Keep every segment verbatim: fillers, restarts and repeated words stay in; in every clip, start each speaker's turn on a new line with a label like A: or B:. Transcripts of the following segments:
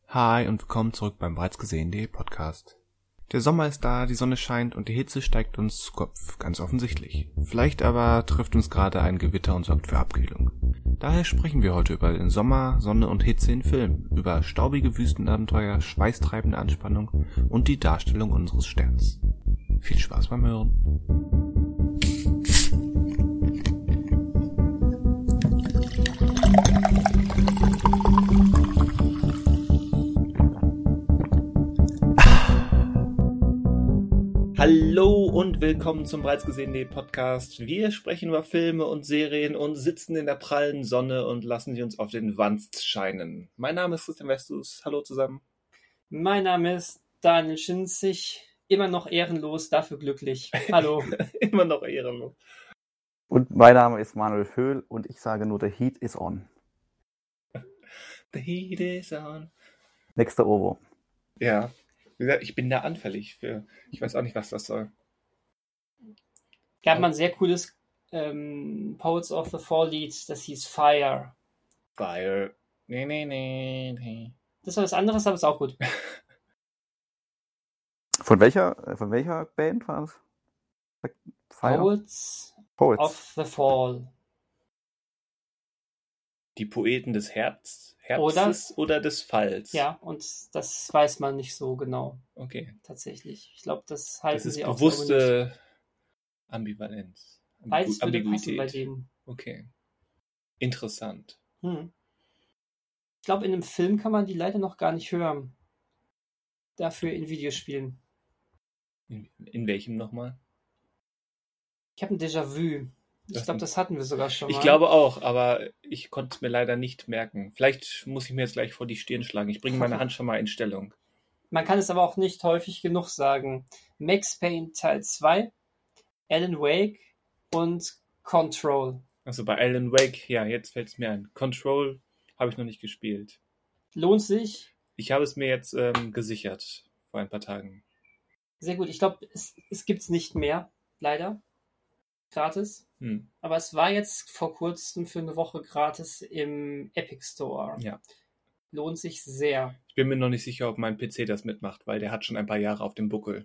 A: Hi und willkommen zurück beim bereits gesehenen.de Podcast. Der Sommer ist da, die Sonne scheint und die Hitze steigt uns zu Kopf, ganz offensichtlich. Vielleicht aber trifft uns gerade ein Gewitter und sorgt für Abkühlung. Daher sprechen wir heute über den Sommer, Sonne und Hitze in Filmen, über staubige Wüstenabenteuer, schweißtreibende Anspannung und die Darstellung unseres Sterns. Viel Spaß beim Hören.
B: Hallo und willkommen zum bereits gesehenen.de Podcast. Wir sprechen über Filme und Serien und sitzen in der prallen Sonne und lassen sie uns auf den Wanst scheinen. Mein Name ist Christian Westus. Hallo zusammen.
C: Mein Name ist Daniel Schinzig. Immer noch ehrenlos, dafür glücklich. Hallo.
B: Immer noch ehrenlos.
D: Und mein Name ist Manuel Föhl und ich sage nur, the heat is on.
B: The heat is on.
D: Nächster Ohrwurm.
B: Ja. Wie gesagt, ich bin da anfällig für. Ich weiß auch nicht, was das soll.
C: Gab mal ein sehr cooles ähm, Poets of the Fall Lied, das hieß Fire.
B: Fire. Nee, nee, nee, nee.
C: Das war was anderes, aber ist auch gut.
D: Von welcher, von welcher Band war das? Fire?
C: Poets,
D: Poets
C: of the Fall.
B: Die Poeten des Herbst, Herbstes oder, oder des Falls?
C: Ja, und das weiß man nicht so genau.
B: Okay.
C: Tatsächlich. Ich glaube, das halten
B: das ist
C: sie auch
B: bewusste Ambivalenz.
C: Beides würde passen
B: Ambiguität.
C: bei denen.
B: Okay. Interessant.
C: Hm. Ich glaube, in einem Film kann man die leider noch gar nicht hören. Dafür in Videospielen.
B: In, in welchem nochmal?
C: Ich habe ein Déjà-vu. Ich glaube, das hatten wir sogar schon mal.
B: Ich glaube auch, aber ich konnte es mir leider nicht merken. Vielleicht muss ich mir jetzt gleich vor die Stirn schlagen. Ich bringe meine Hand schon mal in Stellung.
C: Man kann es aber auch nicht häufig genug sagen. Max Payne Teil zwei, Alan Wake und Control.
B: Also bei Alan Wake, ja, jetzt fällt es mir ein. Control habe ich noch nicht gespielt.
C: Lohnt sich?
B: Ich habe es mir jetzt ähm, gesichert vor ein paar Tagen.
C: Sehr gut. Ich glaube, es, es gibt es nicht mehr, leider. Gratis.
B: Hm.
C: Aber es war jetzt vor kurzem für eine Woche gratis im Epic Store.
B: Ja.
C: Lohnt sich sehr.
B: Ich bin mir noch nicht sicher, ob mein P C das mitmacht, weil der hat schon ein paar Jahre auf dem Buckel.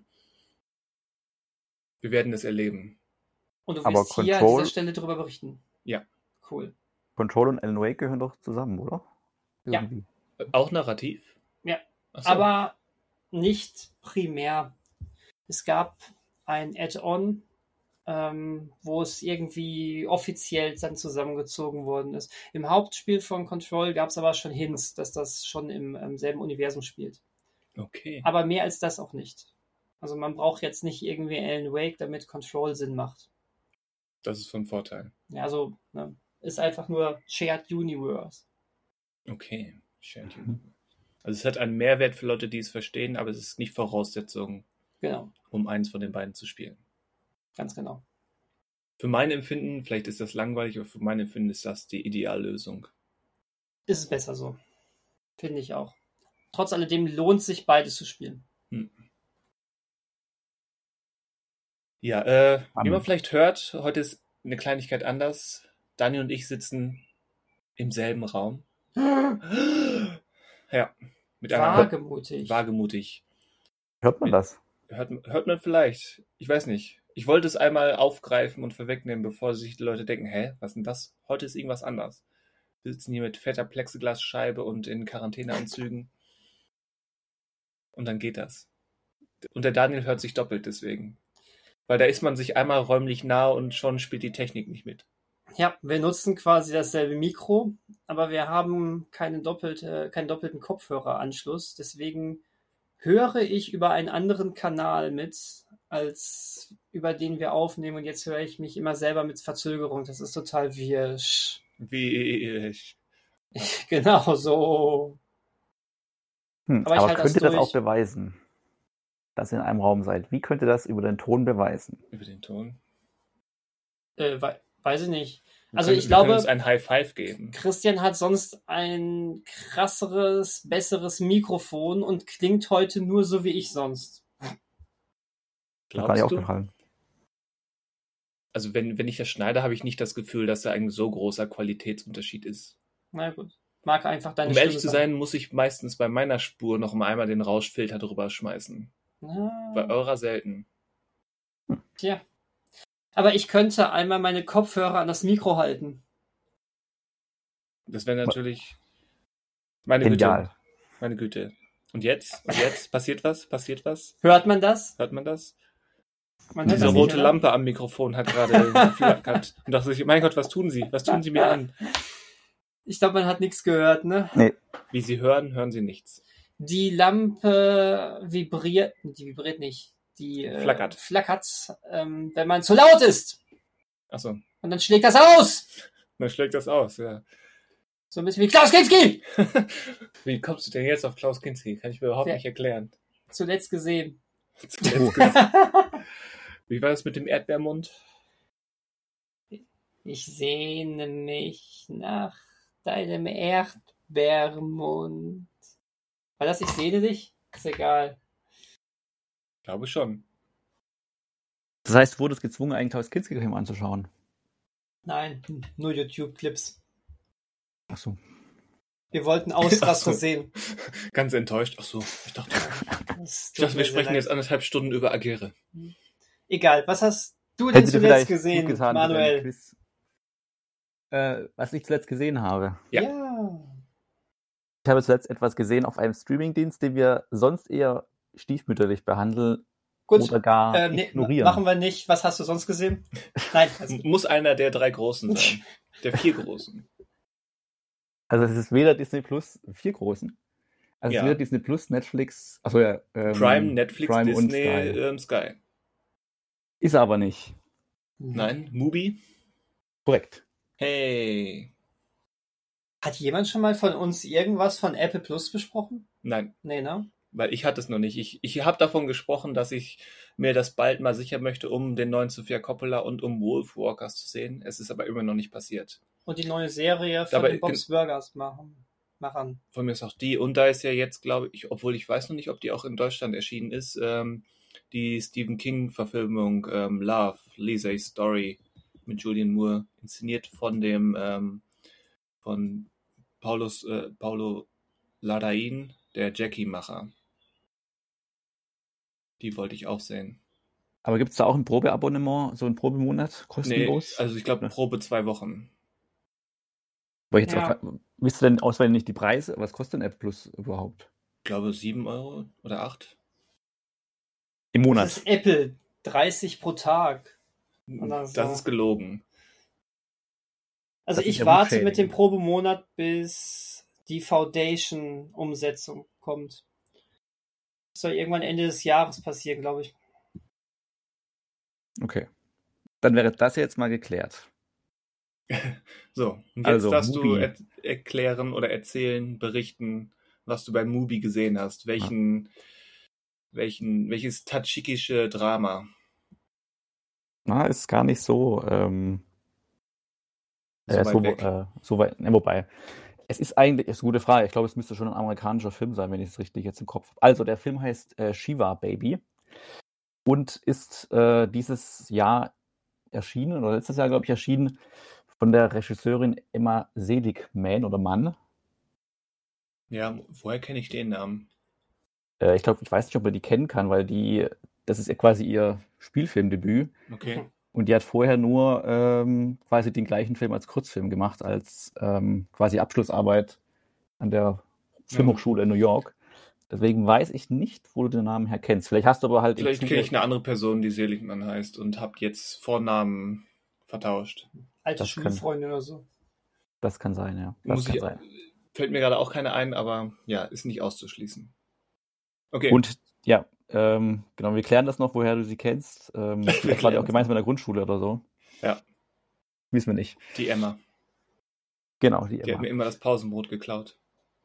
B: Wir werden es erleben.
C: Und du
D: Aber
C: wirst hier an
D: Control-
C: dieser Stelle darüber berichten.
B: Ja.
C: Cool.
D: Control und Alan Wake gehören doch zusammen, oder?
C: Ja.
D: Irgendwie.
B: Äh, Auch narrativ?
C: Ja.
B: Ach so.
C: Aber nicht primär. Es gab ein Add-on, ähm, wo es irgendwie offiziell dann zusammengezogen worden ist. Im Hauptspiel von Control gab es aber schon Hints, dass das schon im, im selben Universum spielt.
B: Okay.
C: Aber mehr als das auch nicht. Also man braucht jetzt nicht irgendwie Alan Wake, damit Control Sinn macht.
B: Das ist von Vorteil.
C: Ja, also ne, ist einfach nur Shared Universe.
B: Okay. Shared Universe. Also es hat einen Mehrwert für Leute, die es verstehen, aber es ist nicht Voraussetzung,
C: Genau,
B: um eins von den beiden zu spielen.
C: ganz genau.
B: Für mein Empfinden, vielleicht ist das langweilig, aber für mein Empfinden ist das die Ideallösung.
C: Ist es besser so. Finde ich auch. Trotz alledem lohnt sich beides zu spielen.
B: Hm. Ja, äh, wie
D: Amen.
B: man vielleicht hört, heute ist eine Kleinigkeit anders. Dani und ich sitzen im selben Raum. Ja, mit einer
C: Wagemutig.
B: wagemutig.
D: Hört man das?
B: Hört, hört man vielleicht. Ich weiß nicht. Ich wollte es einmal aufgreifen und vorwegnehmen, bevor sich die Leute denken, hä, was ist denn das? Heute ist irgendwas anders. Wir sitzen hier mit fetter Plexiglasscheibe und in Quarantäneanzügen. Und dann geht das. Und der Daniel hört sich doppelt deswegen. Weil da ist man sich einmal räumlich nah und schon spielt die Technik nicht mit.
C: Ja, wir nutzen quasi dasselbe Mikro, aber wir haben keine doppelte, keinen doppelten Kopfhöreranschluss. Deswegen höre ich über einen anderen Kanal mit, als über den wir aufnehmen. Und jetzt höre ich mich immer selber mit Verzögerung. Das ist total wirsch.
B: Wie ich.
C: Genau so.
D: Hm,
C: Aber
D: aber
C: ich halte das
D: könnt ihr das
C: durch.
D: auch beweisen, dass ihr in einem Raum seid? Wie könnt ihr das über den Ton beweisen?
B: Über den Ton.
C: Äh, we- weiß ich nicht.
B: Wir
C: Also
B: können,
C: ich
B: wir können
C: glaube,
B: uns ein High Five geben.
C: Christian hat sonst ein krasseres, besseres Mikrofon und klingt heute nur so wie ich sonst.
D: Das war
B: Glaubst
D: dir
B: du?
D: aufgefallen.
B: Also wenn, wenn ich das schneide, habe ich nicht das Gefühl, dass da ein so großer Qualitätsunterschied ist.
C: Na gut. mag einfach deine
B: Um ehrlich
C: Stimme
B: zu sein, muss ich meistens bei meiner Spur noch mal einmal den Rauschfilter drüber schmeißen.
C: Ah,
B: Bei eurer selten.
C: tja. Aber ich könnte einmal meine Kopfhörer an das Mikro halten.
B: Das wäre natürlich meine
D: Genial.
B: Güte. Meine Güte. Und jetzt? Und jetzt? Passiert was? Passiert was?
C: Hört man das?
B: Hört man das?
C: Man hört
B: Diese
C: das nicht,
B: rote
C: oder?
B: Lampe am Mikrofon hat gerade geflackert. Und dachte ich, mein Gott, was tun Sie? Was tun Sie mir an?
C: Ich glaube, man hat nichts gehört, ne?
B: Wie Sie hören, hören Sie nichts.
C: Die Lampe vibriert, die vibriert nicht, die äh,
B: Flackert.
C: flackert, ähm, wenn man zu laut ist.
B: Achso,
C: Und dann schlägt das aus.
B: dann schlägt das aus, ja.
C: So ein bisschen wie Klaus Kinski.
B: Wie kommst du denn jetzt auf Klaus Kinski? Kann ich mir überhaupt
C: Ja.
B: nicht erklären.
C: Zuletzt gesehen.
B: Zuletzt Wie war das mit dem Erdbeermund?
C: Ich sehne mich nach deinem Erdbeermund. War das, ich sehne dich? Ist egal.
B: Glaube schon.
D: Das heißt, du wurdest gezwungen, einen Klaus Kinski-Film anzuschauen.
C: Nein, nur YouTube-Clips.
D: Ach so.
C: Wir wollten Ausraster
B: Ach so.
C: sehen.
B: Ganz enttäuscht. Ach so, ich dachte,
C: Das
B: ich
C: tut
B: dachte
C: mir
B: wir
C: sehr
B: sprechen
C: leid.
B: jetzt anderthalb Stunden über Agere.
C: Egal, was hast du denn
D: Hätte dir
C: zuletzt
D: vielleicht
C: gesehen,
D: gut getan, für deinen
C: Manuel?
D: Quiz. Äh, was ich zuletzt gesehen habe.
B: Ja.
C: ja.
D: Ich habe zuletzt etwas gesehen auf einem Streamingdienst, den wir sonst eher stiefmütterlich behandeln
C: Gut,
D: oder gar
C: äh, nee,
D: ignorieren.
C: machen wir nicht. Was hast du sonst gesehen? Nein, also,
B: Muss einer der drei Großen sein. Der vier Großen.
D: Also es ist weder Disney Plus, vier großen. Also
B: Ja.
D: es ist weder Disney Plus, Netflix, achso ja. Ähm,
B: Prime, Netflix,
D: Prime und
B: Disney,
D: Sky.
B: ähm, Sky.
D: Ist er aber nicht.
B: Nein, Mubi?
D: Korrekt.
B: Hey.
C: Hat jemand schon mal von uns irgendwas von Apple Plus besprochen?
B: Nein,
C: Nee, ne?
B: weil ich hatte es noch nicht. Ich, ich habe davon gesprochen, dass ich mir das bald mal sichern möchte, um den neuen Sofia Coppola und um Wolfwalkers zu sehen. Es ist aber immer noch nicht passiert.
C: Und die neue Serie von
B: Aber
C: den Bob's Burgers machen. Machern.
B: Von mir ist auch die. Und da ist ja jetzt, glaube ich, obwohl ich weiß noch nicht, ob die auch in Deutschland erschienen ist, ähm, die Stephen King-Verfilmung ähm, Love, Lisa's Story mit Julianne Moore, inszeniert von dem ähm, von Paulus, äh, Paulo Larraín, der Jackie-Macher. Die wollte ich auch sehen.
D: Aber gibt es da auch ein Probeabonnement, so ein Probemonat,
B: Nee,
D: kostenlos?
B: also ich glaube Probe zwei Wochen.
D: Aber jetzt
C: Ja.
D: auch, wisst ihr denn auswendig nicht die Preise? Was kostet denn Apple Plus überhaupt?
B: Ich glaube sieben Euro oder acht.
D: Im
C: Das
D: Monat.
C: ist Apple. dreißig pro Tag. Oder so.
B: Das ist gelogen.
C: Also
D: Das ist
C: ich
D: ja
C: warte
D: Rufschädigung.
C: mit dem Probemonat, bis die Foundation-Umsetzung kommt. Das soll irgendwann Ende des Jahres passieren, glaube ich.
D: Okay. Dann wäre das jetzt mal geklärt.
B: So, und jetzt
D: Also,
B: darfst du
D: Mubi.
B: er erklären oder erzählen, berichten, was du bei Mubi gesehen hast. Welchen, welchen, welches tadschikische Drama.
D: Na, ist gar nicht so, ähm,
B: So
D: äh,
B: weit
D: so,
B: weg.
D: äh, so weit, ne, wobei. Es ist eigentlich, ist eine gute Frage. Ich glaube, es müsste schon ein amerikanischer Film sein, wenn ich es richtig jetzt im Kopf habe. Also, der Film heißt äh, Shiva Baby und ist äh, dieses Jahr erschienen, oder letztes Jahr, glaube ich, erschienen von der Regisseurin Emma Seligman oder Mann.
B: Ja, woher kenne ich den Namen?
D: Äh, ich glaube, ich weiß nicht, ob man die kennen kann, weil die, das ist ja quasi ihr Spielfilmdebüt.
B: Okay.
D: Und die hat vorher nur ähm, quasi den gleichen Film als Kurzfilm gemacht, als ähm, quasi Abschlussarbeit an der Filmhochschule in New York. Deswegen weiß ich nicht, wo du den Namen her kennst. Vielleicht hast du aber halt... im
B: Vielleicht
D: Zuge-
B: kenne ich eine andere Person, die Seligmann heißt und habt jetzt Vornamen vertauscht.
C: Alte
D: Das kann-
C: Schulfreunde oder so.
D: Das kann sein, ja. Das
B: Muss
D: kann
B: ich,
D: sein.
B: fällt mir gerade auch keine ein, aber ja, ist nicht auszuschließen. Okay.
D: Und ja, ähm, genau, wir klären das noch, woher du sie kennst. Ähm, vielleicht war die
B: klären
D: auch
B: das
D: gemeinsam in der Grundschule oder so.
B: Ja.
D: Wissen wir nicht.
B: Die Emma.
D: Genau, die
B: Die hat
D: Emma.
B: mir immer das Pausenbrot geklaut.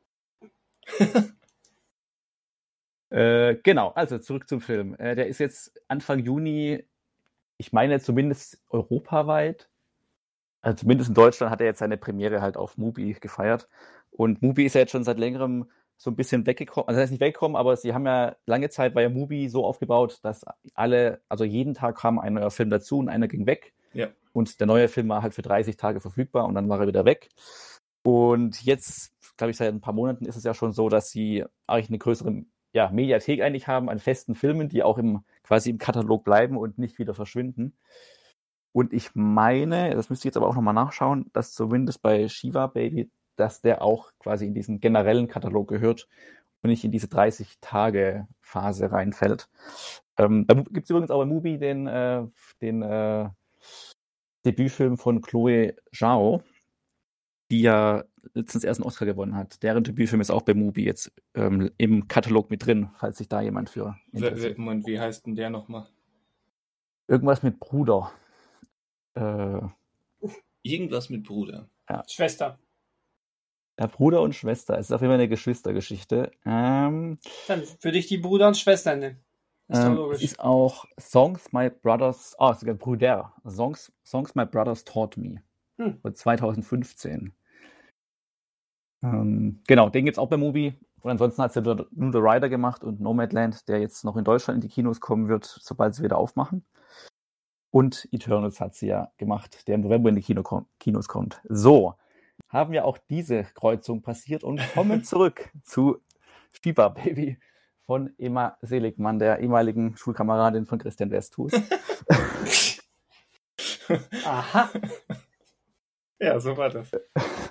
D: Äh, genau, also zurück zum Film. Äh, der ist jetzt Anfang Juni, ich meine zumindest europaweit, also zumindest in Deutschland hat er jetzt seine Premiere halt auf Mubi gefeiert. Und Mubi ist ja jetzt schon seit längerem so ein bisschen weggekommen, also das heißt nicht weggekommen, aber sie haben ja lange Zeit, war ja Mubi so aufgebaut, dass alle, also jeden Tag kam ein neuer Film dazu und einer ging weg.
B: Ja.
D: Und der neue Film war halt für dreißig Tage verfügbar und dann war er wieder weg. Und jetzt glaube ich, seit ein paar Monaten ist es ja schon so, dass sie eigentlich eine größere ja, Mediathek eigentlich haben an festen Filmen, die auch im, quasi im Katalog bleiben und nicht wieder verschwinden. Und ich meine, das müsste ich jetzt aber auch nochmal nachschauen, dass zumindest bei Shiva Baby, dass der auch quasi in diesen generellen Katalog gehört und nicht in diese dreißig-Tage-Phase reinfällt. Ähm, da gibt es übrigens auch bei Mubi den, äh, den äh, Debütfilm von Chloe Zhao, die ja letztens erst einen Oscar gewonnen hat. Deren Debütfilm ist auch bei Mubi jetzt ähm, im Katalog mit drin, falls sich da jemand für interessiert.
B: Moment, wie heißt denn der nochmal?
D: Irgendwas mit Bruder. Äh,
B: Irgendwas mit Bruder.
C: Ja. Schwester.
D: Ja, Bruder und Schwester. Es ist auf jeden Fall eine Geschwistergeschichte. Ähm,
C: Dann würde ich die Bruder und Schwester nennen. Ist
D: ähm,
C: doch logisch.
D: Es ist auch Songs My Brothers, oh, sogar Bruder. Songs, Songs My Brothers Taught Me.
C: Hm.
D: Von zwanzig fünfzehn. Ähm, genau, den gibt es auch bei Mubi. Und ansonsten hat sie nur The Rider gemacht und Nomadland, der jetzt noch in Deutschland in die Kinos kommen wird, sobald sie wieder aufmachen. Und Eternals hat sie ja gemacht, der im November in die Kino kom- Kinos kommt. So, haben wir auch diese Kreuzung passiert und kommen zurück zu Shiva Baby von Emma Seligmann, der ehemaligen Schulkameradin von Christian Westhus.
C: Aha.
B: Ja, so war das.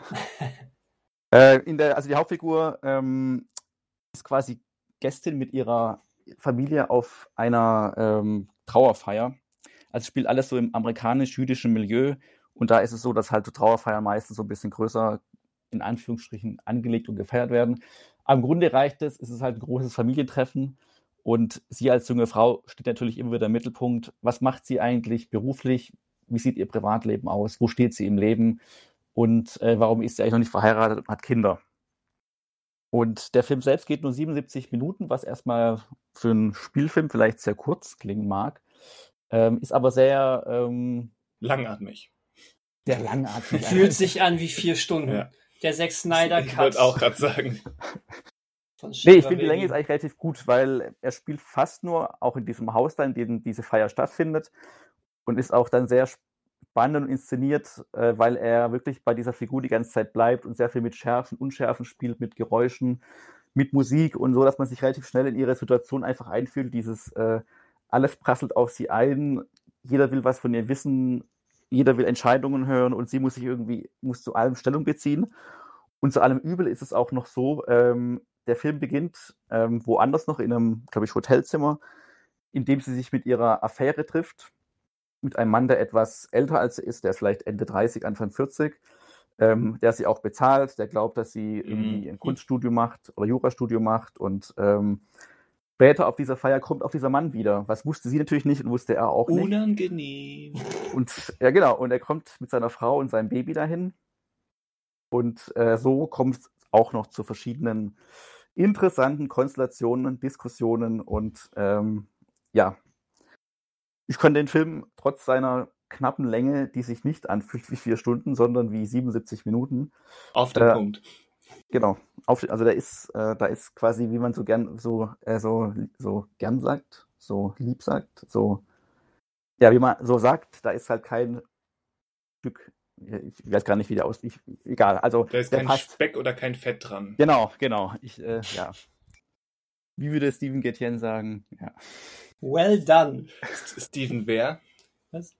D: äh, in der, also die Hauptfigur ähm, ist quasi Gästin mit ihrer Familie auf einer ähm, Trauerfeier. Also spielt alles so im amerikanisch-jüdischen Milieu. Und da ist es so, dass halt so Trauerfeiern meistens so ein bisschen größer, in Anführungsstrichen, angelegt und gefeiert werden. Aber im Grunde reicht es, es ist halt ein großes Familientreffen. Und sie als junge Frau steht natürlich immer wieder im Mittelpunkt. Was macht sie eigentlich beruflich? Wie sieht ihr Privatleben aus? Wo steht sie im Leben? Und äh, warum ist sie eigentlich noch nicht verheiratet und hat Kinder? Und der Film selbst geht nur siebenundsiebzig Minuten, was erstmal für einen Spielfilm vielleicht sehr kurz klingen mag. Ähm, ist aber sehr ähm,
B: langatmig.
D: Sehr langatmig.
C: Fühlt sich an wie vier Stunden.
B: Ja.
C: Der Zack Snyder Cut.
B: Ich wollte auch gerade sagen.
C: Von
D: Nee,
C: Shiva
D: ich finde die
C: Baby.
D: Länge ist eigentlich relativ gut, weil er spielt fast nur auch in diesem Haus, da, in dem diese Feier stattfindet, und ist auch dann sehr spannend und inszeniert, äh, weil er wirklich bei dieser Figur die ganze Zeit bleibt und sehr viel mit Schärfen, Unschärfen spielt, mit Geräuschen, mit Musik und so, dass man sich relativ schnell in ihre Situation einfach einfühlt. Dieses äh, alles prasselt auf sie ein, jeder will was von ihr wissen, jeder will Entscheidungen hören und sie muss sich irgendwie, muss zu allem Stellung beziehen. Und zu allem Übel ist es auch noch so, ähm, der Film beginnt ähm, woanders noch, in einem, glaube ich, Hotelzimmer, in dem sie sich mit ihrer Affäre trifft, mit einem Mann, der etwas älter als sie ist, der ist vielleicht Ende dreißig, Anfang vierzig, ähm, der sie auch bezahlt, der glaubt, dass sie irgendwie ein Kunststudium macht oder Jurastudium macht, und ähm, später auf dieser Feier kommt auch dieser Mann wieder. Was wusste sie natürlich nicht und wusste er auch nicht.
B: Unangenehm.
D: Und ja, genau, und er kommt mit seiner Frau und seinem Baby dahin. Und äh, so kommt es auch noch zu verschiedenen interessanten Konstellationen, Diskussionen und ähm, ja, ich kann den Film trotz seiner knappen Länge, die sich nicht anfühlt wie vier Stunden, sondern wie siebenundsiebzig Minuten.
B: Auf den
D: Äh,
B: Punkt.
D: Genau, auf, also da ist, äh, da ist quasi, wie man so gern so, äh, so, so gern sagt, so lieb sagt, so, ja, wie man so sagt, da ist halt kein Stück, ich weiß gar nicht, wie der aussieht, egal, also
B: Da ist
D: der
B: kein
D: passt.
B: Speck oder kein Fett dran.
D: Genau, genau, ich, äh, ja. Wie würde Steven Gätjen sagen, ja.
C: Well done.
B: Steven wer?
C: Was?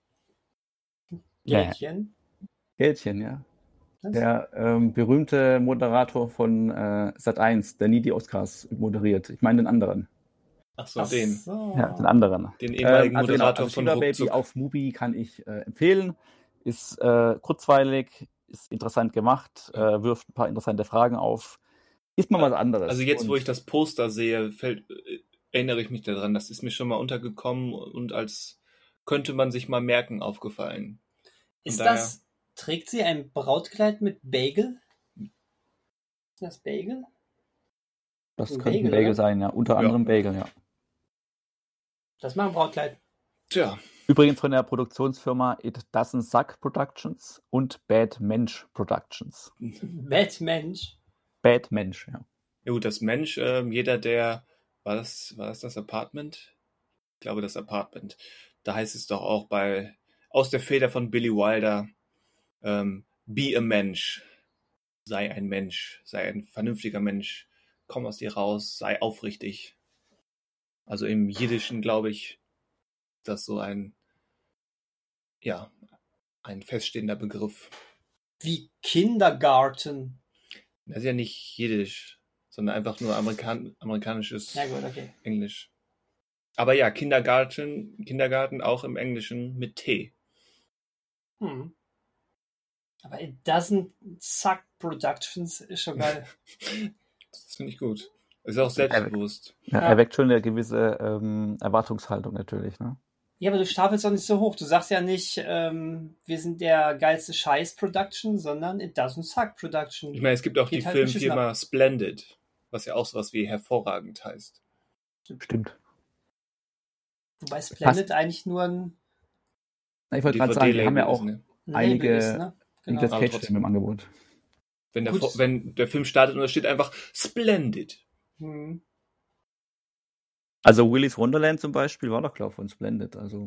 D: Ja.
C: Gätjen?
D: Gätjen, ja.
C: Was?
D: Der ähm, berühmte Moderator von äh, Sat eins, der nie die Oscars moderiert. Ich meine den anderen.
B: Ach so,
C: Ach
B: den.
C: so.
D: Ja, den anderen.
B: Den ehemaligen
D: also
B: Moderator
D: also
B: von
D: Shiva Baby
B: Ruckzuck.
D: auf Mubi kann ich äh, empfehlen. Ist äh, kurzweilig, ist interessant gemacht, äh, wirft ein paar interessante Fragen auf. Ist mal was anderes.
B: Also jetzt,
D: und,
B: wo ich das Poster sehe, fällt, äh, erinnere ich mich daran. Das ist mir schon mal untergekommen und als könnte man sich mal merken aufgefallen.
C: Ist
B: daher-
C: das, trägt sie ein Brautkleid mit Bagel? Ist das Bagel?
D: Das
C: ein
D: könnte ein
C: Bagel,
D: Bagel
C: oder?
D: sein, ja. Unter
B: Ja.
D: anderem Bagel, ja.
C: Das war ein Brautkleid.
B: Tja,
D: Übrigens von der Produktionsfirma It Doesn't Suck Productions und Bad Mensch Productions.
C: Bad Mensch.
D: Bad Mensch, ja.
B: ja gut, das Mensch, ähm, jeder, der, war das, war das das Apartment? Ich glaube, das Apartment. Da heißt es doch auch bei, aus der Feder von Billy Wilder, ähm, be a Mensch. sei ein Mensch, sei ein vernünftiger Mensch, komm aus dir raus, sei aufrichtig. Also im Jiddischen, glaube ich, ist das so ein, ja, ein feststehender Begriff.
C: Wie Kindergarten.
B: Das ist ja nicht Jiddisch, sondern einfach nur Amerikan amerikanisches
C: Ja gut, okay.
B: Englisch. Aber ja, Kindergarten, Kindergarten auch im Englischen mit T.
C: Hm. Aber it doesn't suck Productions ist schon geil.
B: Das finde ich gut. Ist auch selbstbewusst.
D: Ja,
C: Ja.
D: er weckt schon eine gewisse ähm, Erwartungshaltung natürlich, ne?
C: Ja, aber du stapelst doch nicht so hoch. Du sagst ja nicht, ähm, wir sind der geilste Scheiß-Production, sondern it doesn't suck Production.
B: Ich meine, es gibt auch
C: Geht
B: die
C: halt
B: Filmfirma Splendid, was ja auch sowas wie hervorragend heißt.
D: Stimmt.
C: Wobei Splendid eigentlich nur ein,
D: Ich wollte gerade sagen, die haben ja
B: D V D-Label
D: auch
B: ist, ne?
C: ein
D: Einige-
C: Label ist, ne? Genau.
D: Nicolas
B: Aber
D: Cage
B: trotzdem.
D: Film im Angebot.
B: Wenn der,
C: Gut.
B: Vo- wenn der Film startet und da steht einfach Splendid.
C: Hm.
D: Also Willy's Wonderland zum Beispiel war doch, glaube ich, von Splendid. Also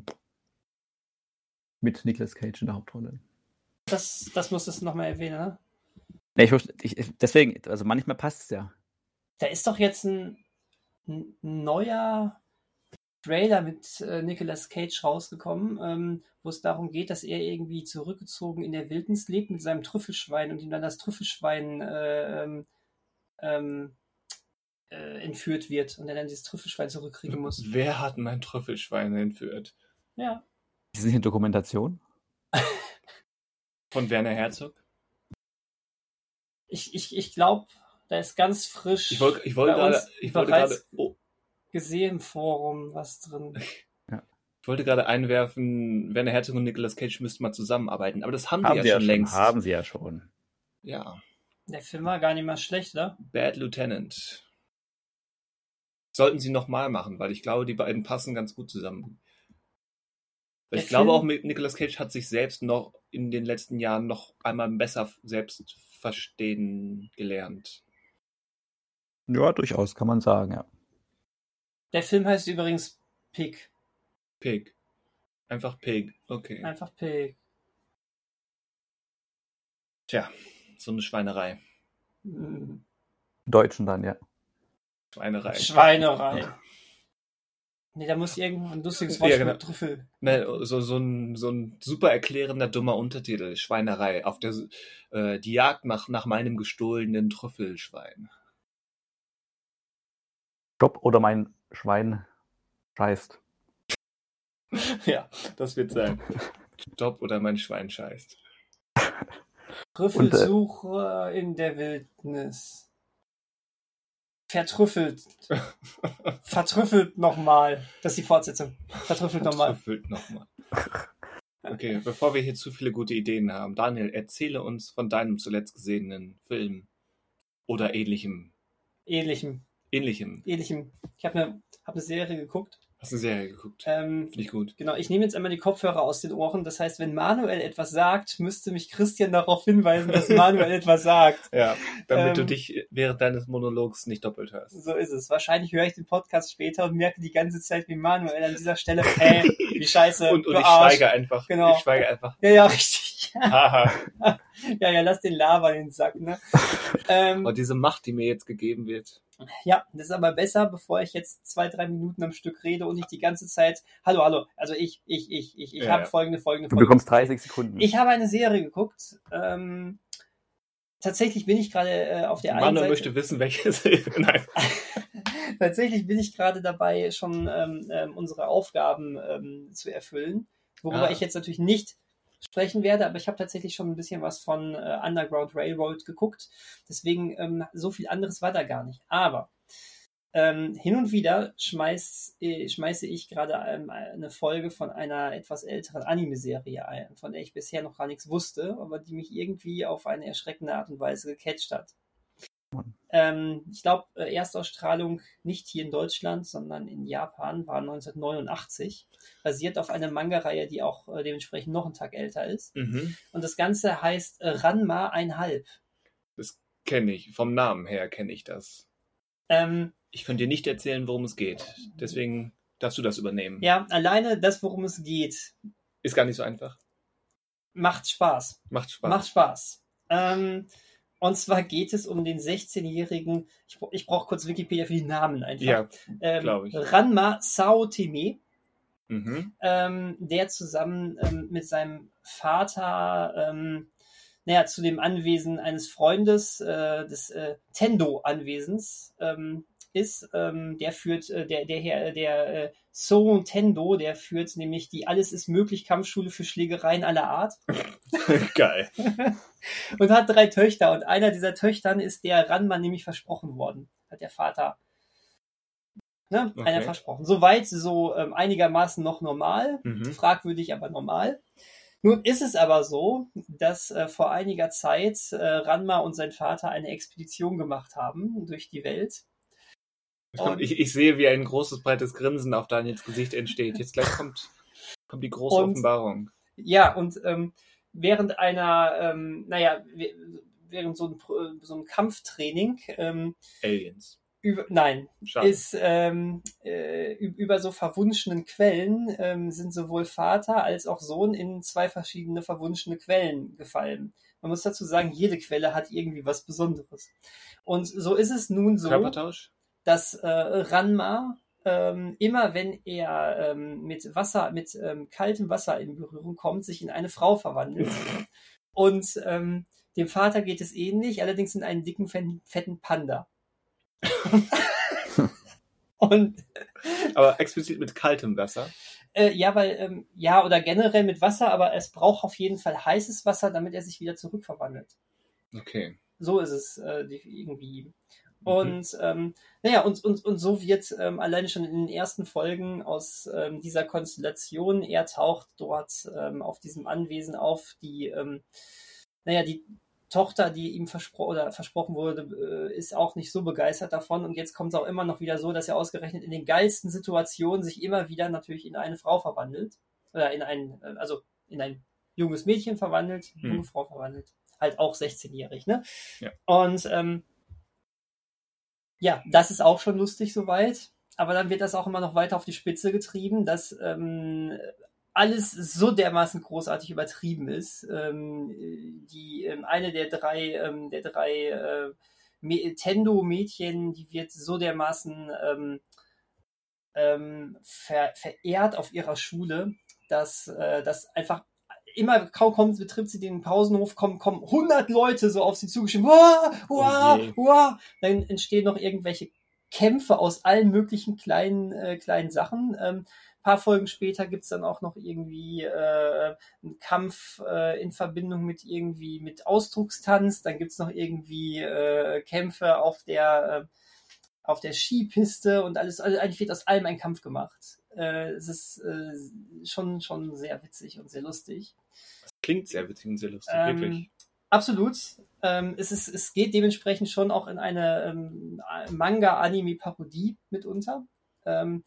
D: mit Nicolas Cage in der Hauptrolle.
C: Das, das musstest du nochmal erwähnen, ne?
D: Nee, ich, wusste- ich, ich- deswegen, also manchmal passt es ja.
C: Da ist doch jetzt ein, ein neuer Trailer mit äh, Nicolas Cage rausgekommen, ähm, wo es darum geht, dass er irgendwie zurückgezogen in der Wildnis lebt mit seinem Trüffelschwein und ihm dann das Trüffelschwein äh, ähm, ähm, äh, entführt wird und er dann dieses Trüffelschwein zurückkriegen muss.
B: Wer hat mein Trüffelschwein entführt?
C: Ja.
D: Ist das nicht eine Dokumentation?
B: Von Werner Herzog?
C: Ich, ich, ich glaube, da ist ganz frisch
B: Ich wollte ich wollte
C: bei
B: gerade
C: uns
B: ich wollte gerade
C: bereits
B: oh,
C: gesehen im Forum was drin.
B: ich wollte gerade einwerfen, Werner Herzog und Nicolas Cage müssten mal zusammenarbeiten, aber das haben die
D: Haben
B: ja
D: sie ja
B: schon
D: schon.
B: längst.
D: Haben sie ja schon.
B: Ja,
C: Der Film war gar nicht mal schlecht, oder?
B: Bad Lieutenant. Sollten sie nochmal machen, weil ich glaube, die beiden passen ganz gut zusammen. Weil
C: Der
B: ich glaube
C: Film-
B: auch, mit Nicolas Cage hat sich selbst noch in den letzten Jahren noch einmal besser selbst verstehen gelernt.
D: Ja, durchaus, kann man sagen, ja.
C: Der Film heißt übrigens Pig.
B: Pig. Einfach Pig. Okay.
C: Einfach Pig.
B: Tja, so eine Schweinerei.
C: Hm.
D: Deutschen dann, ja.
B: Schweinerei.
C: Schweinerei. Nee, da muss irgendein lustiges Wort
B: Ja,
C: für
B: genau.
C: Trüffel.
B: Ne, so, so, ein, so ein super erklärender, dummer Untertitel. Schweinerei. Auf der, äh, die Jagd nach, nach meinem gestohlenen Trüffelschwein.
D: Stopp oder mein Schwein scheißt.
B: Ja, das wird sein. Stopp oder mein Schwein scheißt.
C: Trüffelsuche in der Wildnis. Vertrüffelt. Vertrüffelt nochmal. Das ist die Fortsetzung. Vertrüffelt nochmal.
B: Trüffelt nochmal. Okay, bevor wir hier zu viele gute Ideen haben, Daniel, erzähle uns von deinem zuletzt gesehenen Film oder ähnlichem.
C: Ähnlichem.
B: Ähnlichem.
C: Ähnlichem. Ich habe eine, hab eine Serie geguckt.
B: Hast du eine Serie geguckt?
C: Ähm,
B: Finde ich gut.
C: Genau, ich nehme jetzt einmal die Kopfhörer aus den Ohren. Das heißt, wenn Manuel etwas sagt, müsste mich Christian darauf hinweisen, dass Manuel etwas sagt.
B: Ja, damit du
C: Ähm,
B: dich während deines Monologs nicht doppelt hörst.
C: So ist es. Wahrscheinlich höre ich den Podcast später und merke die ganze Zeit, wie Manuel an dieser Stelle, äh, wie scheiße,
B: Und, und
C: du
B: ich
C: Arsch.
B: schweige einfach.
C: Genau.
B: Ich schweige einfach.
C: Ja, ja, richtig.
B: Haha.
C: Ja, ja, lass den labern in den Sack, ne? ähm,
B: Und diese Macht, die mir jetzt gegeben wird.
C: ja, das ist aber besser, bevor ich jetzt zwei, drei Minuten am Stück rede und ich die ganze Zeit, hallo, hallo, also ich, ich, ich, ich, ich
B: Ja,
C: habe
B: ja.
C: folgende, folgende,
D: Du
C: folgende.
D: bekommst dreißig Sekunden.
C: Ich habe eine Serie geguckt. Ähm, tatsächlich bin ich gerade äh, auf der einen
B: Manuel
C: Seite.
B: möchte wissen, welche Serie. Nein.
C: Tatsächlich bin ich gerade dabei, schon ähm, ähm, unsere Aufgaben ähm, zu erfüllen, worüber
B: Ah.
C: ich jetzt natürlich nicht sprechen werde, aber ich habe tatsächlich schon ein bisschen was von äh, Underground Railroad geguckt. Deswegen ähm, so viel anderes war da gar nicht. Aber ähm, hin und wieder schmeiß, äh, schmeiße ich gerade ähm, eine Folge von einer etwas älteren Anime-Serie ein, von der ich bisher noch gar nichts wusste, aber die mich irgendwie auf eine erschreckende Art und Weise gecatcht hat. Ähm, ich glaube, äh, Erstausstrahlung nicht hier in Deutschland, sondern in Japan war neunzehnhundertneunundachtzig. Basiert auf einer Manga-Reihe, die auch äh, dementsprechend noch einen Tag älter ist.
B: Mhm.
C: Und das Ganze heißt äh, Ranma einhalb.
B: Das kenne ich. Vom Namen her kenne ich das.
C: Ähm,
B: Ich könnte dir nicht erzählen, worum es geht. Deswegen darfst du das übernehmen.
C: ja, alleine das, worum es geht,
B: Ist gar nicht so einfach.
C: macht Spaß.
B: Macht Spaß.
C: Macht Spaß. Ähm, Und zwar geht es um den sechzehnjährigen, ich, ich brauche kurz Wikipedia für die Namen einfach.
B: Ja,
C: ähm,
B: glaube ich.
C: Ranma Saoteme,
B: Mhm.
C: ähm, der zusammen ähm, mit seinem Vater ähm, naja, zu dem Anwesen eines Freundes, äh, des äh, Tendo-Anwesens ähm, ist. Ähm, der führt, äh, der, der Herr, der äh, So Tendo, der führt nämlich die Alles ist möglich Kampfschule für Schlägereien aller Art.
B: Geil.
C: Und hat drei Töchter. Und einer dieser Töchtern ist der Ranma nämlich versprochen worden. Hat der Vater ne,
B: Okay.
C: einer versprochen. Soweit so ähm, einigermaßen noch normal.
B: Mhm.
C: Fragwürdig, aber normal. Nun ist es aber so, dass äh, vor einiger Zeit äh, Ranma und sein Vater eine Expedition gemacht haben durch die Welt.
B: Jetzt kommt, ich, ich sehe, wie ein großes, breites Grinsen auf Daniels Gesicht entsteht. Jetzt gleich kommt, kommt die große
C: Und-
B: Offenbarung.
C: Ja, und ähm, während einer, ähm, naja, w- während so ein, Pro- so ein Kampftraining, ähm,
B: Aliens.
C: über, nein,
B: Schade.
C: ist ähm, äh, ü- über so verwunschenen Quellen ähm, sind sowohl Vater als auch Sohn in zwei verschiedene verwunschene Quellen gefallen. Man muss dazu sagen, jede Quelle hat irgendwie was Besonderes. Und so ist es nun so,
B: Körpertausch?
C: dass äh, Ranma ähm, immer wenn er ähm, mit Wasser, mit ähm, kaltem Wasser in Berührung kommt, sich in eine Frau verwandelt. Und ähm, dem Vater geht es ähnlich, allerdings in einen dicken, fetten, fetten Panda. Und
B: Aber explizit mit kaltem Wasser.
C: äh, ja, weil, ähm, ja, oder generell mit Wasser, aber es braucht auf jeden Fall heißes Wasser, damit er sich wieder zurückverwandelt.
B: Okay.
C: So ist es äh, die, irgendwie.
B: Mhm.
C: Und ähm, naja, und, und, und so wird ähm, alleine schon in den ersten Folgen aus ähm, dieser Konstellation, er taucht dort ähm, auf diesem Anwesen auf, die, ähm, naja, die Tochter, die ihm verspro oder versprochen wurde, äh, ist auch nicht so begeistert davon. Und jetzt kommt es auch immer noch wieder so, dass er ausgerechnet in den geilsten Situationen sich immer wieder natürlich in eine Frau verwandelt. Oder in ein, äh, also in ein junges Mädchen verwandelt,
B: Hm.
C: junge Frau verwandelt. Halt auch sechzehnjährig, ne?
B: Ja.
C: Und ähm, ja, das ist auch schon lustig soweit. Aber dann wird das auch immer noch weiter auf die Spitze getrieben, dass ähm, alles so dermaßen großartig übertrieben ist. Ähm, die ähm, eine der drei, ähm, der drei äh, Me- Tendo-Mädchen, die wird so dermaßen ähm, ähm, ver verehrt auf ihrer Schule, dass äh, das einfach immer kaum kommt, betritt sie den Pausenhof, kommen, kommen hundert Leute so auf sie zugeschrieben, wow, wow,
B: Oh je.
C: wow. Dann entstehen noch irgendwelche Kämpfe aus allen möglichen kleinen, äh, kleinen Sachen. Ähm, paar Folgen später gibt's dann auch noch irgendwie äh, einen Kampf äh, in Verbindung mit irgendwie mit Ausdruckstanz. Dann gibt's noch irgendwie äh, Kämpfe auf der äh, auf der Skipiste und alles. Also eigentlich wird aus allem ein Kampf gemacht. Äh, es ist äh, schon schon sehr witzig und sehr lustig.
B: Das klingt sehr witzig und sehr lustig,
C: Ähm,
B: wirklich.
C: Absolut. Ähm, es, ist, es geht dementsprechend schon auch in eine ähm, Manga-Anime-Parodie mitunter. Ähm,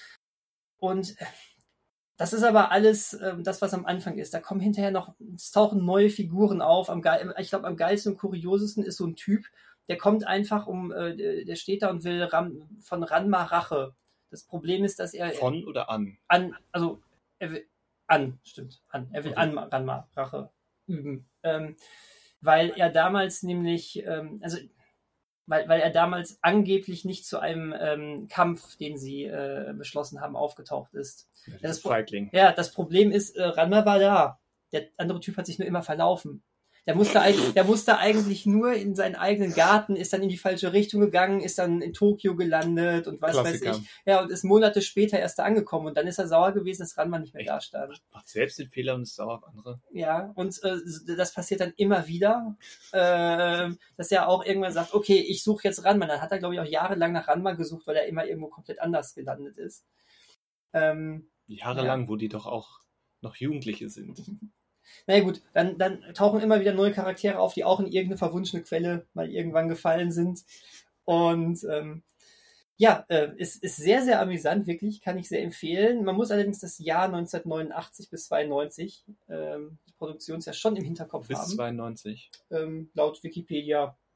C: und das ist aber alles ähm, das, was am Anfang ist. Da kommen hinterher noch, es tauchen neue Figuren auf. Am geil, ich glaube, am geilsten und kuriosesten ist so ein Typ, der kommt einfach um, äh, der steht da und will Ram, von Ranma Rache. Das Problem ist, dass er
B: Von oder an?
C: an, also er will an, stimmt, an, er will
B: Okay.
C: an Ranma Rache üben. Ähm, weil er damals nämlich, ähm, also weil, weil er damals angeblich nicht zu einem ähm, Kampf, den sie äh, beschlossen haben, aufgetaucht ist.
B: Das
C: das
B: ist Feigling.
C: Ja, das Problem ist, äh, Ranma war da. Der andere Typ hat sich nur immer verlaufen. Der musste, eigentlich, der musste eigentlich nur in seinen eigenen Garten, ist dann in die falsche Richtung gegangen, ist dann in Tokio gelandet und was
B: Klassiker.
C: weiß ich. Ja, und ist Monate später erst da angekommen und dann ist er sauer gewesen, dass Ranma nicht mehr
B: Echt?
C: da stand.
B: Macht selbst den Fehler und ist sauer auf andere.
C: Ja, und äh, das passiert dann immer wieder, äh, dass er auch irgendwann sagt, okay, ich suche jetzt Ranma. Dann hat er, glaube ich, auch jahrelang nach Ranma gesucht, weil er immer irgendwo komplett anders gelandet ist. Ähm,
B: Jahrelang, wo die doch auch noch Jugendliche sind.
C: naja gut, dann, dann tauchen immer wieder neue Charaktere auf, die auch in irgendeine verwunschene Quelle mal irgendwann gefallen sind. Und ähm, ja, äh, ist, ist sehr, sehr amüsant, wirklich, kann ich sehr empfehlen. Man muss allerdings das Jahr neunzehnhundertneunundachtzig bis zweiundneunzig, ähm, das Produktionsjahr schon im Hinterkopf
B: Bis
C: haben.
B: zweiundneunzig.
C: Ähm, laut Wikipedia,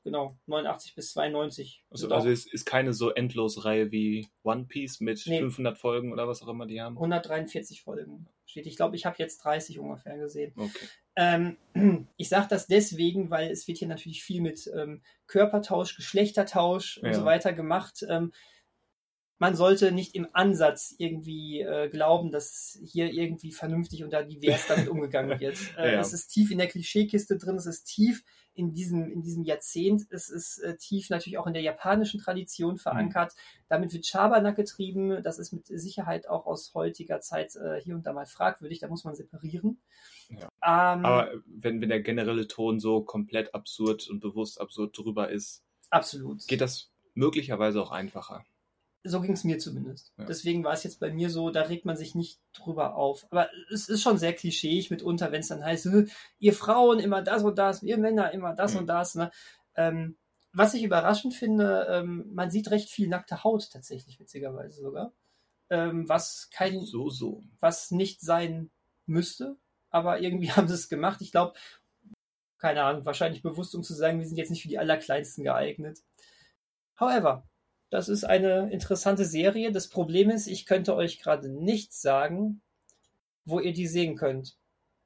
C: genau. neunundachtzig bis zweiundneunzig.
B: Also, also es ist keine so endlose Reihe wie One Piece mit
C: Nee.
B: fünfhundert Folgen oder was auch immer die haben.
C: hundertdreiundvierzig Folgen steht. Ich glaube, ich habe jetzt dreißig ungefähr gesehen.
B: Okay.
C: Ähm, ich sage das deswegen, weil es wird hier natürlich viel mit ähm, Körpertausch, Geschlechtertausch und
B: Ja.
C: so weiter gemacht. Ähm, man sollte nicht im Ansatz irgendwie äh, glauben, dass hier irgendwie vernünftig und da divers damit umgegangen wird. Äh,
B: Ja.
C: Es ist tief in der Klischeekiste drin, es ist tief in diesem, in diesem Jahrzehnt, es ist äh, tief natürlich auch in der japanischen Tradition verankert. Damit wird Schabernack getrieben, das ist mit Sicherheit auch aus heutiger Zeit äh, hier und da mal fragwürdig, da muss man separieren.
B: Ja.
C: Ähm,
B: Aber wenn, wenn der generelle Ton so komplett absurd und bewusst absurd drüber ist,
C: absolut.
B: geht das möglicherweise auch einfacher.
C: So ging es mir zumindest.
B: Ja.
C: Deswegen war es jetzt bei mir so, da regt man sich nicht drüber auf. Aber es ist schon sehr klischeeig mitunter, wenn es dann heißt, "Äh, ihr Frauen immer das und das, ihr Männer immer das
B: Mhm.
C: und das. Ne? Ähm, was ich überraschend finde, ähm, man sieht recht viel nackte Haut tatsächlich, witzigerweise sogar. Ähm, was kein,
B: So, so.
C: was nicht sein müsste, aber irgendwie haben sie es gemacht. Ich glaube, keine Ahnung, wahrscheinlich bewusst, um zu sagen, wir sind jetzt nicht für die Allerkleinsten geeignet. However, das ist eine interessante Serie. Das Problem ist, ich könnte euch gerade nicht sagen, wo ihr die sehen könnt.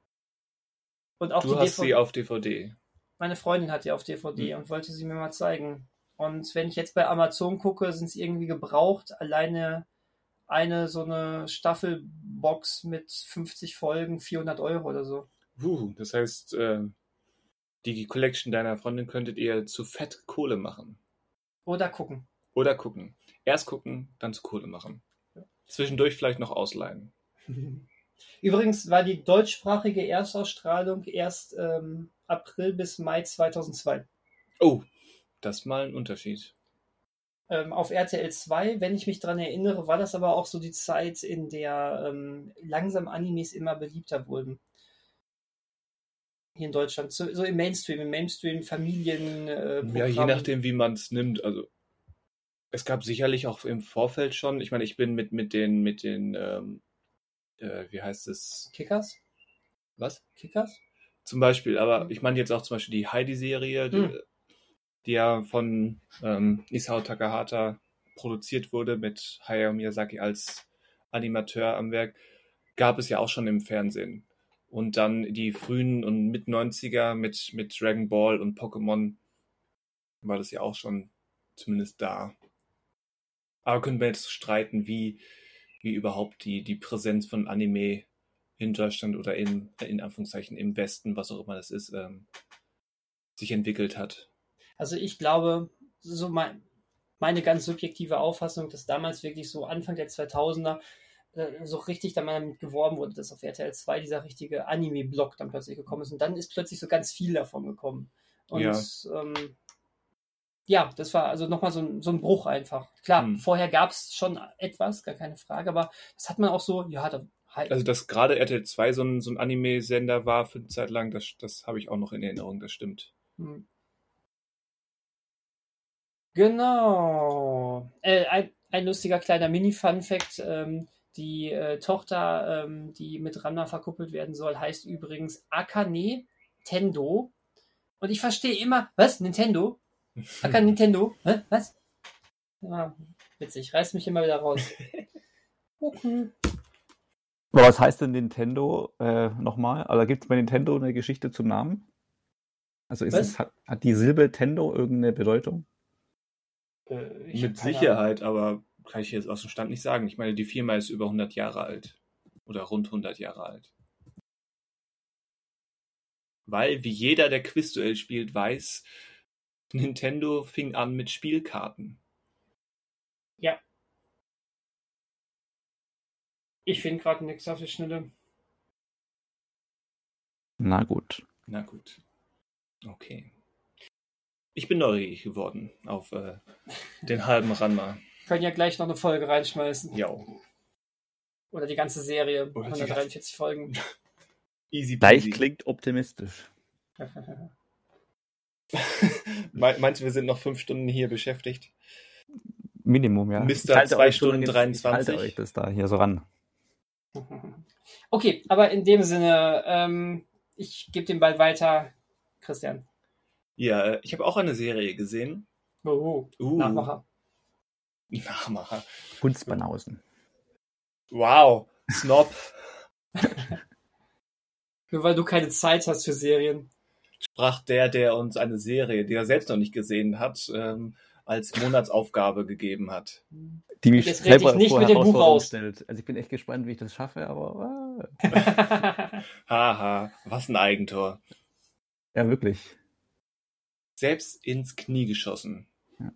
C: Und auch
B: Du
C: die
B: hast
C: D V D.
B: sie auf D V D.
C: Meine Freundin hat die auf D V D
B: Hm.
C: und wollte sie mir mal zeigen. Und wenn ich jetzt bei Amazon gucke, sind sie irgendwie gebraucht. Alleine eine so eine Staffelbox mit fünfzig Folgen, vierhundert Euro oder so.
B: Uh, das heißt, äh, die Collection deiner Freundin könntet ihr zu fett Kohle machen.
C: Oder gucken.
B: Oder gucken. Erst gucken, dann zu Kohle machen. Zwischendurch vielleicht noch ausleihen.
C: Übrigens war die deutschsprachige Erstausstrahlung erst ähm, April bis Mai zweitausendzwei.
B: Oh, das ist mal ein Unterschied.
C: Ähm, auf R T L zwei, wenn ich mich dran erinnere, war das aber auch so die Zeit, in der ähm, langsam Animes immer beliebter wurden. Hier in Deutschland. So, so im Mainstream, im Mainstream Familien. Äh,
B: Ja, je
C: Programm.
B: nachdem, wie man es nimmt. Also es gab sicherlich auch im Vorfeld schon, ich meine, ich bin mit, mit den, mit den, ähm, äh, wie heißt es?
C: Kickers?
B: Was?
C: Kickers?
B: Zum Beispiel, aber
C: Mhm.
B: ich meine jetzt auch zum Beispiel die Heidi-Serie, die,
C: Mhm.
B: die ja von ähm, Isao Takahata produziert wurde, mit Hayao Miyazaki als Animateur am Werk, gab es ja auch schon im Fernsehen. Und dann die frühen und Mit-neunziger mit, mit Dragon Ball und Pokémon war das ja auch schon zumindest da. Aber können wir jetzt streiten, wie, wie überhaupt die, die Präsenz von Anime in Deutschland oder in, in Anführungszeichen im Westen, was auch immer das ist, ähm, sich entwickelt hat.
C: Also ich glaube, so mein, meine ganz subjektive Auffassung, dass damals wirklich so Anfang der zweitausender äh, so richtig dann mal damit geworben wurde, dass auf R T L zwei dieser richtige Anime-Block dann plötzlich gekommen ist. Und dann ist plötzlich so ganz viel davon gekommen. Und
B: Ja.
C: ähm, ja, das war also nochmal so ein, so ein Bruch einfach. Klar,
B: Hm.
C: vorher gab es schon etwas, gar keine Frage, aber das hat man auch so, ja, da halt.
B: Also, dass gerade R T L zwei so ein, so ein Anime-Sender war für eine Zeit lang, das, das habe ich auch noch in Erinnerung, das stimmt.
C: Hm. Genau. Äh, ein, ein lustiger kleiner Mini-Fun-Fact. Ähm, die äh, Tochter, ähm, die mit Ranma verkuppelt werden soll, heißt übrigens Akane Tendo. Und ich verstehe immer, was? Nintendo? Akane Nintendo? Hä? Was? Ja, witzig. Reißt mich immer wieder raus. Okay.
D: Aber was heißt denn Nintendo äh, nochmal? Also gibt es bei Nintendo eine Geschichte zum Namen? Also ist
C: Was?
D: es, hat, hat die Silbe Tendo irgendeine Bedeutung?
C: Äh, ich hab
B: Mit
C: keine
B: Sicherheit, aber kann ich jetzt aus dem Stand nicht sagen. Ich meine, die Firma ist über hundert Jahre alt. Oder rund hundert Jahre alt. Weil, wie jeder, der Quizduell spielt, weiß, Nintendo fing an mit Spielkarten.
C: Ja. Ich finde gerade nichts auf die Schnelle.
D: Na gut.
B: Na gut. Okay. Ich bin neugierig geworden auf äh, den halben Ranma.
C: Können ja gleich noch eine Folge reinschmeißen.
B: Ja.
C: Oder die ganze Serie.
B: Oder die
C: hundertdreiundvierzig Folgen.
B: Easy
D: Gleich
B: peasy.
D: klingt optimistisch.
B: Me- Meinst du, wir sind noch fünf Stunden hier beschäftigt?
D: Minimum, ja.
B: Mister
D: Ich halte
B: zwei
D: euch so
B: Stunden
D: jetzt-
B: dreiundzwanzig.
D: Ich halte euch das da hier so ran.
C: Okay, aber in dem Sinne, ähm, ich gebe den Ball weiter, Christian.
B: Ja, äh, ich habe auch eine Serie gesehen.
C: Oh,
B: Uh.
C: Nachmacher.
B: Nachmacher.
D: Hundsbanausen.
B: Wow, Snob.
C: Nur weil du keine Zeit hast für Serien.
B: Sprach der, der uns eine Serie, die er selbst noch nicht gesehen hat, ähm, als Monatsaufgabe gegeben hat.
D: Die mich
C: Jetzt rede ich
D: selber
C: nicht
D: vor
C: mit dem Buch
D: Herausforderungen
C: raus.
D: stellt. Also ich bin echt gespannt, wie ich das schaffe, aber ah.
B: Haha, was ein Eigentor.
D: Ja, wirklich.
B: Selbst ins Knie geschossen.
D: Ja.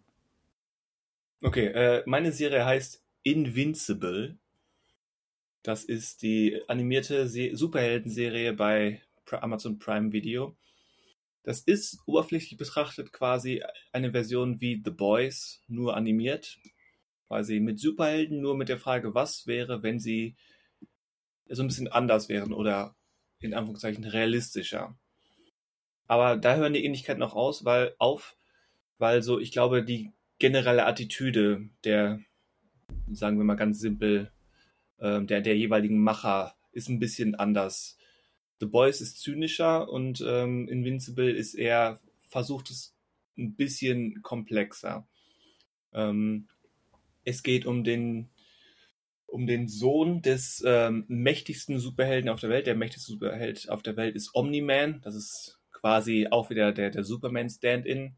B: Okay, äh, meine Serie heißt Invincible. Das ist die animierte Se- Superhelden-Serie bei Pri- Amazon Prime Video. Das ist oberflächlich betrachtet quasi eine Version wie The Boys, nur animiert. Quasi mit Superhelden, nur mit der Frage, was wäre, wenn sie so ein bisschen anders wären oder in Anführungszeichen realistischer. Aber da hören die Ähnlichkeiten auch aus, weil auf, weil so, ich glaube, die generelle Attitüde der, sagen wir mal ganz simpel, ähm, der, der jeweiligen Macher ist ein bisschen anders. The Boys ist zynischer und ähm, Invincible ist eher, versucht es ein bisschen komplexer. Ähm, es geht um den, um den Sohn des ähm, mächtigsten Superhelden auf der Welt. Der mächtigste Superheld auf der Welt ist Omni-Man. Das ist quasi auch wieder der, der Superman-Stand-in.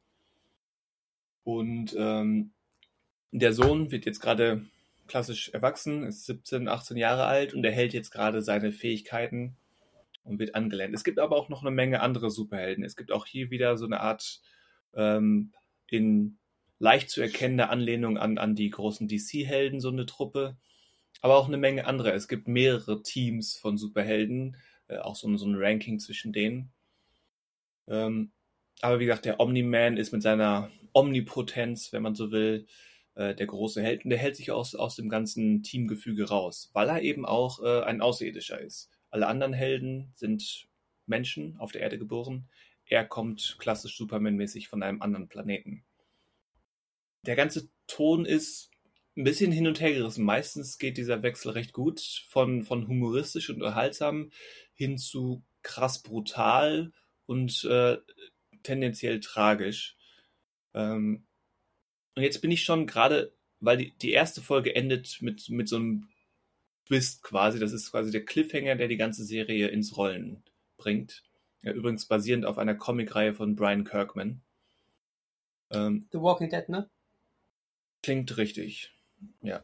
B: Und ähm, der Sohn wird jetzt gerade klassisch erwachsen, ist siebzehn, achtzehn Jahre alt und erhält jetzt gerade seine Fähigkeiten und wird angelernt. Es gibt aber auch noch eine Menge andere Superhelden. Es gibt auch hier wieder so eine Art ähm, in leicht zu erkennender Anlehnung an, an die großen D C-Helden, so eine Truppe. Aber auch eine Menge andere. Es gibt mehrere Teams von Superhelden, äh, auch so, ein- so ein Ranking zwischen denen. Ähm, aber wie gesagt, der Omni-Man ist mit seiner Omnipotenz, wenn man so will, äh, der große Held. Und der hält sich aus, aus dem ganzen Teamgefüge raus, weil er eben auch äh, ein Außerirdischer ist. Alle anderen Helden sind Menschen auf der Erde geboren. Er kommt klassisch Superman-mäßig von einem anderen Planeten. Der ganze Ton ist ein bisschen hin und her gerissen. Meistens geht dieser Wechsel recht gut von, von humoristisch und unterhaltsam hin zu krass brutal und äh, tendenziell tragisch. Ähm, und jetzt bin ich schon gerade, weil die, die erste Folge endet mit, mit so einem Twist quasi. Das ist quasi der Cliffhanger, der die ganze Serie ins Rollen bringt. Ja, übrigens basierend auf einer Comicreihe von Brian Kirkman. Ähm,
C: The Walking Dead, ne?
B: klingt richtig. Ja.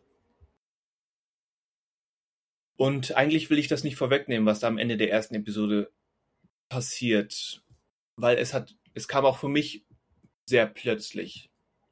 B: Und eigentlich will ich das nicht vorwegnehmen, was da am Ende der ersten Episode passiert. Weil es hat, es kam auch für mich sehr plötzlich.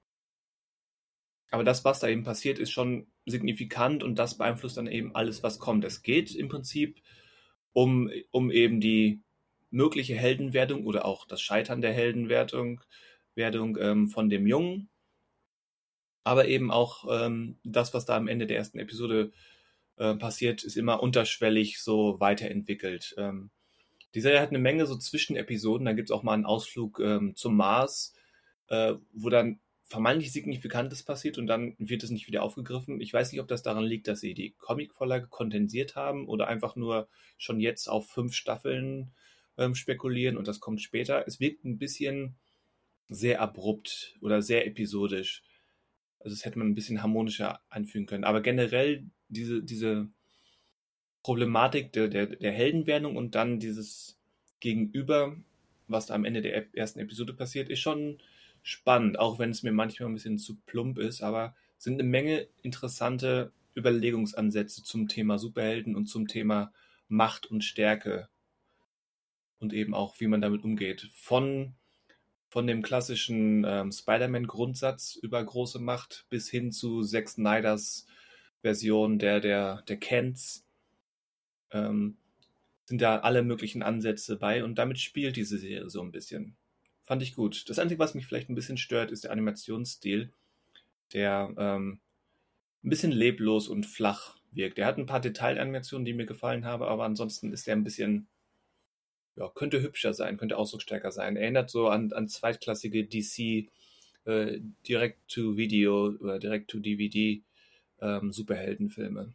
B: Aber das, was da eben passiert, ist schon signifikant und das beeinflusst dann eben alles, was kommt. Es geht im Prinzip um, um eben die mögliche Heldenwertung oder auch das Scheitern der Heldenwertung Wertung, ähm, von dem Jungen. Aber eben auch ähm, das, was da am Ende der ersten Episode äh, passiert, ist immer unterschwellig so weiterentwickelt. Ähm, die Serie hat eine Menge so Zwischenepisoden. Da gibt es auch mal einen Ausflug ähm, zum Mars, äh, wo dann vermeintlich Signifikantes passiert und dann wird es nicht wieder aufgegriffen. Ich weiß nicht, ob das daran liegt, dass sie die Comicvorlage kondensiert haben oder einfach nur schon jetzt auf fünf Staffeln ähm, spekulieren und das kommt später. Es wirkt ein bisschen sehr abrupt oder sehr episodisch. Also das hätte man ein bisschen harmonischer einfügen können. Aber generell diese, diese Problematik der, der, der Heldenwerdung und dann dieses Gegenüber, was da am Ende der ersten Episode passiert, ist schon spannend, auch wenn es mir manchmal ein bisschen zu plump ist, aber sind eine Menge interessante Überlegungsansätze zum Thema Superhelden und zum Thema Macht und Stärke und eben auch, wie man damit umgeht. Von, von dem klassischen ähm, Spider-Man-Grundsatz über große Macht bis hin zu Zack Snyders Version der, der, der Kents. Ähm, sind da alle möglichen Ansätze bei und damit spielt diese Serie so ein bisschen. Fand ich gut. Das Einzige, was mich vielleicht ein bisschen stört, ist der Animationsstil, der ähm, ein bisschen leblos und flach wirkt. Er hat ein paar Detailanimationen, die mir gefallen haben, aber ansonsten ist er ein bisschen, ja, könnte hübscher sein, könnte ausdrucksstärker sein. Erinnert so an, an zweitklassige D C äh, Direct-to-Video oder Direct-to-D V D ähm, Superheldenfilme.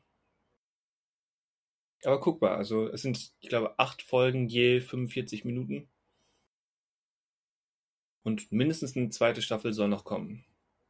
B: Aber guck mal, also es sind, ich glaube, acht Folgen je fünfundvierzig Minuten. Und mindestens eine zweite Staffel soll noch kommen.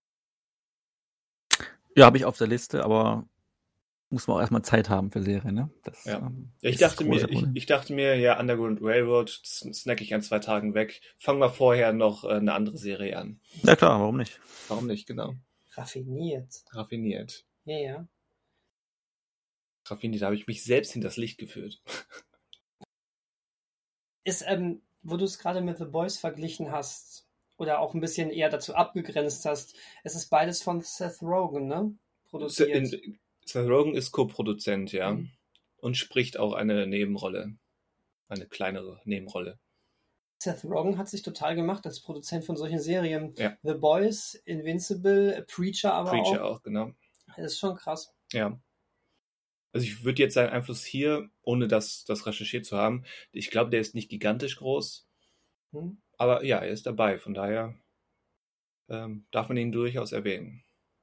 D: Ja, habe ich auf der Liste, aber muss man auch erstmal Zeit haben für Serien, ne? Das,
B: Ja.
D: ähm,
B: Ja, ich,
D: ist das
B: dachte mir,
D: große
B: ich,
D: Problem.
B: ich dachte mir, ja, Underground Railroad snack ich an zwei Tagen weg. Fangen wir vorher noch äh, eine andere Serie an.
D: Ja klar, warum nicht?
B: Warum nicht, genau.
C: Raffiniert.
B: Raffiniert.
C: Ja, ja.
B: Raffiniert, da habe ich mich selbst hinters Licht geführt.
C: Ist, ähm, wo du es gerade mit The Boys verglichen hast, oder auch ein bisschen eher dazu abgegrenzt hast, es ist beides von Seth Rogen, ne? Produziert.
B: In, Seth Rogen ist Co-Produzent, ja.
C: Mhm.
B: Und spricht auch eine Nebenrolle. Eine kleinere Nebenrolle.
C: Seth Rogen hat sich total gemacht als Produzent von solchen Serien.
B: Ja.
C: The Boys, Invincible, Preacher aber
B: Preacher
C: auch.
B: auch, genau.
C: Das ist schon krass.
B: Ja. Also ich würde jetzt seinen Einfluss hier, ohne das, das recherchiert zu haben, ich glaube, der ist nicht gigantisch groß.
C: Hm?
B: Aber ja, er ist dabei. Von daher ähm, darf man ihn durchaus erwähnen.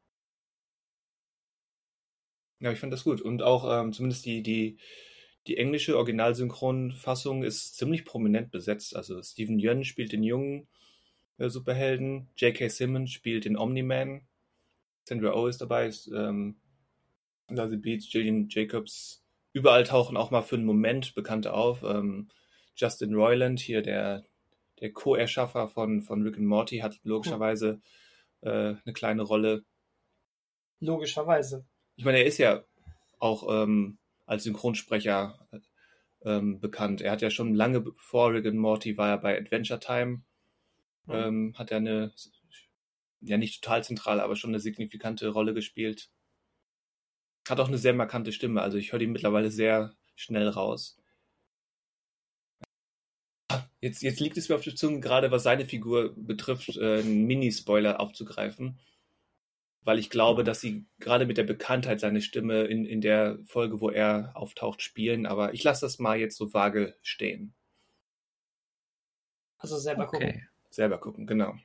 B: Ja, ich fand das gut. Und auch ähm, zumindest die, die, die englische Originalsynchronfassung ist ziemlich prominent besetzt. Also Steven Yeun spielt den jungen äh, Superhelden, J K. Simmons spielt den Omni-Man, Sandra Oh ist dabei, ist, ähm, Zazie Beetz, Gillian Jacobs. Überall tauchen auch mal für einen Moment Bekannte auf. Ähm, Justin Roiland, hier der, der Co-Erschaffer von, von Rick and Morty, hat logischerweise äh, eine kleine Rolle.
C: Logischerweise.
B: Ich meine, er ist ja auch ähm, als Synchronsprecher ähm, bekannt. Er hat ja schon lange vor Rick and Morty war er bei Adventure Time.
C: Mhm.
B: Ähm, hat er eine, ja nicht total zentral, aber schon eine signifikante Rolle gespielt. Hat auch eine sehr markante Stimme. Also ich höre die mittlerweile sehr schnell raus. Jetzt, jetzt liegt es mir auf der Zunge, gerade was seine Figur betrifft, äh, einen Mini-Spoiler aufzugreifen. Weil ich glaube, dass sie gerade mit der Bekanntheit seine Stimme in, in der Folge, wo er auftaucht, spielen. Aber ich lasse das mal jetzt so vage stehen.
C: Also selber gucken.
D: Okay.
B: Selber gucken, genau.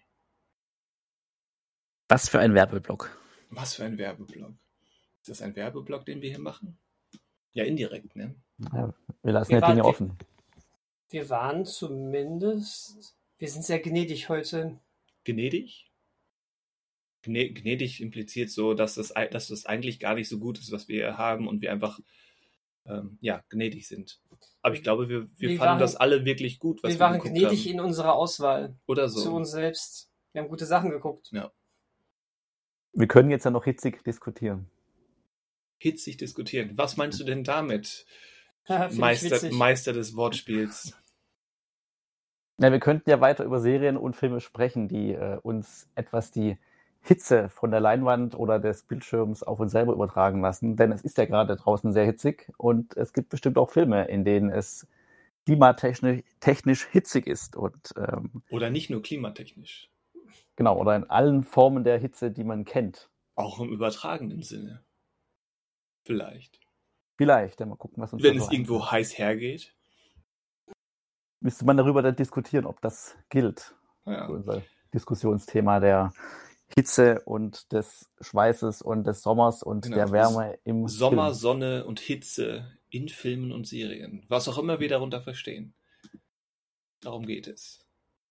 D: Was für ein Werbeblock.
B: Was für ein Werbeblock. Ist das ein Werbeblock, den wir hier machen? Ja, indirekt, ne?
D: Ja, wir lassen
C: Wir
D: ja Dinge
C: waren-
D: offen.
C: Wir waren zumindest, wir sind sehr gnädig heute.
B: Gnädig? Gne- Gnädig impliziert so, dass das, ei- dass das eigentlich gar nicht so gut ist, was wir hier haben und wir einfach ähm, ja, gnädig sind. Aber ich glaube, wir, wir
C: Wir
B: fanden
C: waren-
B: das alle wirklich gut, was
C: Wir
B: wir,
C: waren
B: geguckt
C: gnädig
B: haben.
C: in unserer Auswahl
B: Oder
C: zu
B: so.
C: uns selbst. Wir haben gute Sachen geguckt.
D: Wir können jetzt ja noch hitzig diskutieren.
B: Hitzig diskutieren. Was meinst du denn damit,
C: Finde ich
B: Meister,
C: witzig.
B: Meister des Wortspiels?
D: Ja, wir könnten ja weiter über Serien und Filme sprechen, die äh, uns etwas die Hitze von der Leinwand oder des Bildschirms auf uns selber übertragen lassen. Denn es ist ja gerade draußen sehr hitzig und es gibt bestimmt auch Filme, in denen es klimatechnisch technisch hitzig ist. Und ähm,
B: Oder nicht nur klimatechnisch,
D: genau, oder in allen Formen der Hitze, die man kennt.
B: auch im übertragenen Sinne. Vielleicht.
D: Vielleicht, ja, mal gucken, was uns
B: Wenn
D: da
B: es
D: so
B: irgendwo
D: einfällt.
B: heiß hergeht.
D: Müsste man darüber dann diskutieren, ob das gilt.
B: Ja.
D: Für unser Diskussionsthema der Hitze und des Schweißes und des Sommers und
B: Genau.
D: der Wärme im
B: Sommer,
D: Film.
B: Sonne und Hitze in Filmen und Serien. Was auch immer wir darunter verstehen. Darum geht es.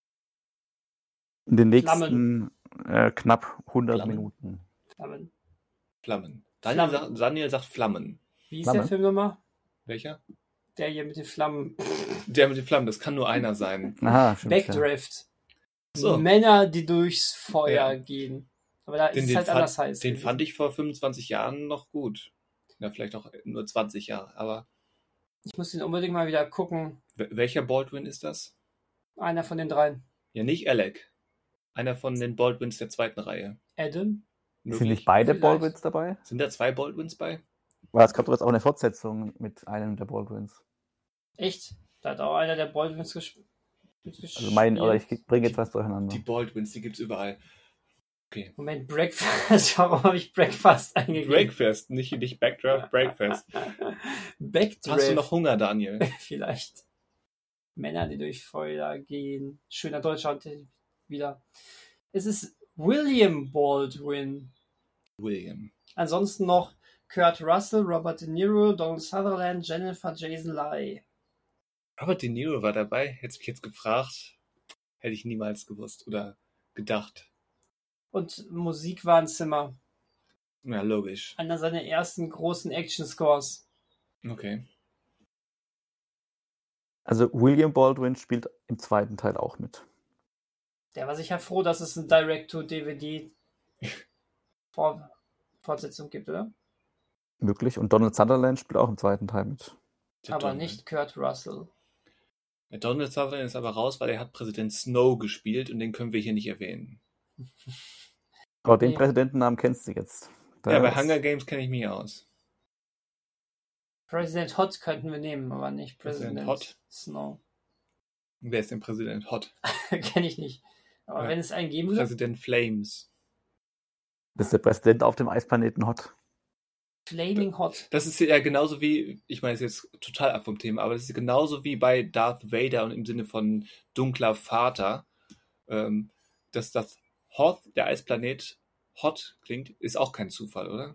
D: In den
C: Flammen.
D: nächsten äh, knapp hundert
B: Flammen?
D: Minuten.
C: Flammen.
B: Flammen. Daniel,
C: Flammen.
B: Sagt, Daniel sagt Flammen.
C: Wie ist
D: Flamme?
C: der Film nochmal?
B: Welcher?
C: Der hier mit den Flammen.
B: Der mit den Flammen, das kann nur einer sein.
D: Aha, stimmt. Ja.
C: Backdraft.
B: So.
C: Männer, die durchs Feuer
B: Ja.
C: gehen. Aber da
B: Den,
C: ist es
B: den,
C: halt
B: fand,
C: anders heiß.
B: den fand ich vor fünfundzwanzig Jahren noch gut. Ja, vielleicht auch nur zwanzig Jahre. Aber
C: Ich muss den unbedingt mal wieder gucken.
B: w- welcher Baldwin ist das?
C: Einer von den dreien.
B: Ja, nicht Alec. Einer von den Baldwins der zweiten Reihe.
C: Adam?
D: Sind
B: Möglich?
D: nicht beide
C: Vielleicht.
D: Baldwins dabei?
B: Sind da zwei Baldwins bei?
D: Weil es gab doch jetzt auch eine Fortsetzung mit einem der Baldwins.
C: Echt? Da hat auch einer der Baldwins gesp- gespielt.
D: Also mein, oder ich bringe jetzt was durcheinander.
B: Die Baldwins, die gibt's überall. Okay.
C: Moment, Breakfast. Warum habe ich Breakfast eingegeben?
B: Breakfast, nicht, nicht Backdraft, Breakfast.
C: Backdraft.
B: Hast du noch Hunger, Daniel?
C: Vielleicht. Männer, die durch Feuer gehen. Schöner deutscher Titel wieder. Es ist William Baldwin.
B: William.
C: Ansonsten noch Kurt Russell, Robert De Niro, Donald Sutherland, Jennifer Jason Leigh.
B: Robert De Niro war dabei. Hättest mich jetzt gefragt. Hätte ich niemals gewusst oder gedacht.
C: Und Musik war ein Zimmer.
B: Ja, logisch.
C: Einer seiner ersten großen Action-Scores.
B: Okay.
D: Also William Baldwin spielt im zweiten Teil auch mit.
C: Der war sicher froh, dass es eine Direct-to-D V D-Fortsetzung gibt, oder?
D: Möglich. Und Donald Sutherland spielt auch im zweiten Teil mit.
B: Der
C: Aber
B: Donald.
C: nicht Kurt Russell.
B: Der Donald Sutherland ist aber raus, weil er hat Präsident Snow gespielt und den können wir hier nicht erwähnen.
D: Aber den
C: Nee.
D: Präsidentennamen kennst du jetzt. Da
B: Ja, bei
D: ist-
B: Hunger Games kenne ich mich aus.
C: President Hot könnten wir nehmen, aber nicht
B: Präsident
C: President
B: Hot?
C: Snow.
B: Wer ist denn Präsident Hot?
C: Kenne ich nicht. Aber
B: Ja.
C: wenn es einen geben würde,
B: Präsident Flames.
D: Das ist der Präsident auf dem Eisplaneten Hot.
C: Flaming Hot.
B: Das ist ja genauso wie, ich meine, es ist jetzt total ab vom Thema, aber das ist genauso wie bei Darth Vader und im Sinne von dunkler Vater, ähm, dass das Hoth, der Eisplanet, Hot klingt, ist auch kein Zufall, oder?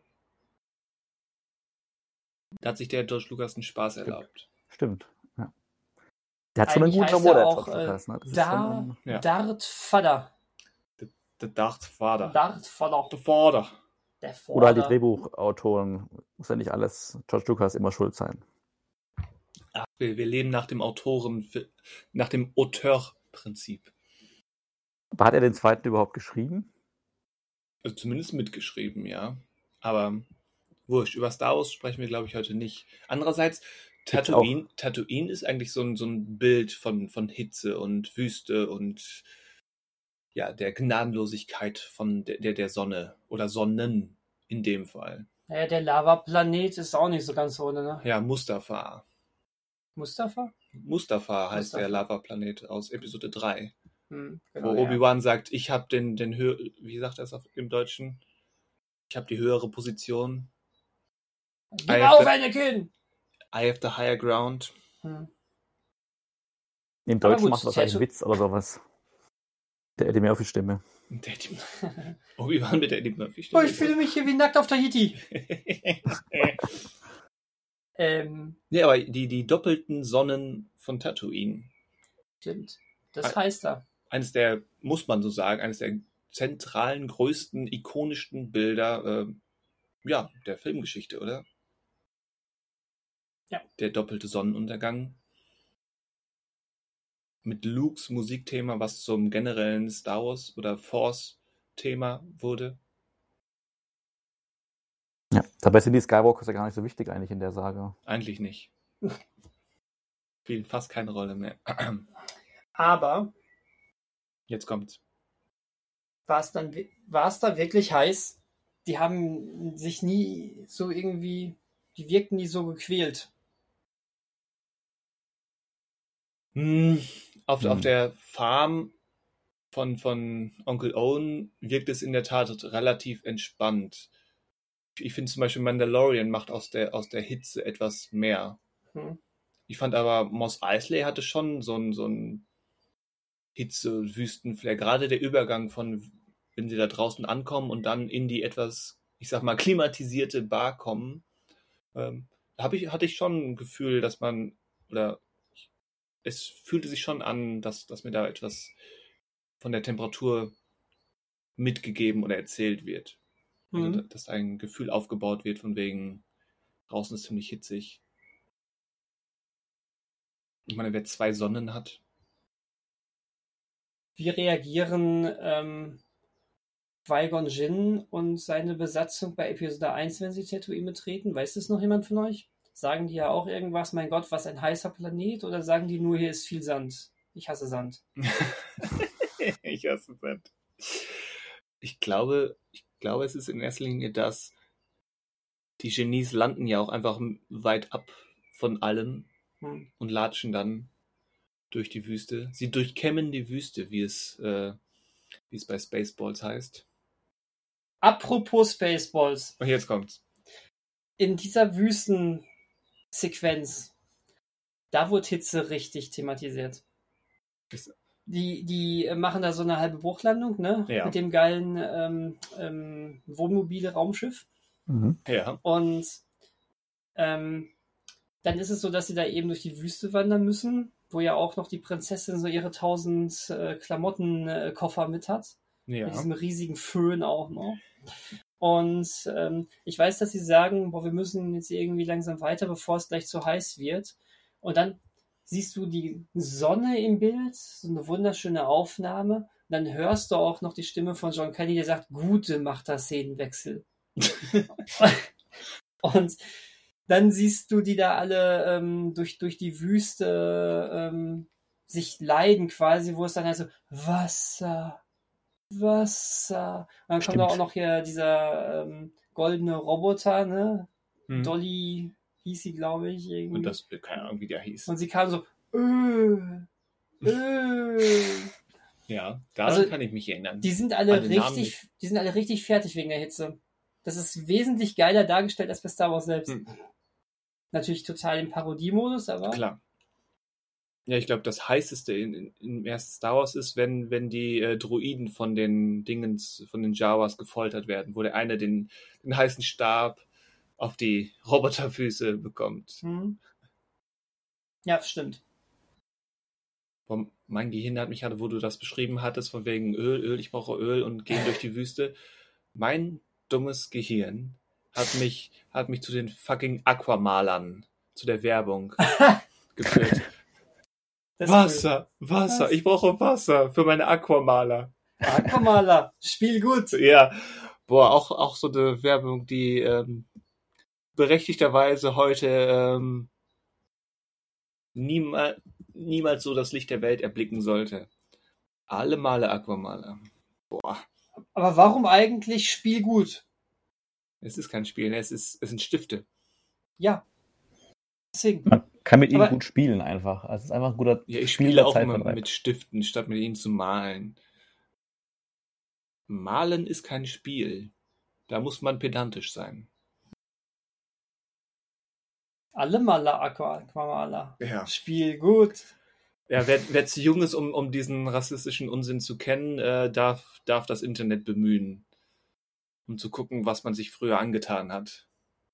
B: Da hat sich der George Lucas einen Spaß erlaubt.
D: Stimmt. Ja. Der hat schon einen
C: Eigentlich
D: guten
C: heißt
D: Humor,
C: er
D: der
C: auch
D: George
C: äh,
D: Lucas, ne? Das ist
C: da,
D: schon,
B: Ja.
C: Darth Vader.
B: Der Darth Vader.
C: Darth Vader.
B: Der Vater.
C: Der Vater.
D: oder halt die Drehbuchautoren. Muss ja nicht alles George Lucas immer schuld sein.
B: Ach, wir, wir leben nach dem Autoren, nach dem Auteur-Prinzip.
D: Aber hat er den zweiten überhaupt geschrieben?
B: Also zumindest mitgeschrieben, ja. Aber wurscht, über Star Wars sprechen wir, glaube ich, heute nicht. Andererseits,
D: Gibt's
B: Tatooine, Tatooine ist eigentlich so ein, so ein Bild von, von Hitze und Wüste und ja, der Gnadenlosigkeit von der, der, der Sonne oder Sonnen in dem Fall.
C: Naja, der Lava-Planet ist auch nicht so ganz ohne, ne?
B: Ja, Mustafar.
C: Mustafa?
B: Mustafa heißt
C: Mustafa.
B: der Lavaplanet aus Episode drei.
C: Hm,
B: Wo
C: genau, ja.
B: Obi-Wan sagt, ich habe den, den höher, wie sagt er es auf, im Deutschen? Ich habe die höhere Position.
C: Gib
B: I
C: auf,
B: have the-
C: Anakin!
B: I have the higher ground.
C: Hm.
D: Im
C: Aber
D: Deutschen
C: gut,
D: macht wahrscheinlich
C: Tattoo-
D: einen Witz oder sowas. Der Eddie Murphy-Stimme.
B: Der Eddie- Obi-Wan mit der Eddie Murphy.
C: Oh, ich fühle mich hier wie nackt auf Tahiti. Ähm,
B: Nee, aber die, die doppelten Sonnen von Tatooine.
C: stimmt. Das
B: Ah.
C: heißt da.
B: Eines der, muss man so sagen, eines der zentralen, größten, ikonischsten Bilder äh, ja, der Filmgeschichte, oder?
C: Ja.
B: Der doppelte Sonnenuntergang. Mit Lukes Musikthema, was zum generellen Star Wars oder Force-Thema wurde.
D: Ja. Dabei sind die Skywalkers ja gar nicht so wichtig eigentlich in der Sage.
B: Eigentlich nicht. Spielen fast keine Rolle mehr.
C: Aber
B: Jetzt kommt's.
C: war es dann, wi- war es da wirklich heiß? Die haben sich nie so irgendwie, die wirkten nie so gequält.
B: Hm, auf,
D: Hm.
B: auf der Farm von, von Onkel Owen wirkt es in der Tat relativ entspannt. Ich finde zum Beispiel Mandalorian macht aus der, aus der Hitze etwas mehr.
C: Hm.
B: Ich fand aber Mos Eisley hatte schon so ein, so ein Hitze-Wüsten-Flair. Gerade der Übergang von, wenn sie da draußen ankommen und dann in die etwas, ich sag mal, klimatisierte Bar kommen, ähm, da hab ich, hatte ich schon ein Gefühl, dass man, oder es fühlte sich schon an, dass, dass mir da etwas von der Temperatur mitgegeben oder erzählt wird. Also,
C: Mhm.
B: dass ein Gefühl aufgebaut wird von wegen, draußen ist ziemlich hitzig. Ich meine, wer zwei Sonnen hat,
C: Wie reagieren ähm, Qui-Gon Jinn und seine Besatzung bei Episode eins, wenn sie Tatooine betreten? Weiß das noch jemand von euch? Sagen die ja auch irgendwas, mein Gott, was ein heißer Planet? Oder sagen die nur, hier ist viel Sand? Ich hasse Sand.
B: ich hasse Sand. Ich glaube, ich glaube, es ist in erster Linie das, die Genies landen ja auch einfach weit ab von allem
C: Hm.
B: und latschen dann durch die Wüste. Sie durchkämmen die Wüste, wie es, äh, wie es bei Spaceballs heißt.
C: Apropos Spaceballs.
B: Und jetzt kommt's.
C: In dieser Wüstensequenz, da wurde Hitze richtig thematisiert.
B: Ist-
C: Die, die äh, machen da so eine halbe Bruchlandung, ne?
B: Ja.
C: Mit dem geilen ähm, ähm, Wohnmobile-Raumschiff.
D: Mhm.
B: Ja.
C: Und ähm, dann ist es so, dass sie da eben durch die Wüste wandern müssen, wo ja auch noch die Prinzessin so ihre tausend äh, Klamottenkoffer mit hat.
B: Ja.
C: Mit diesem riesigen Föhn auch noch. Und ähm, ich weiß, dass sie sagen, boah, wir müssen jetzt irgendwie langsam weiter, bevor es gleich zu heiß wird. Und dann siehst du die Sonne im Bild, so eine wunderschöne Aufnahme. Und dann hörst du auch noch die Stimme von John Candy, der sagt, Gute macht das Szenenwechsel. Und dann siehst du die da alle ähm, durch, durch die Wüste ähm, sich leiden quasi, wo es dann halt so Wasser, Wasser. Und dann
D: Stimmt.
C: kommt auch noch hier dieser ähm, goldene Roboter, ne?
B: Hm.
C: Dolly hieß sie, glaube ich. Irgendwie.
B: Und das, keine Ahnung, wie der hieß.
C: Und sie kam so, Öh, Öh.
B: Ja, daran
C: Also,
B: kann ich mich erinnern.
C: Die sind alle
B: An den Namen
C: richtig, die sind alle richtig fertig wegen der Hitze. Das ist wesentlich geiler dargestellt als bei Star Wars selbst.
B: Hm.
C: Natürlich total im Parodiemodus, aber
B: Klar. Ja, ich glaube, das heißeste in, in, im ersten Star Wars ist, wenn, wenn die äh, Droiden von den Dingens, von den Jawas gefoltert werden, wo der eine den, den heißen Stab auf die Roboterfüße bekommt.
C: Hm. Ja, stimmt.
B: Boah, mein Gehirn hat mich gerade, wo du das beschrieben hattest, von wegen Öl, Öl, ich brauche Öl und gehen durch die Wüste. Mein dummes Gehirn hat mich, hat mich zu den fucking Aquamalern, zu der Werbung geführt.
C: Das ist
B: Wasser, Wasser,
C: Was?
B: ich brauche Wasser für meine Aquamaler.
C: cool. Aquamaler, Spiel gut.
B: Ja, boah, auch, auch so eine Werbung, die ähm, berechtigterweise heute ähm, niemals, niemals so das Licht der Welt erblicken sollte. Alle Male Aquamaler. Boah,
C: Aber warum eigentlich Spiel gut?
B: es ist kein Spiel, es ist, es sind Stifte.
C: Ja. Deswegen.
D: Man kann mit ihm
C: Aber-
D: gut spielen einfach. Also es ist einfach ein guter
B: Ja, ich
D: Spiel
B: spiele
D: der
B: auch immer
D: Zeitvertreib.
B: mit Stiften, statt mit ihnen zu malen. Malen ist kein Spiel. Da muss man pedantisch sein.
C: Alle Maler Aqua, Aquamaler.
B: Ja.
C: Spiel gut.
B: Ja, wer, wer zu jung ist, um, um diesen rassistischen Unsinn zu kennen, äh, darf, darf das Internet bemühen, um zu gucken, was man sich früher angetan hat.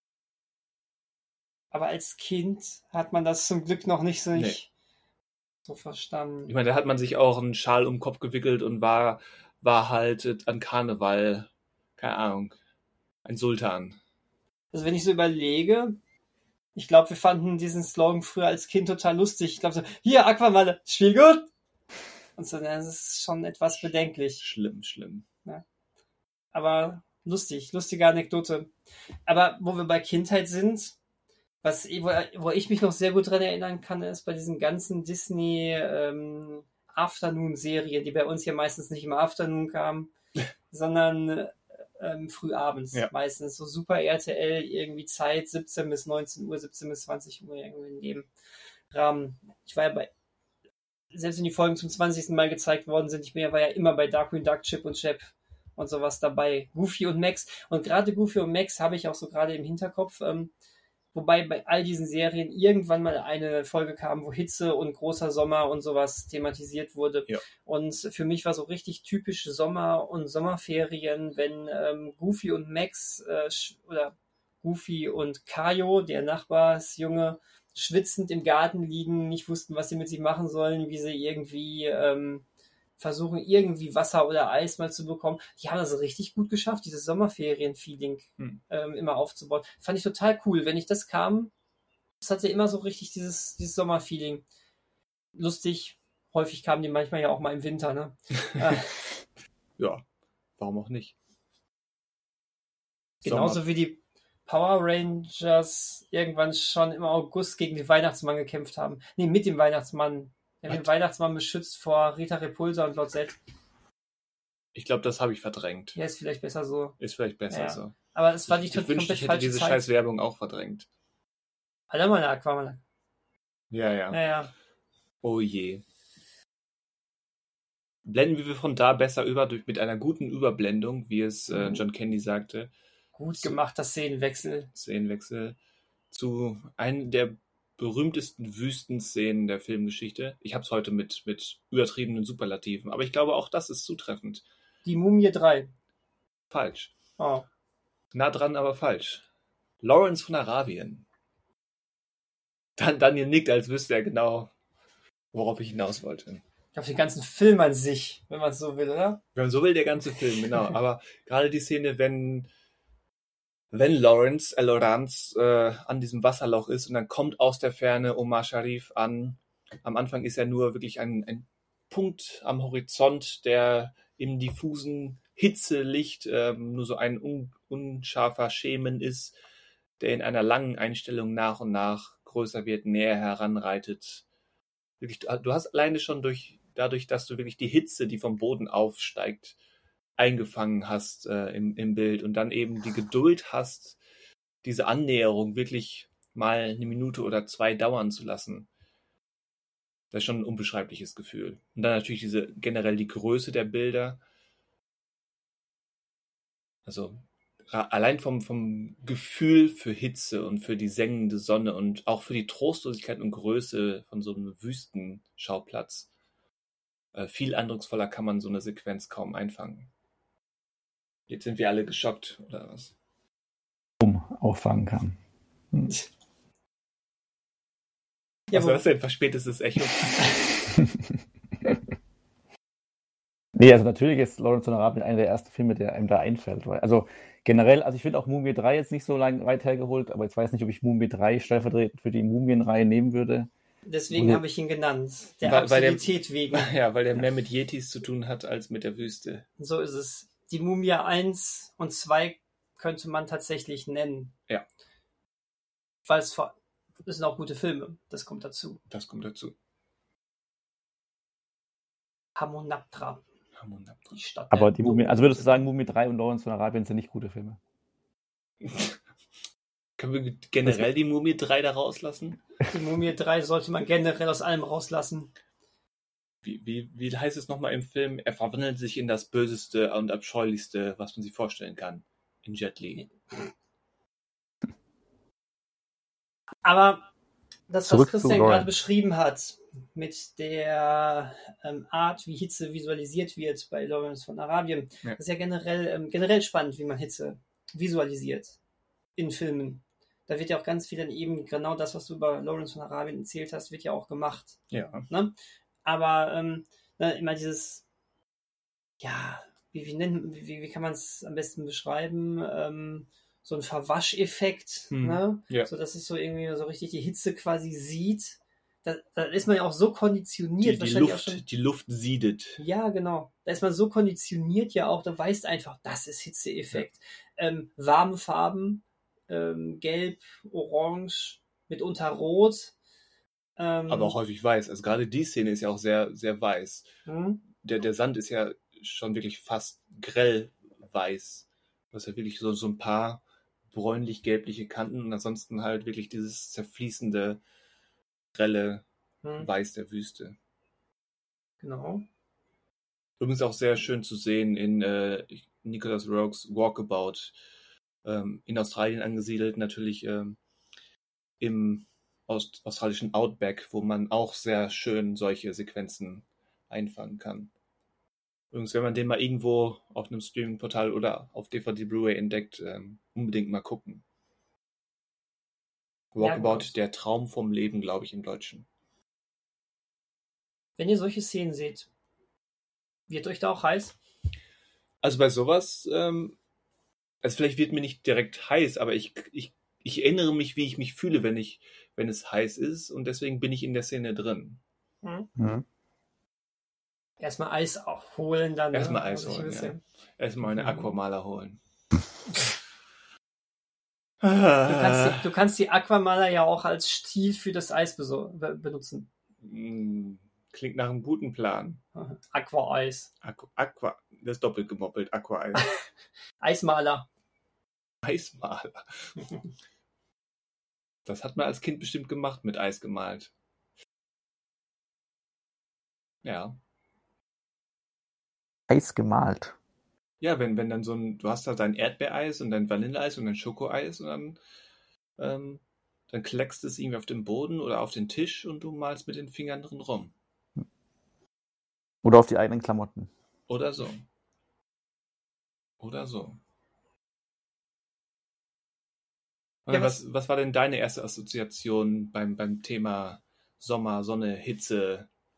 C: Aber als Kind hat man das zum Glück noch nicht so,
B: Nee.
C: nicht so verstanden.
B: Ich meine, da hat man sich auch einen Schal um den Kopf gewickelt und war, war halt äh, an Karneval, keine Ahnung, ein Sultan.
C: Also wenn ich so überlege, ich glaube, wir fanden diesen Slogan früher als Kind total lustig. Ich glaube so, hier, Aquamaler, Spiel gut. Und so, das ist schon etwas bedenklich.
B: Schlimm, schlimm.
C: Aber lustig, lustige Anekdote. Aber wo wir bei Kindheit sind, was, wo, wo ich mich noch sehr gut dran erinnern kann, ist bei diesen ganzen Disney ähm, Afternoon-Serien, die bei uns ja meistens nicht im Afternoon kamen, sondern ähm, früh abends
B: Ja.
C: meistens. So Super R T L, irgendwie Zeit, siebzehn bis neunzehn Uhr, siebzehn bis zwanzig Uhr, irgendwie in dem Rahmen. Ich war ja bei, selbst wenn die Folgen zum zwanzigsten Mal gezeigt worden sind, ich bin ja, war ja immer bei Darkwing Duck, Chip und Chap und sowas dabei. Goofy und Max. Und gerade Goofy und Max habe ich auch so gerade im Hinterkopf. Ähm, wobei bei all diesen Serien irgendwann mal eine Folge kam, wo Hitze und großer Sommer und sowas thematisiert wurde.
B: Ja. Und
C: für mich war so richtig typisch Sommer und Sommerferien, wenn ähm, Goofy und Max äh, sch- oder Goofy und Kajo, der Nachbarsjunge, schwitzend im Garten liegen, nicht wussten, was sie mit sich machen sollen, wie sie irgendwie ähm, versuchen, irgendwie Wasser oder Eis mal zu bekommen. Die haben das richtig gut geschafft, dieses Sommerferien-Feeling
B: Hm.
C: ähm, immer aufzubauen. Fand ich total cool. Wenn ich das kam, das hatte immer so richtig dieses, dieses Sommerfeeling. Lustig. Häufig kamen die manchmal ja auch mal im Winter, ne? äh,
B: Ja, warum auch nicht?
C: genauso
B: Sommer.
C: wie die Power Rangers irgendwann schon im August gegen den Weihnachtsmann gekämpft haben. Nee, mit dem Weihnachtsmann. Der hat den
B: Was?
C: Weihnachtsmann beschützt vor Rita Repulsa und Lord Zed.
B: Ich glaube, das habe ich verdrängt.
C: Ja, ist vielleicht besser so.
B: Ist vielleicht besser
C: Ja.
B: so.
C: Aber es war die
B: Ich,
C: tot-
B: ich wünschte,
C: komplett
B: ich hätte
C: falsche
B: diese
C: Zeit.
B: scheiß Werbung auch verdrängt.
C: Alter, meine Aquaman.
B: Ja, ja.
C: Ja, ja.
B: Oh je. Blenden wir von da besser über durch mit einer guten Überblendung, wie es äh,
C: Mhm.
B: John Candy sagte,
C: Gut
B: So.
C: gemacht, das Szenenwechsel.
B: Szenenwechsel, zu einer der berühmtesten Wüstenszenen der Filmgeschichte. Ich habe es heute mit, mit übertriebenen Superlativen, aber ich glaube, auch das ist zutreffend.
C: Die Mumie drei.
B: Falsch.
C: Oh.
B: Nah dran, aber falsch. Lawrence von Arabien. Dan Daniel nickt, als wüsste er genau, worauf ich hinaus wollte.
C: Auf den ganzen Film an sich, wenn man es so will, oder?
B: Wenn man so will, der ganze Film, genau. Aber gerade die Szene, wenn, wenn Lawrence, äh, Lawrence äh, an diesem Wasserloch ist und dann kommt aus der Ferne Omar Sharif an. Am Anfang ist er nur wirklich ein, ein Punkt am Horizont, der im diffusen Hitzelicht ähm, nur so ein un, unscharfer Schemen ist, der in einer langen Einstellung nach und nach größer wird, näher heranreitet. Wirklich, du hast alleine schon durch, dadurch, dass du wirklich die Hitze, die vom Boden aufsteigt, eingefangen hast äh, im, im Bild und dann eben die Geduld hast, diese Annäherung wirklich mal eine Minute oder zwei dauern zu lassen. Das ist schon ein unbeschreibliches Gefühl. Und dann natürlich diese generell die Größe der Bilder. Also allein vom, vom Gefühl für Hitze und für die sengende Sonne und auch für die Trostlosigkeit und Größe von so einem Wüstenschauplatz. Äh, viel eindrucksvoller kann man so eine Sequenz kaum einfangen. Jetzt sind wir alle geschockt, oder was?
D: Auffangen kann. Hm.
B: Was war das denn? Verspätetes Echo?
D: Nee, also natürlich ist Lawrence von Arabien einer der ersten Filme, der einem da einfällt. Also generell, also ich finde auch Mumie drei jetzt nicht so lang weit hergeholt, aber jetzt weiß nicht, ob ich Mumie drei stellvertretend für die Mumienreihe nehmen würde.
C: Deswegen habe ich ihn genannt. Der
B: weil, weil
C: Absurdität
B: der,
C: wegen.
B: Ja, weil der mehr mit Yetis zu tun hat als mit der Wüste.
C: So ist es. Die Mumie eins und zwei könnte man tatsächlich nennen.
B: Ja.
C: Weil es vor das sind auch gute Filme. Das kommt dazu.
B: Das kommt dazu.
C: Hamunaptra.
B: Hamunaptra.
C: Die Stadt.
D: Aber die Mumie, also würdest du sagen, Mumie drei und Lawrence von Arabien sind nicht gute Filme?
B: Können wir generell die Mumie drei da rauslassen?
C: Die Mumie drei sollte man generell aus allem rauslassen.
B: Wie, wie, wie heißt es nochmal im Film? Er verwandelt sich in das Böseste und Abscheulichste, was man sich vorstellen kann. In Jet Li.
C: Aber das,
D: Zurück
C: was Christian
D: zu
C: gerade beschrieben hat, mit der ähm, Art, wie Hitze visualisiert wird bei Lawrence von Arabien,
B: ja.
C: Das ist ja generell, ähm, generell spannend, wie man Hitze visualisiert in Filmen. Da wird ja auch ganz viel dann eben genau das, was du über Lawrence von Arabien erzählt hast, wird ja auch gemacht.
B: Ja.
C: Ne? Aber ähm, ne, immer dieses, ja, wie, wie, nennt, wie, wie kann man es am besten beschreiben? Ähm, so ein Verwascheffekt,
B: hm.
C: ne?
B: Ja.
C: So dass es so irgendwie so richtig die Hitze quasi sieht. Da, da ist man ja auch so konditioniert.
B: Die, die,
C: wahrscheinlich
B: Luft,
C: auch schon,
B: die Luft siedet.
C: Ja, genau. Da ist man so konditioniert ja auch, du weißt einfach, das ist Hitzeeffekt. Ja. Ähm, warme Farben, ähm, gelb, orange, mitunter rot. Ähm,
B: Aber auch häufig weiß. Also gerade die Szene ist ja auch sehr, sehr weiß.
C: Hm?
B: Der, der Sand ist ja schon wirklich fast grell weiß. Du hast ja wirklich so, so ein paar bräunlich-gelbliche Kanten und ansonsten halt wirklich dieses zerfließende, grelle hm. Weiß der Wüste.
C: Genau.
B: Übrigens auch sehr schön zu sehen in äh, Nicholas Roeg's Walkabout. Ähm, in Australien angesiedelt, natürlich ähm, im Aust- australischen Outback, wo man auch sehr schön solche Sequenzen einfangen kann. Übrigens, wenn man den mal irgendwo auf einem Streaming-Portal oder auf D V D Blu-ray entdeckt, ähm, unbedingt mal gucken. Walkabout, ja, der Traum vom Leben, glaube ich, im Deutschen.
C: Wenn ihr solche Szenen seht, wird euch da auch heiß?
B: Also bei sowas, ähm, also vielleicht wird mir nicht direkt heiß, aber ich, ich, ich erinnere mich, wie ich mich fühle, wenn ich, wenn es heiß ist und deswegen bin ich in der Szene drin.
C: Mhm. Mhm. Erstmal Eis auch holen, dann.
B: Erstmal
C: ne?
B: Eis
C: also
B: holen, ja. Erstmal eine
C: mhm.
B: Aquamaler holen.
C: Du kannst, die, du kannst die Aquamaler ja auch als Stiel für das Eis be- benutzen.
B: Klingt nach einem guten Plan.
C: Aqua-Eis.
B: Aqua, Aqua, das ist doppelt gemoppelt, Aqua-Eis.
C: Eismaler.
B: Eismaler. Das hat man als Kind bestimmt gemacht, mit Eis gemalt. Ja.
D: Eis gemalt.
B: Ja, wenn, wenn dann so ein, du hast da dein Erdbeereis und dein Vanilleeis und dein Schokoeis und dann, ähm, dann kleckst es irgendwie auf den Boden oder auf den Tisch und du malst mit den Fingern drin rum.
D: Oder auf die eigenen Klamotten.
B: Oder so. Oder so. Ja, was, was, was war denn deine erste Assoziation beim, beim Thema Sommer, Sonne, Hitze,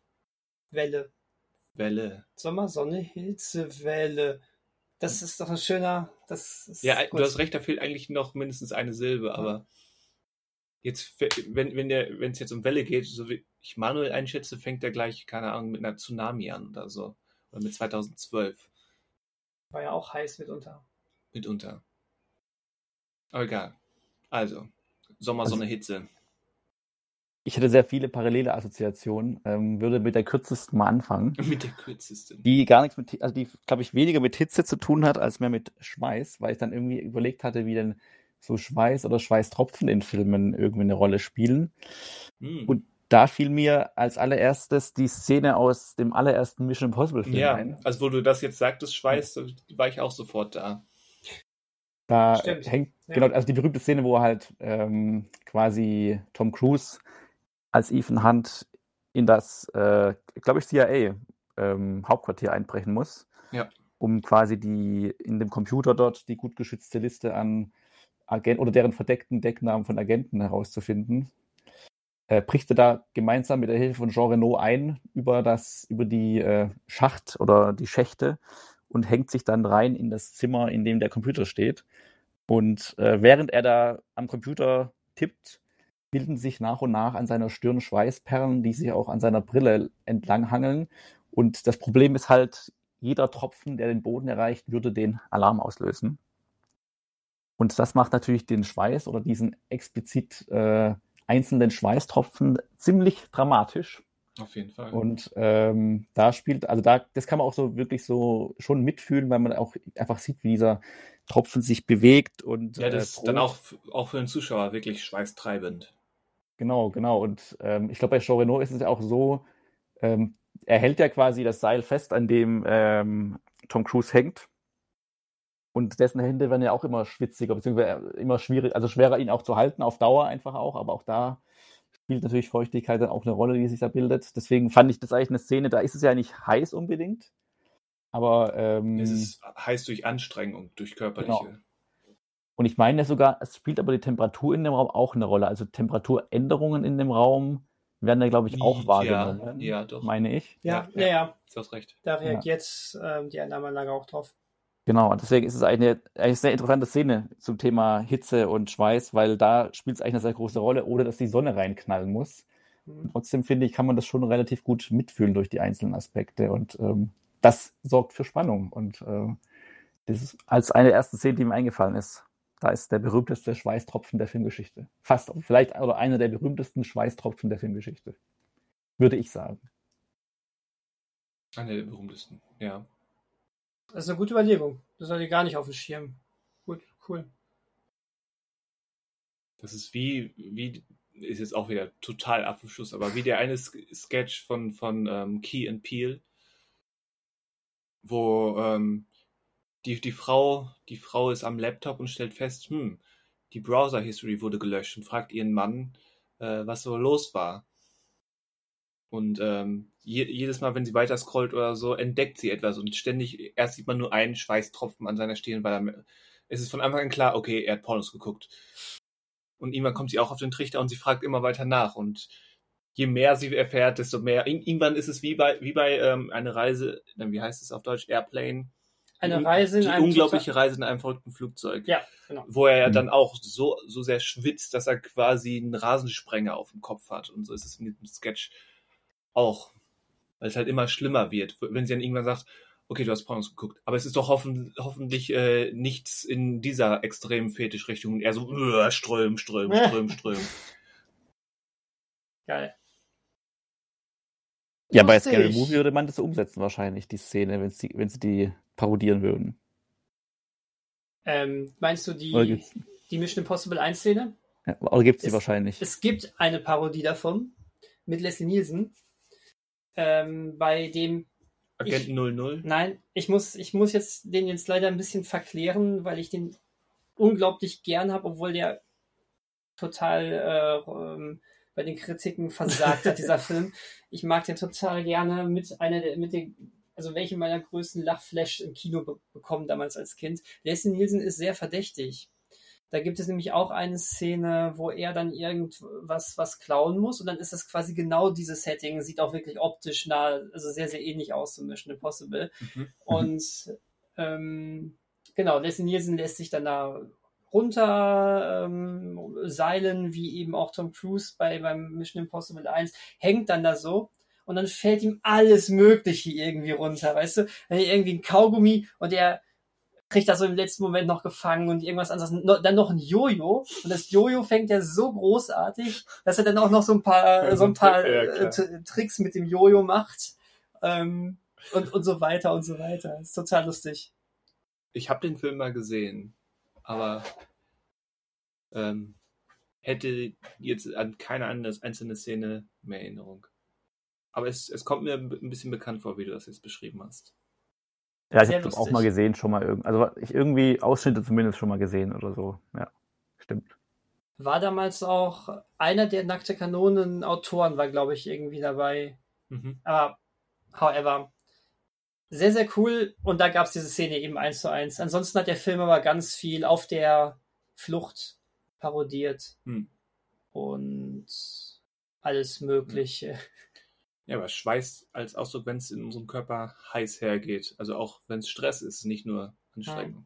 C: Welle.
B: Welle.
C: Sommer, Sonne, Hitze, Welle. Das ist doch ein schöner. Das ist
B: Ja,
C: gut.
B: du hast recht, da fehlt eigentlich noch mindestens eine Silbe, aber jetzt, wenn wenn der, wenn es jetzt um Welle geht, so wie ich Manuel einschätze, fängt der gleich, keine Ahnung, mit einer Tsunami an oder so. Oder mit zweitausendzwölf
C: War ja auch heiß mitunter.
B: mitunter. Aber egal. Also, Sommer,
D: Also-
B: Sonne, Hitze.
D: Ich hätte sehr viele parallele Assoziationen, ähm, würde mit der kürzesten mal anfangen,
B: Mit der kürzesten.
D: die gar nichts mit, also die, glaube ich, weniger mit Hitze zu tun hat, als mehr mit Schweiß, weil ich dann irgendwie überlegt hatte, wie denn so Schweiß oder Schweißtropfen in Filmen irgendwie eine Rolle spielen.
B: Hm.
D: Und da fiel mir als allererstes die Szene aus dem allerersten Mission Impossible Film
B: Ja,
D: ein.
B: also wo du das jetzt sagtest, Schweiß, war ich auch sofort da.
D: Da
C: Stimmt,
D: hängt,
C: ja.
D: genau, also die berühmte Szene, wo halt ähm, quasi Tom Cruise als Ethan Hunt in das, äh, glaube ich, C I A-Hauptquartier einbrechen muss,
B: Ja.
D: um quasi die in dem Computer dort die gut geschützte Liste an Agenten oder deren verdeckten Decknamen von Agenten herauszufinden. Äh, bricht er da gemeinsam mit der Hilfe von Jean Reno ein über das, über die äh, Schacht oder die Schächte und hängt sich dann rein in das Zimmer, in dem der Computer steht. Und äh, während er da am Computer tippt, bilden sich nach und nach an seiner Stirn Schweißperlen, die sich auch an seiner Brille entlanghangeln. Und das Problem ist halt, jeder Tropfen, der den Boden erreicht, würde den Alarm auslösen. Und das macht natürlich den Schweiß oder diesen explizit äh, einzelnen Schweißtropfen ziemlich dramatisch.
B: Auf jeden Fall.
D: Und ähm, da spielt, also da, das kann man auch so wirklich so schon mitfühlen, weil man auch einfach sieht, wie dieser Tropfen sich bewegt und
B: ja, das
D: äh,
B: ist dann auch, auch für den Zuschauer wirklich schweißtreibend.
D: Genau, genau. Und ähm, ich glaube, bei Jean Reno ist es ja auch so, ähm, er hält ja quasi das Seil fest, an dem ähm, Tom Cruise hängt. Und dessen Hände werden ja auch immer schwitziger, beziehungsweise immer schwierig, also schwerer ihn auch zu halten, auf Dauer einfach auch, aber auch da spielt natürlich Feuchtigkeit dann auch eine Rolle, die sich da bildet. Deswegen fand ich das eigentlich eine Szene, da ist es ja nicht heiß unbedingt, aber ähm,
B: Es ist heiß durch Anstrengung, durch körperliche.
D: Genau. Und ich meine sogar, es spielt aber die Temperatur in dem Raum auch eine Rolle. Also Temperaturänderungen in dem Raum werden da, glaube ich, auch
B: Ja,
D: wahrgenommen,
B: ja, doch.
D: meine ich.
C: Ja,
B: Ja,
C: ja, ja.
B: Du hast recht.
C: Da reagiert ähm, die Alarmanlage auch drauf.
D: Genau, und deswegen ist es eine, eine sehr interessante Szene zum Thema Hitze und Schweiß, weil da spielt es eigentlich eine sehr große Rolle, ohne dass die Sonne reinknallen muss.
C: Mhm.
D: Und trotzdem, finde ich, kann man das schon relativ gut mitfühlen durch die einzelnen Aspekte. Und ähm, das sorgt für Spannung. Und äh, das ist als eine der ersten Szenen, die mir eingefallen ist. Da ist der berühmteste Schweißtropfen der Filmgeschichte. Fast, vielleicht, oder einer der berühmtesten Schweißtropfen der Filmgeschichte. Würde ich sagen.
B: Einer der berühmtesten, ja.
C: Das ist eine gute Überlegung. Das hatte ich gar nicht auf dem Schirm. Gut, cool.
B: Das ist wie, wie, ist jetzt auch wieder total Abschluss, aber wie der eine Sketch von, von ähm, Key and Peele, wo ähm, die, die Frau, die Frau ist am Laptop und stellt fest, hm, die Browser-History wurde gelöscht und fragt ihren Mann, äh, was so los war. Und ähm, je, jedes Mal, wenn sie weiter scrollt oder so, entdeckt sie etwas und ständig, erst sieht man nur einen Schweißtropfen an seiner Stirn, weil er, es ist von Anfang an klar, okay, er hat Pornos geguckt. Und irgendwann kommt sie auch auf den Trichter und sie fragt immer weiter nach. Und je mehr sie erfährt, desto mehr. Irgendwann ist es wie bei, wie bei ähm, einer Reise, wie heißt es auf Deutsch, Airplane.
C: Eine
B: die,
C: Reise in
B: die
C: einem
B: unglaubliche
C: total-
B: Reise in einem verrückten Flugzeug.
C: Ja, genau.
B: Wo er ja
D: Mhm.
B: dann auch so, so sehr schwitzt, dass er quasi einen Rasensprenger auf dem Kopf hat. Und so ist es in diesem Sketch auch. Weil es halt immer schlimmer wird. Wenn sie dann irgendwann sagt, okay, du hast Pornos geguckt, aber es ist doch hoffen, hoffentlich äh, nichts in dieser extremen Fetischrichtung. Und er so, uh, ström, ström, ström, ström.
C: Geil.
D: Ja, bei
C: Lustig.
D: Scary Movie würde man das so umsetzen wahrscheinlich, die Szene, wenn sie, wenn sie die parodieren würden.
C: Ähm, meinst du
D: Oder
C: die,
D: gibt's,
C: die Mission Impossible eins Szene?
D: ja, oder gibt's die
C: Es-
D: wahrscheinlich?
C: Es gibt eine Parodie davon mit Leslie Nielsen, ähm, bei dem
B: Agent null null.
C: Nein, ich muss, ich muss jetzt den jetzt leider ein bisschen verklären, weil ich den unglaublich gern habe, obwohl der total äh, ähm, bei den Kritiken versagt hat, dieser Film. Ich mag den total gerne mit einer der, mit den, also welche meiner größten Lachflash im Kino be bekommen damals als Kind. Leslie Nielsen ist sehr verdächtig. Da gibt es nämlich auch eine Szene, wo er dann irgendwas was klauen muss und dann ist das quasi genau dieses Setting, sieht auch wirklich optisch nah, also sehr, sehr ähnlich aus zu Mission Impossible.
B: Mhm.
C: Und ähm, genau, Leslie Nielsen lässt sich dann da runter ähm, seilen, wie eben auch Tom Cruise bei beim Mission Impossible eins, hängt dann da so und dann fällt ihm alles Mögliche irgendwie runter, weißt du? Irgendwie ein Kaugummi und er kriegt das so im letzten Moment noch gefangen und irgendwas anderes. No, dann noch ein Jojo. Und das Jojo fängt ja so großartig, dass er dann auch noch so ein paar, so ein paar
B: Ja,
C: äh, T- Tricks mit dem Jojo macht. Ähm, und, und so weiter und so weiter. Das ist total lustig.
B: Ich habe den Film mal gesehen, aber ähm, hätte jetzt an keine andere einzelne Szene mehr Erinnerung. Aber es, es kommt mir ein bisschen bekannt vor, wie du das jetzt beschrieben hast.
D: Ja, ich
C: Sehr
D: habe das auch
C: lustig.
D: mal gesehen, schon mal irgend, also ich irgendwie Ausschnitte zumindest schon mal gesehen oder so. Ja, stimmt.
C: War damals auch einer der Nackte Kanonen Autoren, war glaube ich irgendwie dabei.
B: Mhm.
C: Aber, however, sehr, sehr cool. Und da gab es diese Szene eben eins zu eins. Ansonsten hat der Film aber ganz viel auf der Flucht parodiert.
B: Hm.
C: Und alles Mögliche.
B: Ja, aber Schweiß als Ausdruck, wenn es in unserem Körper heiß hergeht. Also auch wenn es Stress ist, nicht nur Anstrengung.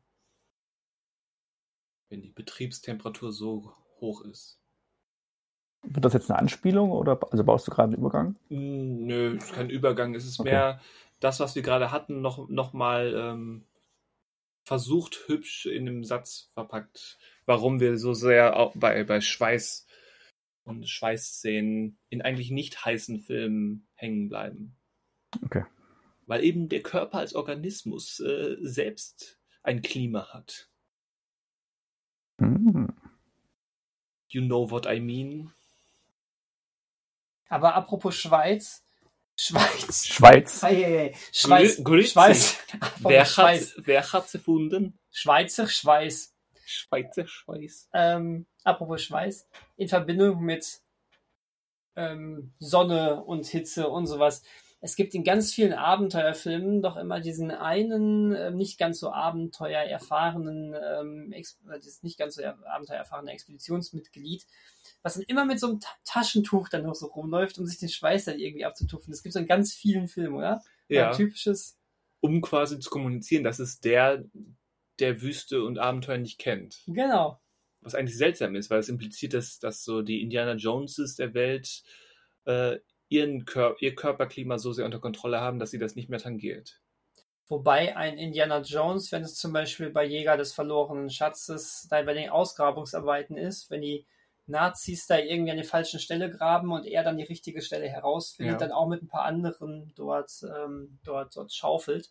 B: Wenn die Betriebstemperatur so hoch ist.
D: Wird das jetzt eine Anspielung oder also baust du gerade einen Übergang?
B: Mm, Nö, ist kein Übergang. Es ist
D: Okay.
B: mehr das, was wir gerade hatten, noch, noch mal ähm, versucht, hübsch in einem Satz verpackt. Warum wir so sehr auch bei, bei Schweiß und Schweißszenen in eigentlich nicht heißen Filmen hängen bleiben.
D: Okay.
B: Weil eben der Körper als Organismus äh, selbst ein Klima hat.
D: Hm.
B: You know what I mean?
C: Aber apropos Schweiz. Schweiz.
D: Schweiz.
C: Ei, ei, ei. Schweiz.
B: Grü- Grüezi.
C: Schweiz.
B: Wer
C: Apropos Schweiz.
B: hat wer hat's erfunden?
C: Schweizer Schweiß.
B: Schweizer Schweiß.
C: Ähm, apropos Schweiß. In Verbindung mit ähm, Sonne und Hitze und sowas. Es gibt in ganz vielen Abenteuerfilmen doch immer diesen einen äh, nicht ganz so abenteuererfahrenen, ähm, Ex- äh, das nicht ganz so er- abenteuererfahrene Expeditionsmitglied, was dann immer mit so einem Ta- Taschentuch dann noch so rumläuft, um sich den Schweiß dann irgendwie abzutupfen. Das gibt es in ganz vielen Filmen, oder?
B: Ja,
C: Ein typisches.
B: um quasi zu kommunizieren, dass es der, der Wüste und Abenteuer nicht kennt.
C: Genau.
B: Was eigentlich seltsam ist, weil es impliziert, dass, dass so die Indiana Joneses der Welt äh, ihren Kör- ihr Körperklima so sehr unter Kontrolle haben, dass sie das nicht mehr tangiert.
C: Wobei ein Indiana Jones, wenn es zum Beispiel bei Jäger des verlorenen Schatzes, da bei den Ausgrabungsarbeiten ist, wenn die Nazis da irgendwie an der falschen Stelle graben und er dann die richtige Stelle herausfindet,
B: Ja.
C: dann auch mit ein paar anderen dort, ähm, dort, dort schaufelt,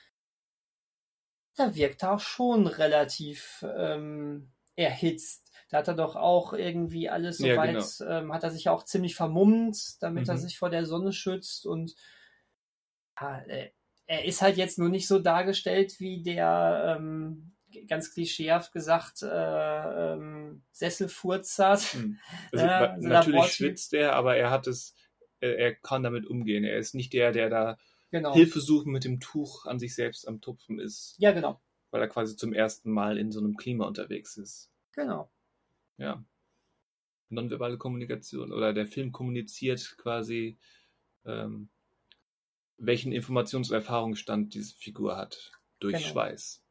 C: da wirkt er auch schon relativ ähm, erhitzt. Da hat er doch auch irgendwie alles so
B: Ja,
C: weit,
B: genau.
C: ähm, hat er sich ja auch ziemlich vermummt, damit er
B: Mhm.
C: sich vor der Sonne schützt und ja, äh, er ist halt jetzt nur nicht so dargestellt wie der, ähm, ganz klischeehaft gesagt, äh, ähm, Sesselfurzer.
B: Hm. Also,
C: Ja,
B: wa-
C: so
B: natürlich
C: Labortyp.
B: schwitzt er, aber er hat es, er, er kann damit umgehen. Er ist nicht der, der da
C: Genau.
B: Hilfe suchen mit dem Tuch an sich selbst am Tupfen ist,
C: Ja, genau.
B: weil er quasi zum ersten Mal in so einem Klima unterwegs ist.
C: Genau.
B: Ja. Nonverbale Kommunikation oder der Film kommuniziert quasi, ähm, welchen Informations- und Erfahrungsstand diese Figur hat durch
C: Genau.
B: Schweiß.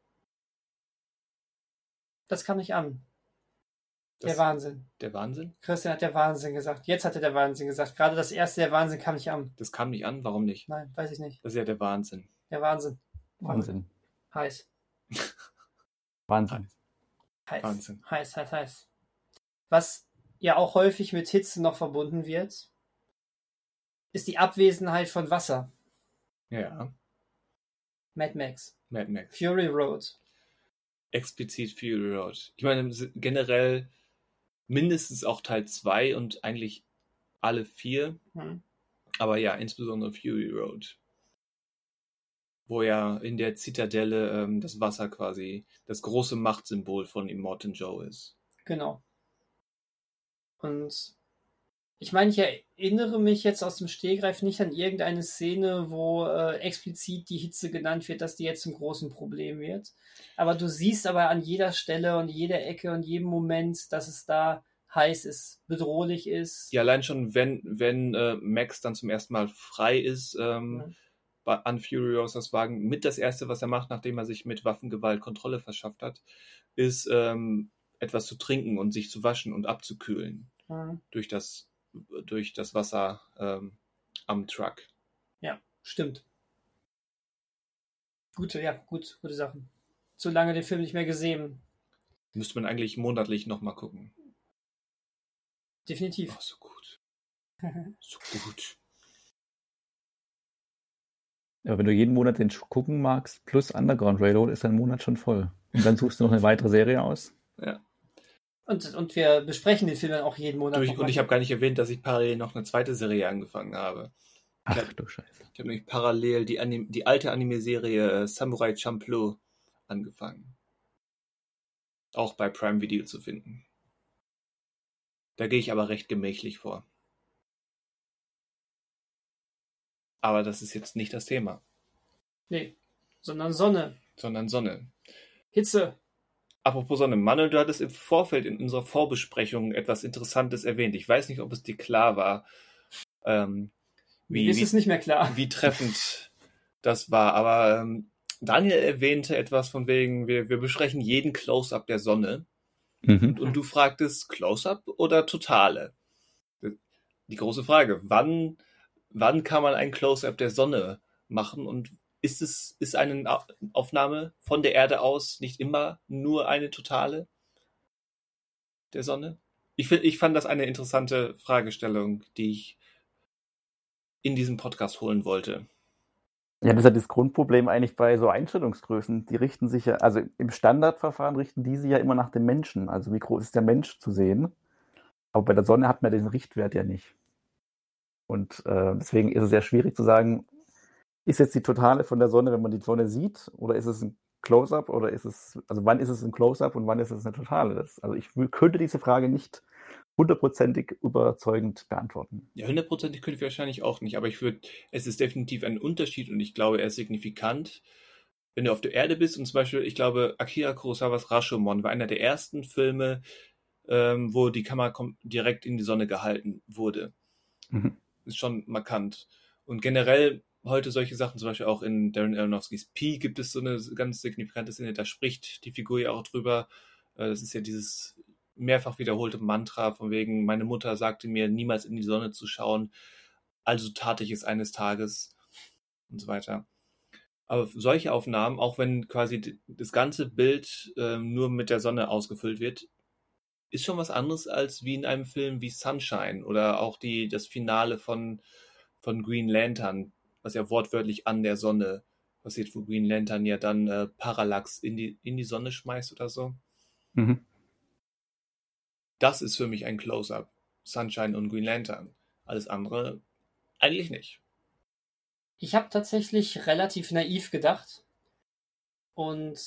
C: Das kam nicht an.
B: Das,
C: Der Wahnsinn.
B: der Wahnsinn?
C: Christian hat der Wahnsinn gesagt. Jetzt hat er der Wahnsinn gesagt. Gerade das erste, der Wahnsinn, kam nicht an.
B: Das kam nicht an, warum nicht?
C: Nein, weiß ich nicht.
B: Das ist ja der Wahnsinn.
C: Der Wahnsinn.
D: Wahnsinn.
C: Heiß.
D: Wahnsinn.
C: Heiß.
B: Wahnsinn.
C: Heiß, heiß, heiß. Was ja auch häufig mit Hitze noch verbunden wird, ist die Abwesenheit von Wasser.
B: Ja,
C: Mad Max.
B: Mad Max.
C: Fury Road.
B: Explizit Fury Road. Ich meine, generell mindestens auch Teil zwei und eigentlich alle vier.
C: Hm.
B: Aber ja, insbesondere Fury Road. Wo ja in der Zitadelle ähm, das Wasser quasi das große Machtsymbol von Immortan Joe ist.
C: Genau. Und Ich meine, ich erinnere mich jetzt aus dem Stegreif nicht an irgendeine Szene, wo äh, explizit die Hitze genannt wird, dass die jetzt zum großen Problem wird. Aber du siehst aber an jeder Stelle und jeder Ecke und jedem Moment, dass es da heiß ist, bedrohlich ist.
B: Ja, allein schon, wenn, wenn äh, Max dann zum ersten Mal frei ist, ähm,
C: Ja.
B: bei an Furiosas Wagen, mit das Erste, was er macht, nachdem er sich mit Waffengewalt Kontrolle verschafft hat, ist ähm, etwas zu trinken und sich zu waschen und abzukühlen
C: Mhm.
B: durch das, durch das Wasser ähm, am Truck.
C: Ja, stimmt. Gute, ja, gut, gute Sachen. Zu lange den Film nicht mehr gesehen.
B: Müsste man eigentlich monatlich nochmal gucken.
C: Definitiv.
B: Oh, so gut. So gut.
D: Ja, wenn du jeden Monat den gucken magst, plus Underground Railroad, ist dein Monat schon voll. Und dann suchst du noch eine weitere Serie aus.
B: Ja.
C: Und, und wir besprechen den Film dann auch jeden Monat.
B: Durch,
C: noch
B: und
C: mal.
B: ich habe gar nicht erwähnt, dass ich parallel noch eine zweite Serie angefangen habe.
D: Ach
B: Ja.
D: du Scheiße.
B: Ich habe nämlich parallel die, Anim- die alte Anime-Serie äh, Samurai Champloo angefangen. Auch bei Prime Video zu finden. Da gehe ich aber recht gemächlich vor. Aber das ist jetzt nicht das Thema,
C: Nee, sondern Sonne,
B: sondern Sonne.
C: Hitze.
B: Apropos Sonne, Manuel, du hattest im Vorfeld in unserer Vorbesprechung etwas Interessantes erwähnt. Ich weiß nicht, ob es dir klar war, ähm,
C: Wie,
B: wie,
C: ist
B: wie,
C: es nicht mehr klar?
B: wie treffend das war. Aber ähm, Daniel erwähnte etwas von wegen, wir, wir besprechen jeden Close-Up der Sonne.
D: Mhm.
B: Und, und du fragtest, Close-Up oder Totale? Die große Frage, wann, wann kann man ein Close-Up der Sonne machen? Und ist es ist eine Au- Aufnahme von der Erde aus nicht immer nur eine Totale der Sonne? Ich, find, ich fand das eine interessante Fragestellung, die ich in diesem Podcast holen wollte.
D: Ja, das ist ja das Grundproblem eigentlich bei so Einstellungsgrößen. Die richten sich ja, also im Standardverfahren richten die sich ja immer nach dem Menschen. Also wie groß ist der Mensch zu sehen. Aber bei der Sonne hat man den Richtwert ja nicht. Und äh, deswegen ist es sehr schwierig zu sagen, ist jetzt die Totale von der Sonne, wenn man die Sonne sieht, oder ist es ein Close-Up, oder ist es, also wann ist es ein Close-Up und wann ist es eine Totale? Das, also ich wü- könnte diese Frage nicht hundertprozentig überzeugend beantworten.
B: Ja, hundertprozentig könnte ich wahrscheinlich auch nicht, aber ich würde, es ist definitiv ein Unterschied und ich glaube, er ist signifikant. Wenn du auf der Erde bist und zum Beispiel, ich glaube, Akira Kurosawas Rashomon war einer der ersten Filme, ähm, wo die Kamera kom- direkt in die Sonne gehalten wurde.
D: Mhm.
B: Ist schon markant. Und generell heute solche Sachen, zum Beispiel auch in Darren Aronofskys Pi gibt es so eine ganz signifikante Szene, da spricht die Figur ja auch drüber. Äh, Das ist ja dieses mehrfach wiederholte Mantra von wegen, meine Mutter sagte mir, niemals in die Sonne zu schauen, also tat ich es eines Tages und so weiter. Aber solche Aufnahmen, auch wenn quasi d- das ganze Bild ähm, nur mit der Sonne ausgefüllt wird, ist schon was anderes als wie in einem Film wie Sunshine oder auch die, das Finale von, von Green Lantern, was ja wortwörtlich an der Sonne passiert, wo Green Lantern ja dann äh, Parallax in die, in die Sonne schmeißt oder so.
D: Mhm.
B: Das ist für mich ein Close-Up. Sunshine und Green Lantern. Alles andere eigentlich nicht.
C: Ich habe tatsächlich relativ naiv gedacht und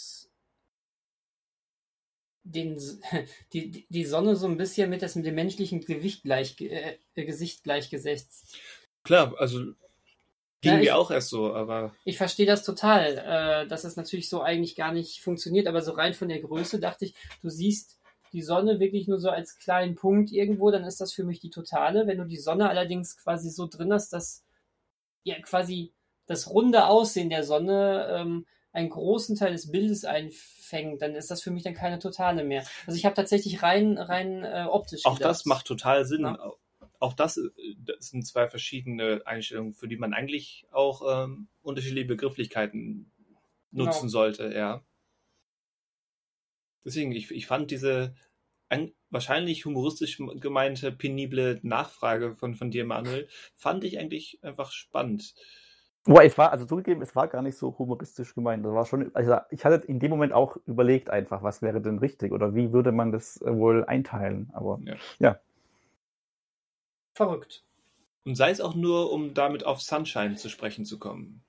C: den, die, die- die Sonne so ein bisschen mit, das, mit dem menschlichen Gewicht gleich, äh, Gesicht gleichgesetzt.
B: Klar, also ging
C: Ja, ich-
B: mir auch erst so, aber
C: Ich verstehe das total, äh, dass es natürlich so eigentlich gar nicht funktioniert, aber so rein von der Größe dachte ich, du siehst die Sonne wirklich nur so als kleinen Punkt irgendwo, dann ist das für mich die Totale. Wenn du die Sonne allerdings quasi so drin hast, dass ja quasi das runde Aussehen der Sonne ähm, einen großen Teil des Bildes einfängt, dann ist das für mich dann keine Totale mehr. Also ich habe tatsächlich rein, rein äh, optisch
B: auch
C: gedacht.
B: das macht total Sinn.
C: Ja.
B: Auch das, äh, das sind zwei verschiedene Einstellungen, für die man eigentlich auch ähm, unterschiedliche Begrifflichkeiten nutzen
C: Genau.
B: sollte, ja. Deswegen, ich, ich fand diese ein, wahrscheinlich humoristisch gemeinte, penible Nachfrage von, von dir, Manuel, fand ich eigentlich einfach spannend.
D: Wobei, es war, also zugegeben, es war gar nicht so humoristisch gemeint. Das war schon, also ich hatte in dem Moment auch überlegt einfach, was wäre denn richtig oder wie würde man das äh, wohl einteilen. Aber
B: Ja.
D: ja.
C: Verrückt.
B: Und sei es auch nur, um damit auf Sunshine zu sprechen zu kommen.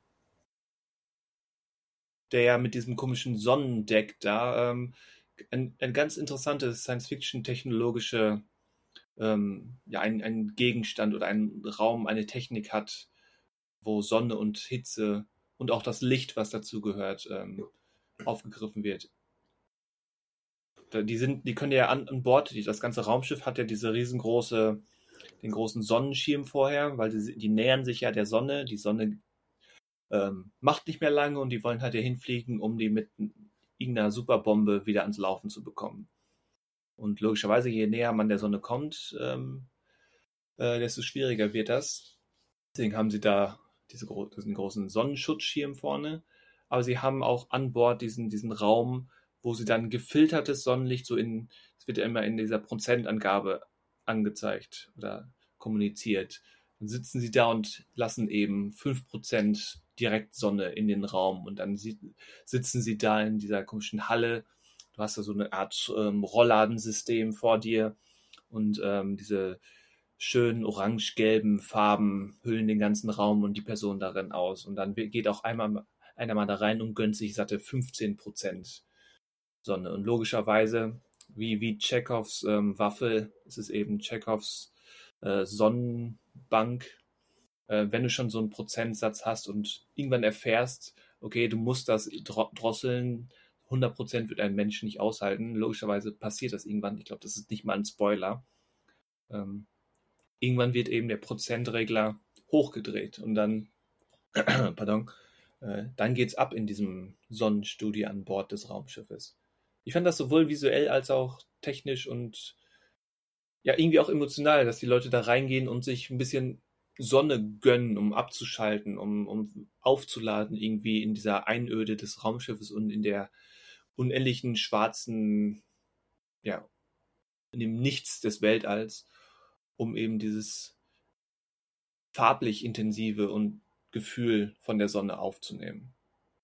B: Der ja mit diesem komischen Sonnendeck da ähm, ein, ein ganz interessantes Science-Fiction-technologische ähm, ja, ein, ein Gegenstand oder ein Raum, eine Technik hat, wo Sonne und Hitze und auch das Licht, was dazu gehört, ähm, aufgegriffen wird. Da- Die sind, die können ja an, an Bord, die, das ganze Raumschiff hat ja diese riesengroße, den großen Sonnenschirm vorher, weil die, die nähern sich ja der Sonne. Die Sonne ähm, macht nicht mehr lange und die wollen halt hier hinfliegen, um die mit irgendeiner Superbombe wieder ans Laufen zu bekommen. Und logischerweise, je näher man der Sonne kommt, ähm, äh, desto schwieriger wird das. Deswegen haben sie da diese gro diesen großen Sonnenschutzschirm vorne. Aber sie haben auch an Bord diesen, diesen Raum, wo sie dann gefiltertes Sonnenlicht so in, es wird ja immer in dieser Prozentangabe angezeigt oder kommuniziert. Dann sitzen sie da und lassen eben fünf Prozent direkt Sonne in den Raum und dann sie, sitzen sie da in dieser komischen Halle. Du hast da so eine Art ähm, Rolladensystem vor dir und ähm, diese schönen orange-gelben Farben hüllen den ganzen Raum und die Person darin aus. Und dann geht auch einmal einer mal da rein und gönnt sich satte fünfzehn Prozent Sonne. Und logischerweise, wie, wie Tschechows ähm, Waffe, ist es eben Tschechows äh, Sonnenbank. Äh, wenn du schon so einen Prozentsatz hast und irgendwann erfährst, okay, du musst das dro drosseln, hundert Prozent wird ein Mensch nicht aushalten. Logischerweise passiert das irgendwann. Ich glaube, das ist nicht mal ein Spoiler. Ähm, irgendwann wird eben der Prozentregler hochgedreht und dann, pardon, äh, dann geht's ab in diesem Sonnenstudio an Bord des Raumschiffes. Ich fand das sowohl visuell als auch technisch und ja, irgendwie auch emotional, dass die Leute da reingehen und sich ein bisschen Sonne gönnen, um abzuschalten, um, um aufzuladen irgendwie in dieser Einöde des Raumschiffes und in der unendlichen schwarzen, ja, in dem Nichts des Weltalls, um eben dieses farblich intensive und Gefühl von der Sonne aufzunehmen.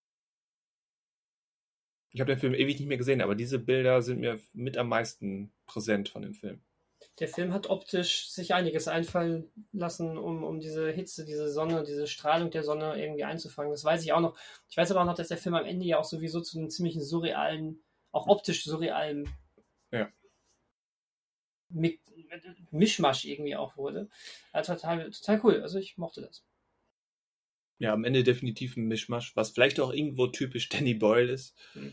B: Ich habe den Film ewig nicht mehr gesehen, aber diese Bilder sind mir mit am meisten präsent von dem Film.
C: Der Film hat optisch sich einiges einfallen lassen, um, um diese Hitze, diese Sonne, diese Strahlung der Sonne irgendwie einzufangen. Das weiß ich auch noch. Ich weiß aber auch noch, dass der Film am Ende ja auch sowieso zu einem ziemlichen surrealen, auch optisch surrealen
B: Ja.
C: Mi- Mischmasch irgendwie auch wurde. Ja, total, total cool. Also ich mochte das.
B: Ja, am Ende definitiv ein Mischmasch, was vielleicht auch irgendwo typisch Danny Boyle ist.
C: Hm.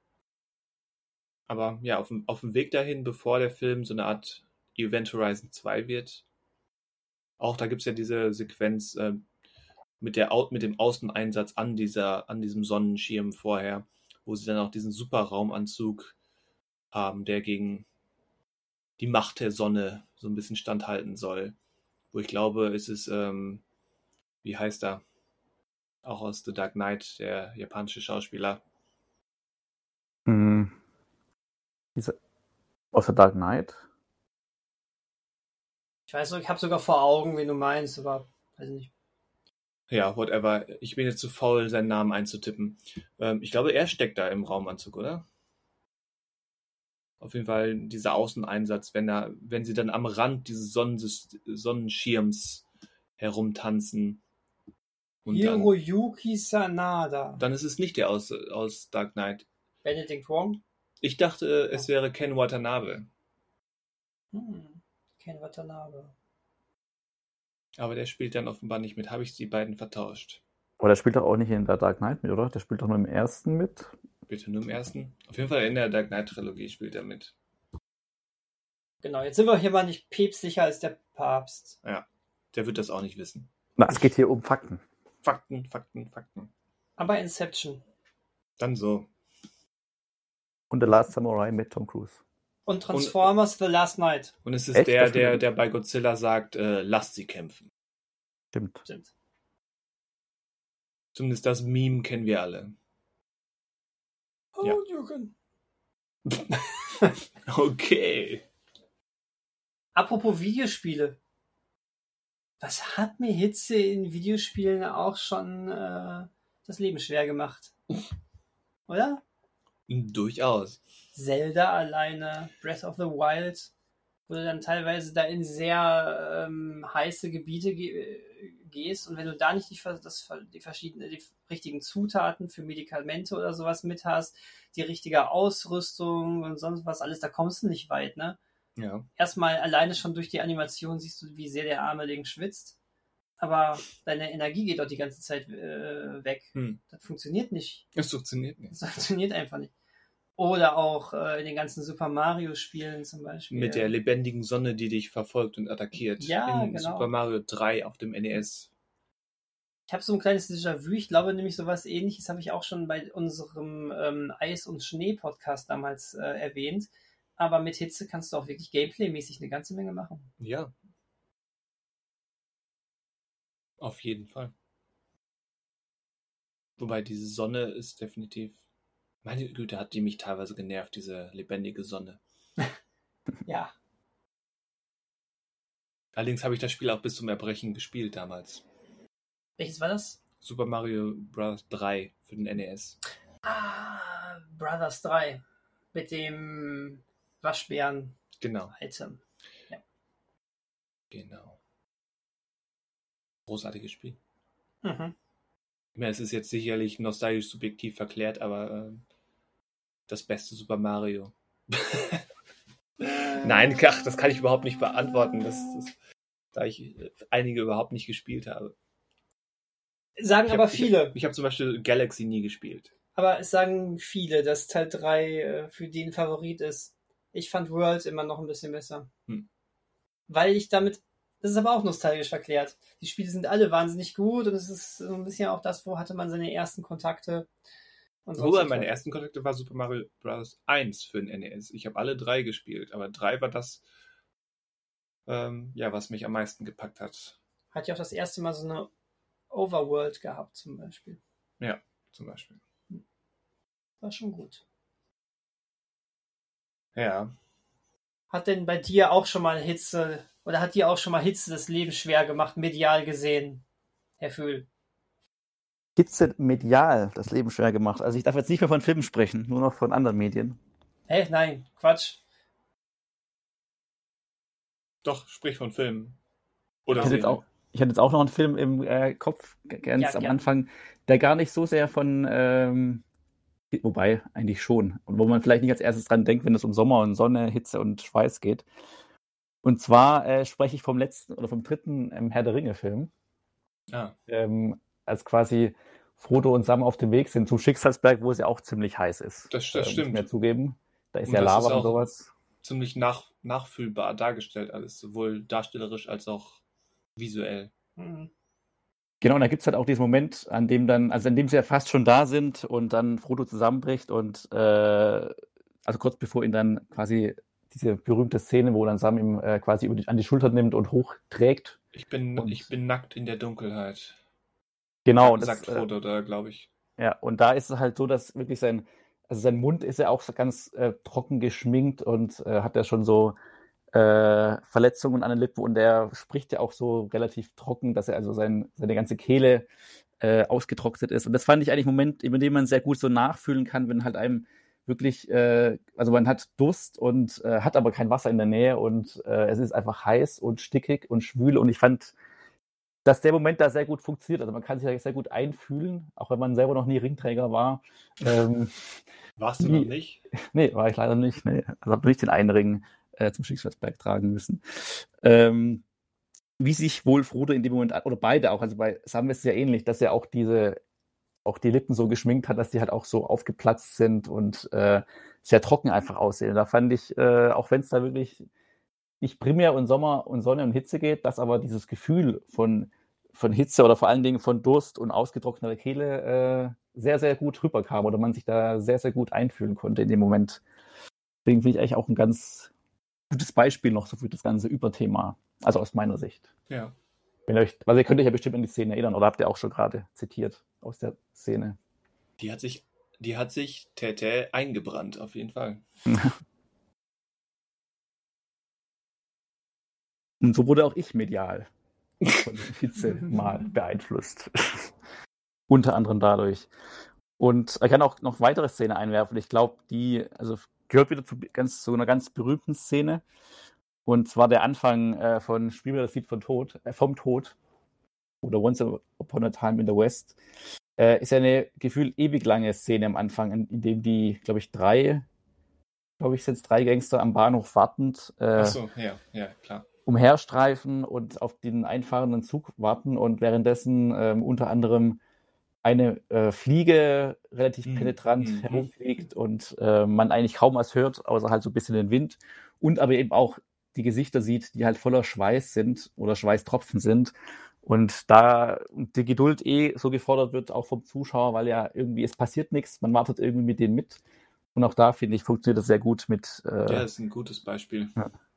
B: Aber ja, auf dem, auf dem Weg dahin, bevor der Film so eine Art Event Horizon zwei wird, auch da gibt es ja diese Sequenz äh, mit, der, Au- mit dem Außeneinsatz an, dieser, an diesem Sonnenschirm vorher, wo sie dann auch diesen super Raumanzug haben, der gegen die Macht der Sonne so ein bisschen standhalten soll. Wo ich glaube, es ist, ähm, wie heißt er? Auch aus The Dark Knight, der japanische Schauspieler.
D: Hm. Diese, aus der Dark Knight?
C: Ich weiß, ich habe sogar vor Augen, wen du meinst, aber weiß nicht.
B: Ja, whatever. Ich bin jetzt zu faul, seinen Namen einzutippen. Ähm, ich glaube, er steckt da im Raumanzug, oder? Auf jeden Fall dieser Außeneinsatz, wenn er, wenn sie dann am Rand dieses Sonnensys- Sonnenschirms herumtanzen. Und dann,
C: Hiroyuki Sanada.
B: dann ist es nicht der aus, aus Dark Knight.
C: Benedict Wong?
B: Ich dachte, es wäre Ken Watanabe.
C: Hm. Ken Watanabe.
B: Aber der spielt dann offenbar nicht mit. Habe ich die beiden vertauscht?
D: Aber der spielt doch auch nicht in der Dark Knight mit, oder? Der spielt doch nur im ersten mit.
B: Bitte nur im ersten? Auf jeden Fall in der Dark Knight-Trilogie spielt er mit.
C: Genau, jetzt sind wir hier mal nicht päpstlicher als der Papst.
B: Ja, der wird das auch nicht wissen.
D: Na, es geht hier um Fakten.
B: Fakten, Fakten, Fakten.
C: Aber Inception.
B: Dann so.
D: Und The Last Samurai mit Tom Cruise.
C: Und Transformers The Last Night.
B: Und es ist
D: Echt?
B: der,
D: Das
B: der,
D: stimmt.
B: der bei Godzilla sagt, äh, lasst sie kämpfen.
D: Stimmt.
C: Stimmt.
B: Zumindest das Meme kennen wir alle.
C: Oh,
B: Ja.
C: Jürgen.
B: Okay.
C: Apropos Videospiele. Was hat mir Hitze in Videospielen auch schon äh, das Leben schwer gemacht? Oder?
B: Durchaus.
C: Zelda alleine, Breath of the Wild, wo du dann teilweise da in sehr ähm, heiße Gebiete ge gehst und wenn du da nicht die, das, die verschiedenen, die richtigen Zutaten für Medikamente oder sowas mit hast, die richtige Ausrüstung und sonst was alles, da kommst du nicht weit, ne?
B: Ja.
C: Erstmal alleine schon durch die Animation siehst du, wie sehr der arme Ding schwitzt. Aber deine Energie geht doch die ganze Zeit äh, weg.
B: Hm.
C: Das funktioniert nicht.
B: Es funktioniert nicht.
C: Das funktioniert einfach nicht. Oder auch äh, in den ganzen Super Mario-Spielen zum Beispiel.
B: Mit der lebendigen Sonne, die dich verfolgt und attackiert.
C: Ja,
B: in
C: genau.
B: Super Mario drei auf dem N E S.
C: Ich habe so ein kleines Déjà-vu. Ich glaube nämlich, sowas Ähnliches habe ich auch schon bei unserem ähm, Eis- und Schnee-Podcast damals äh, erwähnt. Aber mit Hitze kannst du auch wirklich Gameplay-mäßig eine ganze Menge machen.
B: Ja. Auf jeden Fall. Wobei diese Sonne ist definitiv... Meine Güte, hat die mich teilweise genervt, diese lebendige Sonne.
C: Ja.
B: Allerdings habe ich das Spiel auch bis zum Erbrechen gespielt damals.
C: Welches war das?
B: Super Mario Bros. drei für den N E S.
C: Ah, Brothers drei. Mit dem Waschbären-Item.
B: Genau,
C: Ja.
B: genau. Großartiges Spiel.
C: Mhm.
B: Ich meine, es ist jetzt sicherlich nostalgisch subjektiv verklärt, aber äh, das beste Super Mario. Nein, ach, das kann ich überhaupt nicht beantworten, das, das, da ich äh, einige überhaupt nicht gespielt habe.
C: Sagen
B: Ich
C: aber
B: hab,
C: viele.
B: Ich, ich habe zum Beispiel Galaxy nie gespielt.
C: Aber es sagen viele, dass Teil drei äh, für den Favorit ist. Ich fand World immer noch ein bisschen besser.
B: Hm.
C: Weil ich damit, das ist aber auch nostalgisch verklärt. Die Spiele sind alle wahnsinnig gut und es ist so ein bisschen auch das, wo hatte man seine ersten Kontakte. Und sonst
B: Wobei
C: nicht
B: meine
C: weiter.
B: ersten Kontakte war Super Mario Bros. eins für den N E S. Ich habe alle drei gespielt, aber drei war das, ähm, ja, was mich am meisten gepackt hat.
C: Hat ja auch das erste Mal so eine Overworld gehabt zum Beispiel.
B: Ja, zum Beispiel.
C: War schon gut.
B: Ja.
C: Hat denn bei dir auch schon mal Hitze, oder hat dir auch schon mal Hitze das Leben schwer gemacht, medial gesehen, Herr Fühl?
D: Hitze medial das Leben schwer gemacht. Also ich darf jetzt nicht mehr von Filmen sprechen, nur noch von anderen Medien.
C: Hä? Nein, Quatsch.
B: Doch, sprich von Filmen. Oder
D: Ich hatte, jetzt auch, ich hatte jetzt auch noch einen Film im äh, Kopf, ganz
C: Ja,
D: am
C: gern.
D: Anfang, der gar nicht so sehr von, ähm, wobei eigentlich schon, und wo man vielleicht nicht als erstes dran denkt, wenn es um Sommer und Sonne, Hitze und Schweiß geht. Und zwar äh, spreche ich vom letzten oder vom dritten ähm, Herr der Ringe-Film,
B: Ah,
D: ähm, als quasi Frodo und Sam auf dem Weg sind zum Schicksalsberg, wo es ja auch ziemlich heiß ist.
B: Das- das
D: Äh, muss
B: stimmt.
D: ich mir zugeben. Da ist
B: Und
D: ja
B: das
D: Lava
B: ist
D: und
B: auch-
D: sowas.
B: ziemlich nach, nachfühlbar dargestellt alles, sowohl darstellerisch als auch visuell.
C: Mhm.
D: Genau, und da gibt es halt auch diesen Moment, an dem dann, also an dem sie ja fast schon da sind und dann Frodo zusammenbricht und äh, also kurz bevor ihn dann quasi diese berühmte Szene, wo dann Sam ihm äh, quasi über die, an die Schulter nimmt und hochträgt.
B: Ich bin,
D: Und-
B: ich bin nackt in der Dunkelheit.
D: Genau, und
B: sagt
D: das, äh,
B: Frodo da, glaube ich.
D: ja, und da ist es halt so, dass wirklich sein, also sein Mund ist ja auch so ganz äh, trocken geschminkt und äh, hat ja schon so äh, Verletzungen an den Lippen und er spricht ja auch so relativ trocken, dass er also sein, seine ganze Kehle äh, ausgetrocknet ist. Und das fand ich eigentlich ein Moment, über den man sehr gut so nachfühlen kann, wenn halt einem wirklich, äh, also man hat Durst und äh, hat aber kein Wasser in der Nähe und äh, es ist einfach heiß und stickig und schwül und ich fand, dass der Moment da sehr gut funktioniert. Also man kann sich da sehr gut einfühlen, auch wenn man selber noch nie Ringträger war. Ähm,
B: Warst du
D: Wie-
B: noch nicht?
D: nee, war ich leider nicht. Nee. Also habe nicht den einen Ring äh, zum Schicksalsberg tragen müssen. Ähm, wie sich wohl Frodo in dem Moment, an- oder beide auch, also bei Sam ist es ja ähnlich, dass er auch diese, auch die Lippen so geschminkt hat, dass die halt auch so aufgeplatzt sind und äh, sehr trocken einfach aussehen. Und da fand ich, äh, auch wenn es da wirklich nicht primär um Sommer und Sonne und Hitze geht, dass aber dieses Gefühl von, von Hitze oder vor allen Dingen von Durst und ausgetrockneter Kehle äh, sehr, sehr gut rüberkam oder man sich da sehr, sehr gut einfühlen konnte in dem Moment. Deswegen finde ich eigentlich auch ein ganz gutes Beispiel noch so für das ganze Überthema, also aus meiner Sicht.
B: Ja.
D: Wenn ihr euch, also ihr könnt euch ja bestimmt an die Szene erinnern oder habt ihr auch schon gerade zitiert aus der Szene.
B: Die hat sich, die hat sich Tete eingebrannt, auf jeden Fall.
D: Und so wurde auch ich medial von Hitze mal beeinflusst. Unter anderem dadurch. Und ich kann auch noch weitere Szene einwerfen. Ich glaube, die also gehört wieder zu, ganz, zu einer ganz berühmten Szene. Und zwar der Anfang äh, von Spiel mir das Lied von Tod, äh, vom Tod oder Once Upon a Time in the West. Äh, ist ja eine gefühlt ewig lange Szene am Anfang, in, in dem die, glaube ich, drei glaube ich, sind es drei Gangster am Bahnhof wartend, äh,
B: Ach so, ja, ja, klar.
D: umherstreifen und auf den einfahrenden Zug warten und währenddessen ähm, unter anderem eine äh, Fliege relativ
B: Mhm.
D: penetrant
B: Mhm.
D: herumfliegt und äh, man eigentlich kaum was hört, außer halt so ein bisschen den Wind und aber eben auch die Gesichter sieht, die halt voller Schweiß sind oder Schweißtropfen sind und da die Geduld eh so gefordert wird, auch vom Zuschauer, weil ja irgendwie es passiert nichts, man wartet irgendwie mit denen mit und auch da, finde ich, funktioniert das sehr gut mit
B: Ja,
D: äh,
B: das ist ein gutes Beispiel.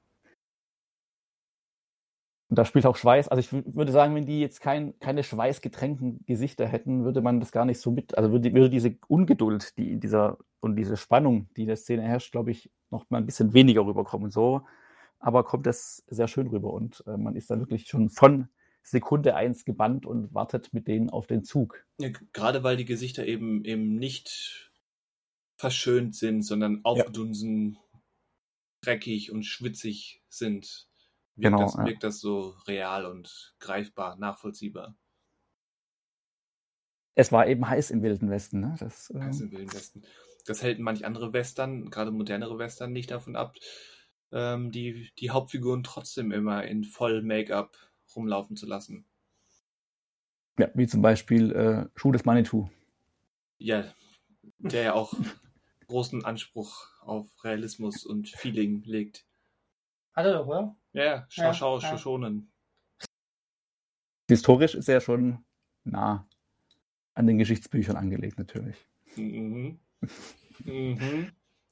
D: und da spielt auch Schweiß. Also ich wü- würde sagen, wenn die jetzt kein, keine schweißgetränkten Gesichter hätten, würde man das gar nicht so mit, also würde, würde diese Ungeduld, die in dieser und diese Spannung, die in der Szene herrscht, glaube ich, noch mal ein bisschen weniger rüberkommen. So, aber kommt das sehr schön rüber und äh, man ist dann wirklich schon von Sekunde eins gebannt und wartet mit denen auf den Zug.
B: Ja, g- gerade weil die Gesichter eben eben nicht verschönt sind, sondern aufgedunsen, dreckig und schwitzig sind, wirkt,
D: Genau,
B: das,
D: ja.
B: wirkt das so real und greifbar, nachvollziehbar.
D: Es war eben heiß im Wilden Westen. Ne? Das, ähm,
B: Also im Wilden Westen. Das hält manch andere Western, gerade modernere Western, nicht davon ab, ähm, die, die Hauptfiguren trotzdem immer in voll Make-up rumlaufen zu lassen.
D: ja, wie zum Beispiel äh, Schuh des Manitou.
B: Ja, der ja auch großen Anspruch auf Realismus und Feeling legt.
C: Hat er doch, oder?
B: Ja, ja, schau,
C: Ja,
B: schau,
C: ja.
B: schonen.
D: Historisch ist er schon nah an den Geschichtsbüchern angelegt, natürlich.
B: Mhm. Mhm.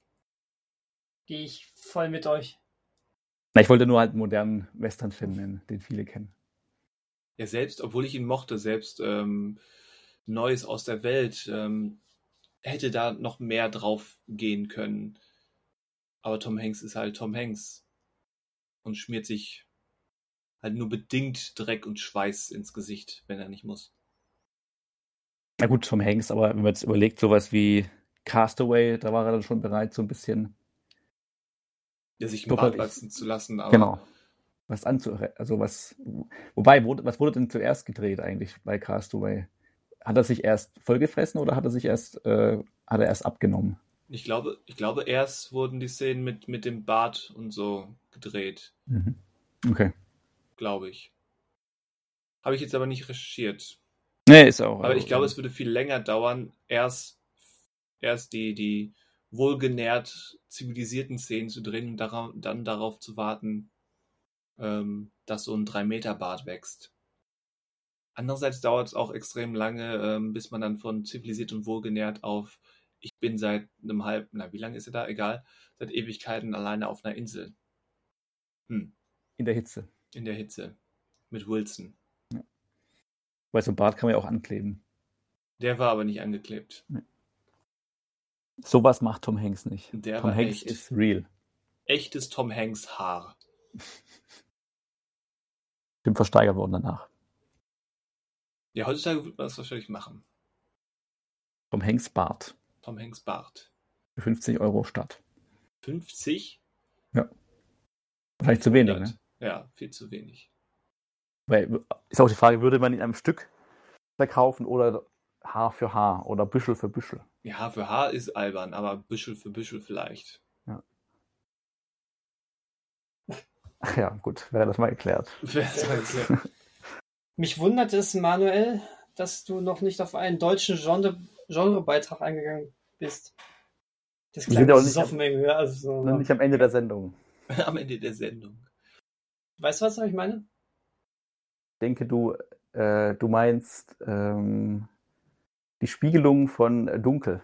C: Gehe ich voll mit euch.
D: Na, ich wollte nur halt einen modernen Western-Film nennen, den viele kennen.
B: Ja, selbst, obwohl ich ihn mochte, selbst ähm, Neues aus der Welt, ähm, hätte da noch mehr drauf gehen können. Aber Tom Hanks ist halt Tom Hanks und schmiert sich halt nur bedingt Dreck und Schweiß ins Gesicht, wenn er nicht muss.
D: Na gut, Tom Hanks, aber wenn man jetzt überlegt, sowas wie Castaway, da war er dann schon bereit, so ein bisschen
B: Ja, sich einen
D: Doppelt-
B: Bart wachsen zu lassen, aber
D: genau was anzu, also was, wobei, wurde, was wurde denn zuerst gedreht eigentlich bei Castaway? Hat er sich erst vollgefressen oder hat er sich erst, äh, hat er erst abgenommen?
B: ich glaube, ich glaube, erst wurden die Szenen mit, mit dem Bart und so gedreht,
D: Mhm. Okay.
B: glaube ich. Habe ich jetzt aber nicht recherchiert.
D: Nee, ist auch.
B: Aber
D: also,
B: ich glaube, es würde viel länger dauern, erst, erst die, die wohlgenährt zivilisierten Szenen zu drehen und dara- dann darauf zu warten, ähm, dass so ein drei Meter Bart wächst. Andererseits dauert es auch extrem lange, ähm, bis man dann von zivilisiert und wohlgenährt auf ich bin seit einem halben, na, wie lange ist er da? Egal, seit Ewigkeiten alleine auf einer Insel. Hm,
D: in der Hitze.
B: in der Hitze. Mit Wilson.
D: Weil so ein Bart kann man ja auch ankleben.
B: Der war aber nicht angeklebt.
D: Sowas macht Tom Hanks nicht.
B: Der
D: Tom
B: war
D: Hanks
B: echt.
D: ist real.
B: Echtes Tom Hanks Haar.
D: Bin versteigert worden danach.
B: Ja, heutzutage würde man das wahrscheinlich machen.
D: Tom Hanks Bart.
B: Tom Hanks Bart.
D: Für fünfzig Euro statt.
B: fünfzig?
D: Wahrscheinlich zu wenig,
B: hundert.
D: ne?
B: Ja, viel zu wenig.
D: Weil ist auch die Frage, würde man ihn am Stück verkaufen oder Haar für Haar oder Büschel für Büschel?
B: Ja, Haar für Haar ist albern, aber Büschel für Büschel vielleicht.
D: Ach ja, gut, wäre das mal erklärt.
C: Mich wundert es, Manuel, dass du noch nicht auf einen deutschen Genre, Genrebeitrag eingegangen bist. Das
D: Wir
C: klang
D: sind ja auch nicht
C: besoffen irgendwie. Also so,
D: Nicht am Ende der Sendung.
B: Am Ende der Sendung.
C: Weißt du, was ich meine?
D: Ich denke, du, äh, du meinst ähm, die Spiegelung von äh, Dunkel.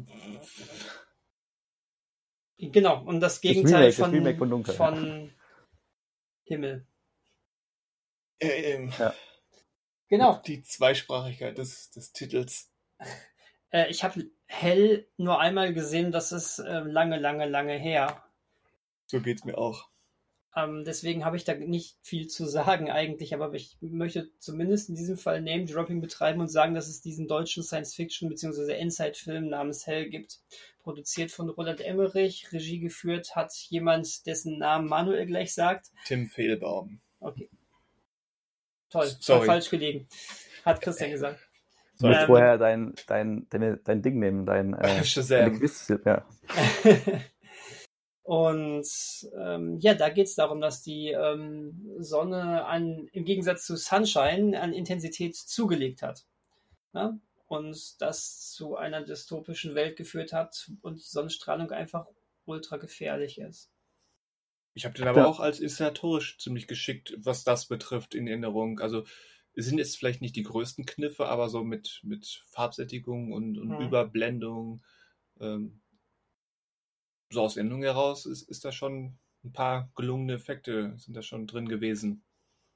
C: Genau, und das Gegenteil
D: Remake, das
C: von,
D: Remake von Dunkel,
C: von Himmel.
B: Äh, ähm,
D: Ja.
C: Genau.
B: Die Zweisprachigkeit des, des Titels.
C: Äh, ich habe Hell nur einmal gesehen, das ist äh, lange, lange, lange her.
B: So geht's mir auch.
C: Ähm, deswegen habe ich da nicht viel zu sagen eigentlich, aber ich möchte zumindest in diesem Fall Name-Dropping betreiben und sagen, dass es diesen deutschen Science-Fiction- bzw. Endzeit-Film namens Hell gibt. Produziert von Roland Emmerich, Regie geführt hat jemand, dessen Namen Manuel gleich sagt.
B: Tim Fehlbaum.
C: Okay. Toll,
B: Sorry.
C: war falsch gelegen. Hat Christian gesagt.
D: Du musst
C: Ähm,
D: vorher dein, dein, deine, dein Ding nehmen, dein, äh,
B: Shazam.
D: deine Quiz, ja.
C: Und ähm, ja, da geht es darum, dass die ähm, Sonne an, im Gegensatz zu Sunshine an Intensität zugelegt hat. Ja? Und das zu einer dystopischen Welt geführt hat und die Sonnenstrahlung einfach ultra gefährlich ist.
B: Ich habe den aber auch als inszenatorisch ziemlich geschickt, was das betrifft, in Erinnerung. Also es sind jetzt vielleicht nicht die größten Kniffe, aber so mit, mit Farbsättigung und, und
C: Mhm.
B: Überblendung, ähm, so aus Erinnerung heraus, ist, ist da schon ein paar gelungene Effekte sind da schon drin gewesen.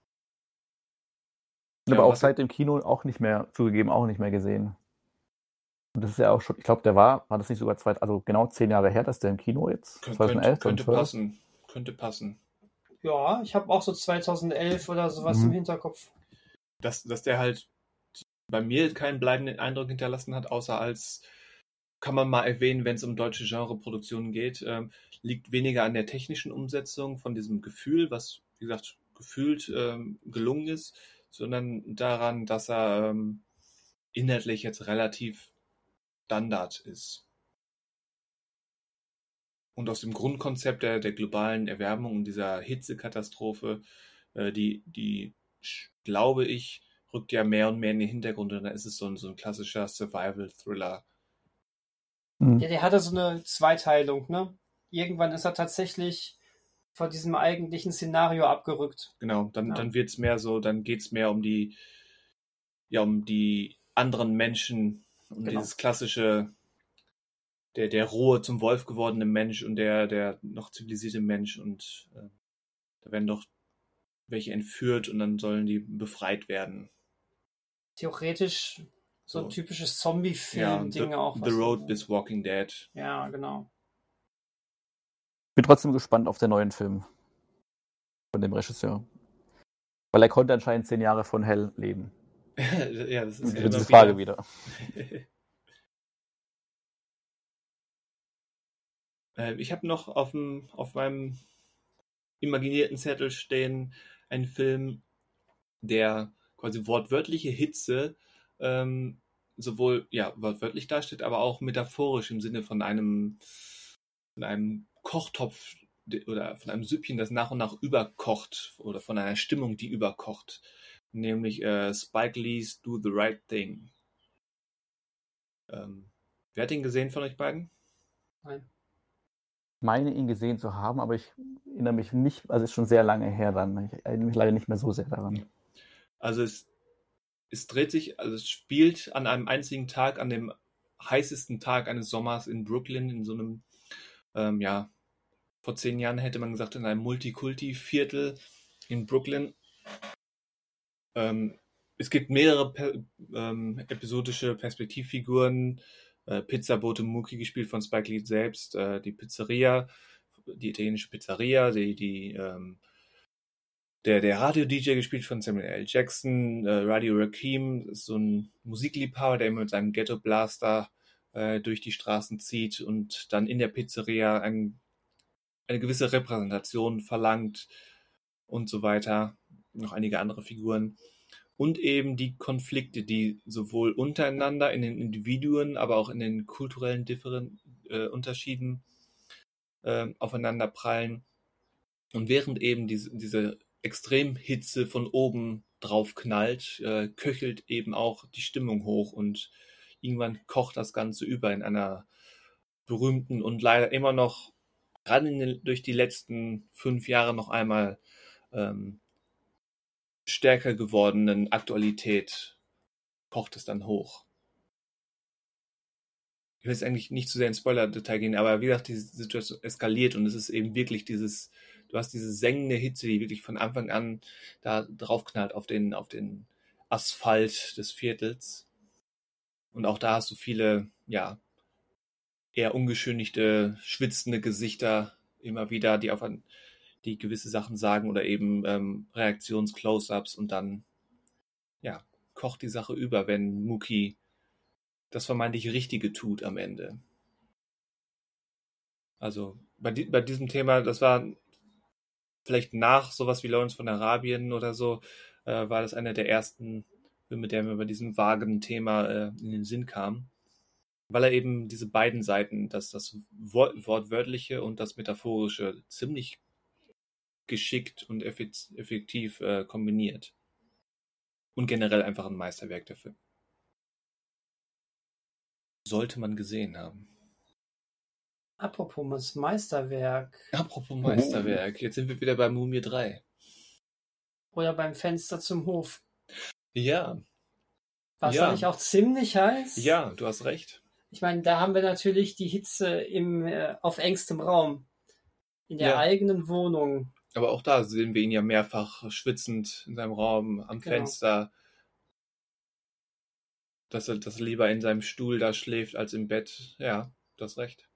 D: Aber
B: Ja,
D: auch
B: was-
D: seit dem Kino auch nicht mehr, zugegeben, auch nicht mehr gesehen. Und das ist ja auch schon, ich glaube, der war, war das nicht sogar zwei, also genau zehn Jahre her, dass der im Kino jetzt?
B: Kön-
D: zweitausendelf,
B: könnte, könnte
D: zweitausendzwölf?
B: passen. Könnte passen.
C: Ja, ich habe auch so zweitausendelf oder sowas
D: Mhm.
C: im Hinterkopf.
B: Dass, dass der halt bei mir keinen bleibenden Eindruck hinterlassen hat, außer als, kann man mal erwähnen, wenn es um deutsche Genreproduktionen geht, ähm, liegt weniger an der technischen Umsetzung von diesem Gefühl, was, wie gesagt, gefühlt ähm, gelungen ist, sondern daran, dass er ähm, inhaltlich jetzt relativ Standard ist. Und aus dem Grundkonzept der, der globalen Erwärmung und dieser Hitzekatastrophe, äh, die, die, sch- glaube ich, rückt ja mehr und mehr in den Hintergrund und dann ist es so ein, so ein klassischer Survival-Thriller.
D: Mhm.
C: Ja, der hatte so eine Zweiteilung, ne? Irgendwann ist er tatsächlich von diesem eigentlichen Szenario abgerückt.
B: Genau, dann,
C: Ja.
B: dann wird's mehr so, dann geht's mehr um die, ja, um die anderen Menschen, um
C: Genau.
B: dieses klassische, der, der rohe zum Wolf gewordene Mensch und der, der noch zivilisierte Mensch und äh, da werden doch welche entführt und dann sollen die befreit werden.
C: Theoretisch so ein
B: So.
C: typisches
B: Ja,
C: Zombie-Film-Ding
B: the,
C: auch.
B: the
C: was-
B: Road bis Walking Dead.
C: Ja, genau.
D: Bin trotzdem gespannt auf den neuen Film von dem Regisseur. Weil er konnte anscheinend zehn Jahre von Hell leben.
B: Ja, das ist
D: Und
B: ja
D: diese
B: immer
D: Frage
B: wieder.
D: wieder.
B: Äh, Ich habe noch auf, dem, auf meinem imaginierten Zettel stehen einen Film, der quasi wortwörtliche Hitze ähm, sowohl ja, wortwörtlich darstellt, aber auch metaphorisch im Sinne von einem, von einem Kochtopf de- oder von einem Süppchen, das nach und nach überkocht oder von einer Stimmung, die überkocht. Nämlich äh, Spike Lee's Do the Right Thing. Ähm, wer hat ihn gesehen von euch beiden?
C: Nein.
D: Meine ihn gesehen zu haben, aber ich erinnere mich nicht, also ist schon sehr lange her dann. Ich erinnere mich leider nicht mehr so sehr daran.
B: Also es, es dreht sich, also es spielt an einem einzigen Tag, an dem heißesten Tag eines Sommers in Brooklyn, in so einem, ähm, ja, vor zehn Jahren hätte man gesagt, in einem Multikulti-Viertel in Brooklyn. Ähm, es gibt mehrere per, ähm, episodische Perspektivfiguren. Äh, Pizzabote Mookie, gespielt von Spike Lee selbst, äh, die Pizzeria, die italienische Pizzeria, die, die ähm, Der, der Radio-D J, gespielt von Samuel L. Jackson, äh, Radio Rakim, ist so ein Musikliebhaber, der immer mit seinem Ghetto-Blaster äh, durch die Straßen zieht und dann in der Pizzeria ein, eine gewisse Repräsentation verlangt und so weiter. Noch einige andere Figuren. Und eben die Konflikte, die sowohl untereinander in den Individuen, aber auch in den kulturellen Differen äh, Unterschieden äh, aufeinander prallen. Und während eben diese, diese Extremhitze von oben drauf knallt, äh, köchelt eben auch die Stimmung hoch und irgendwann kocht das Ganze über in einer berühmten und leider immer noch, gerade in den, durch die letzten fünf Jahre noch einmal ähm, stärker gewordenen Aktualität kocht es dann hoch. Ich will jetzt eigentlich nicht zu sehr in Spoiler-Detail gehen, aber wie gesagt, diese Situation eskaliert und es ist eben wirklich dieses, du hast diese sengende Hitze, die wirklich von Anfang an da draufknallt auf den, auf den Asphalt des Viertels. Und auch da hast du viele, ja, eher ungeschönigte, schwitzende Gesichter immer wieder, die auf ein, die gewisse Sachen sagen oder eben ähm, Reaktions-Close-Ups und dann, ja, kocht die Sache über, wenn Mookie das vermeintlich Richtige tut am Ende. Also bei, di bei diesem Thema, das war vielleicht nach sowas wie Lawrence von Arabien oder so, äh, war das einer der ersten Filme, der mir bei diesem vagen Thema äh, in den Sinn kam. weil er eben diese beiden Seiten, das, das Wort, Wortwörtliche und das Metaphorische, ziemlich geschickt und effektiv äh, kombiniert. Und generell einfach ein Meisterwerk der Film. Sollte man gesehen haben.
C: Apropos Meisterwerk.
B: Apropos Meisterwerk, jetzt sind wir wieder bei Mumie drei.
C: Oder beim Fenster zum Hof.
B: Ja.
C: War es
B: Ja.
C: da nicht auch ziemlich heiß?
B: Ja, du hast recht.
C: Ich meine, da haben wir natürlich die Hitze im, äh, auf engstem Raum. In der
B: Ja.
C: eigenen Wohnung.
B: Aber auch da sehen wir ihn ja mehrfach schwitzend in seinem Raum, am
C: Genau.
B: Fenster. Dass er, dass er lieber in seinem Stuhl da schläft als im Bett. Ja, du hast recht.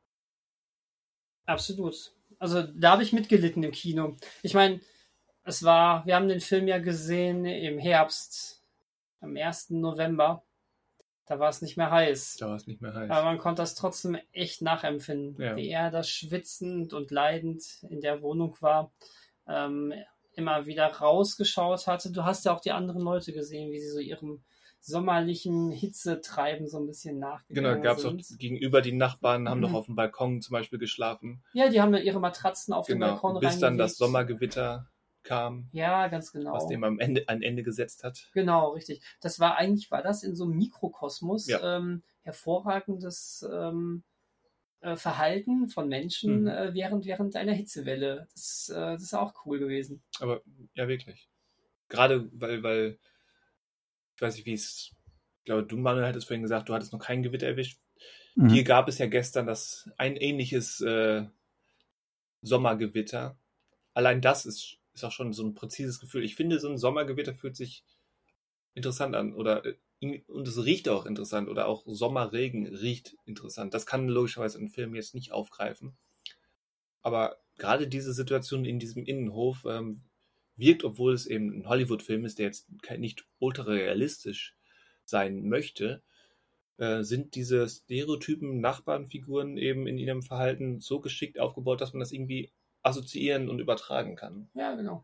C: Absolut. Also da habe ich mitgelitten im Kino. Ich meine, es war, wir haben den Film ja gesehen im Herbst, am ersten November. Da war es nicht mehr heiß.
B: Da war es nicht mehr heiß.
C: Aber man konnte das trotzdem echt nachempfinden,
B: Ja.
C: wie er da schwitzend und leidend in der Wohnung war, ähm, immer wieder rausgeschaut hatte. Du hast ja auch die anderen Leute gesehen, wie sie so ihrem sommerlichen Hitzetreiben so ein bisschen
B: Genau,
C: nachgegangen
B: gab es auch
C: sind.
B: gegenüber die Nachbarn, haben
C: Mhm.
B: doch auf dem Balkon zum Beispiel geschlafen.
C: Ja, die haben ja ihre Matratzen auf den
B: Genau,
C: Balkon
B: bis dann das
C: reingelegt.
B: Sommergewitter kam,
C: Ja, ganz genau.
B: was dem am Ende ein Ende gesetzt hat.
C: Genau, richtig. Das war eigentlich, war das in so einem Mikrokosmos
B: Ja.
C: ähm, hervorragendes ähm, äh, Verhalten von Menschen
B: Mhm.
C: äh, während, während einer Hitzewelle. Das, äh, das ist auch cool gewesen.
B: Aber ja, wirklich. Gerade weil, weil, ich weiß nicht, wie es, ich glaube, du, Manuel, hattest vorhin gesagt, du hattest noch kein Gewitter erwischt.
D: Mhm.
B: Hier gab es ja gestern das ein ähnliches äh, Sommergewitter. Allein das ist, ist auch schon so ein präzises Gefühl. Ich finde, so ein Sommergewitter fühlt sich interessant an. Oder äh, und es riecht auch interessant. Oder auch Sommerregen riecht interessant. Das kann logischerweise ein Film jetzt nicht aufgreifen. Aber gerade diese Situation in diesem Innenhof ähm, wirkt, obwohl es eben ein Hollywood-Film ist, der jetzt kein, nicht ultra realistisch sein möchte, äh, sind diese stereotypen Nachbarnfiguren eben in ihrem Verhalten so geschickt aufgebaut, dass man das irgendwie assoziieren und übertragen kann.
C: Ja, genau.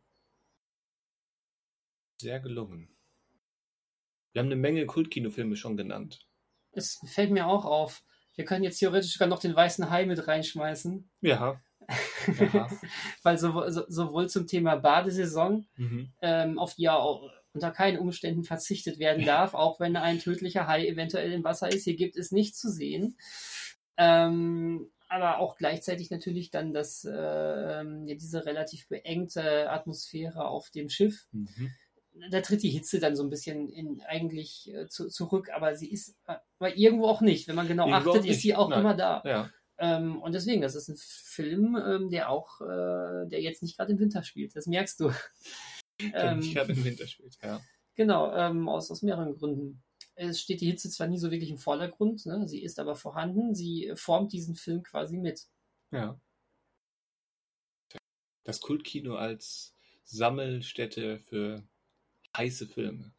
B: Sehr gelungen. Wir haben eine Menge Kultkinofilme schon genannt.
C: Es fällt mir auch auf. Wir können jetzt theoretisch sogar noch den Weißen Hai mit reinschmeißen.
B: Ja. Aha.
C: Weil sowohl, so, sowohl zum Thema Badesaison,
B: Mhm.
C: ähm, auf die ja auch unter keinen Umständen verzichtet werden darf, auch wenn ein tödlicher Hai eventuell im Wasser ist. Hier gibt es nicht zu sehen. Ähm, aber auch gleichzeitig natürlich dann das, äh, ähm, ja, diese relativ beengte Atmosphäre auf dem Schiff.
B: Mhm.
C: Da tritt die Hitze dann so ein bisschen in, eigentlich äh, zu, zurück, aber sie ist äh, aber irgendwo auch nicht. Wenn man genau
B: Irgendwo
C: achtet,
B: auch
C: ist sie
B: nicht.
C: auch
B: Nein.
C: immer da.
B: Ja.
C: Ähm, und deswegen, das ist ein Film, ähm, der auch, äh, der jetzt nicht gerade im Winter spielt. Das merkst du.
B: Der
C: ähm,
B: nicht gerade im Winter spielt, ja.
C: Genau, ähm, aus, aus mehreren Gründen. Es steht die Hitze zwar nie so wirklich im Vordergrund, ne? Sie ist aber vorhanden. Sie formt diesen Film quasi mit.
B: Ja. Das Kultkino als Sammelstätte für heiße Filme.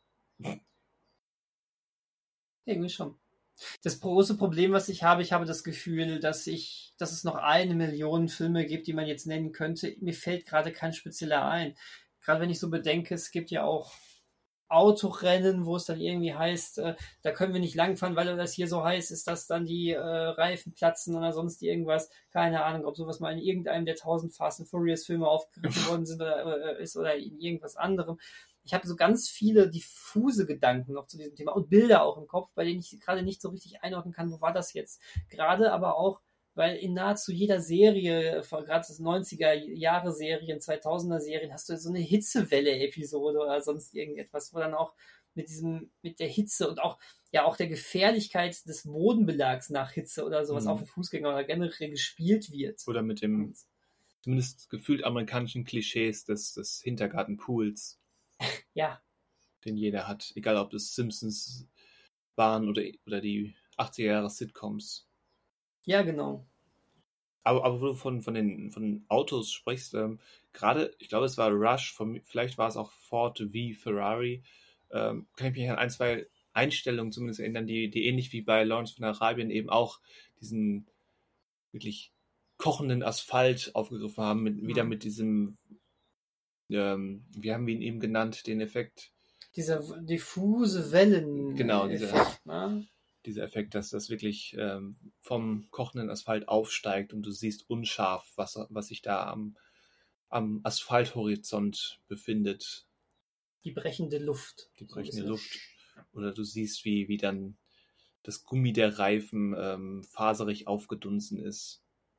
C: Irgendwie schon. Das große Problem, was ich habe, ich habe das Gefühl, dass ich, dass es noch eine Million Filme gibt, die man jetzt nennen könnte. Mir fällt gerade kein spezieller ein. Gerade wenn ich so bedenke, es gibt ja auch Autorennen, wo es dann irgendwie heißt, äh, da können wir nicht langfahren, weil das hier so heiß ist, dass dann die äh, Reifen platzen oder sonst irgendwas. Keine Ahnung, ob sowas mal in irgendeinem der tausend Fast and Furious Filme aufgegriffen worden sind oder äh, ist oder in irgendwas anderem. Ich habe so ganz viele diffuse Gedanken noch zu diesem Thema und Bilder auch im Kopf, bei denen ich gerade nicht so richtig einordnen kann, wo war das jetzt. Gerade aber auch, weil in nahezu jeder Serie, gerade das neunziger-Jahre-Serien, zweitausender-Serien, hast du so eine Hitzewelle-Episode oder sonst irgendetwas, wo dann auch mit diesem, mit der Hitze und auch, ja, auch der Gefährlichkeit des Bodenbelags nach Hitze oder sowas
B: Mhm.
C: auf dem Fußgänger oder generell gespielt wird.
B: Oder mit dem zumindest gefühlt amerikanischen Klischees des, des Hintergartenpools,
C: Ja,
B: den jeder hat. Egal, ob es Simpsons waren oder, oder die achtziger-Jahre-Sitcoms.
C: ja, genau.
B: Aber, aber wo du von, von, den, von den Autos sprichst, ähm, gerade, ich glaube, es war Rush, von, vielleicht war es auch Ford v Ferrari, ähm, kann ich mich an ein, zwei Einstellungen zumindest erinnern, die, die ähnlich wie bei Lawrence von Arabien eben auch diesen wirklich kochenden Asphalt aufgegriffen haben, mit, wieder
C: Mhm.
B: mit diesem, ähm, wie haben wir ihn eben genannt, den Effekt.
C: Dieser diffuse Wellen.
B: Genau, dieser-
C: Effekt, ne?
B: dieser Effekt, dass das wirklich ähm, vom kochenden Asphalt aufsteigt und du siehst unscharf, was, was sich da am, am Asphalthorizont befindet.
C: Die brechende Luft.
B: Die
C: So ein
B: brechende
C: bisschen.
B: Luft. Oder du siehst, wie, wie dann das Gummi der Reifen ähm, faserig aufgedunsen ist.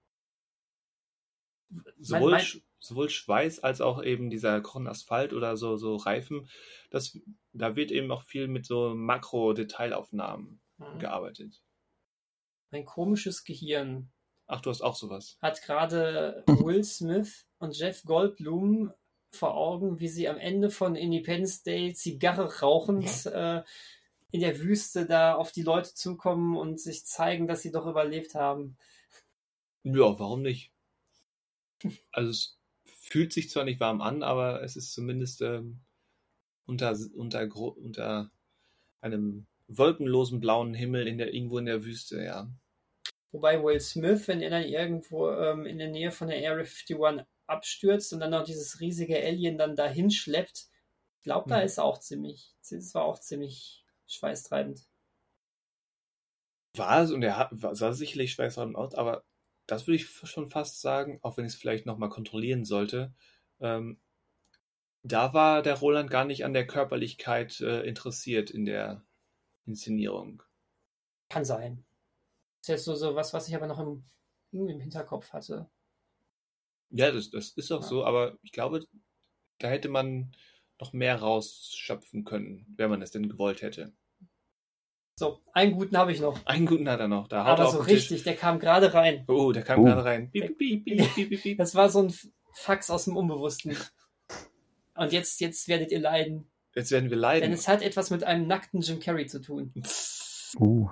B: Sowohl,
C: mein-
B: Sch- sowohl Schweiß als auch eben dieser kochende Asphalt oder so, so Reifen, das, da wird eben auch viel mit so Makro-Detailaufnahmen
C: Mhm.
B: gearbeitet.
C: Mein komisches Gehirn
B: Ach, du hast auch sowas.
C: hat gerade Will Smith und Jeff Goldblum vor Augen, wie sie am Ende von Independence Day Zigarre rauchend äh, in der Wüste da auf die Leute zukommen und sich zeigen, dass sie doch überlebt haben.
B: Ja, warum nicht? Also es fühlt sich zwar nicht warm an, aber es ist zumindest ähm, unter, unter, gro- unter einem wolkenlosen blauen Himmel in der, irgendwo in der Wüste, ja.
C: Wobei Will Smith, wenn er dann irgendwo ähm, in der Nähe von der Area einundfünfzig abstürzt und dann noch dieses riesige Alien dann dahin schleppt, ich glaube, da
B: Mhm.
C: ist auch ziemlich, das war auch ziemlich schweißtreibend.
B: War es und er hat, war, sah sicherlich schweißtreibend aus, aber das würde ich schon fast sagen, auch wenn ich es vielleicht nochmal kontrollieren sollte, ähm, da war der Roland gar nicht an der Körperlichkeit äh, interessiert in der Inszenierung.
C: Kann sein. Das ist jetzt so, so was, was ich aber noch im, irgendwie im Hinterkopf hatte.
B: Ja, das, das ist auch
C: Ja.
B: so, aber ich glaube, da hätte man noch mehr rausschöpfen können, wenn man es denn gewollt hätte.
C: So, einen guten habe ich noch.
B: Einen guten hat er noch, da haut
C: Aber
B: er auf
C: so
B: den Tisch.
C: richtig, der kam gerade rein.
B: Oh, der kam
D: Oh.
B: gerade rein. Piep, piep, piep, piep, piep, piep.
C: Das war so ein Fax aus dem Unbewussten. Und jetzt, jetzt werdet ihr leiden.
B: Jetzt werden wir leiden.
C: Denn es hat etwas mit einem nackten Jim Carrey zu tun.
D: Uh.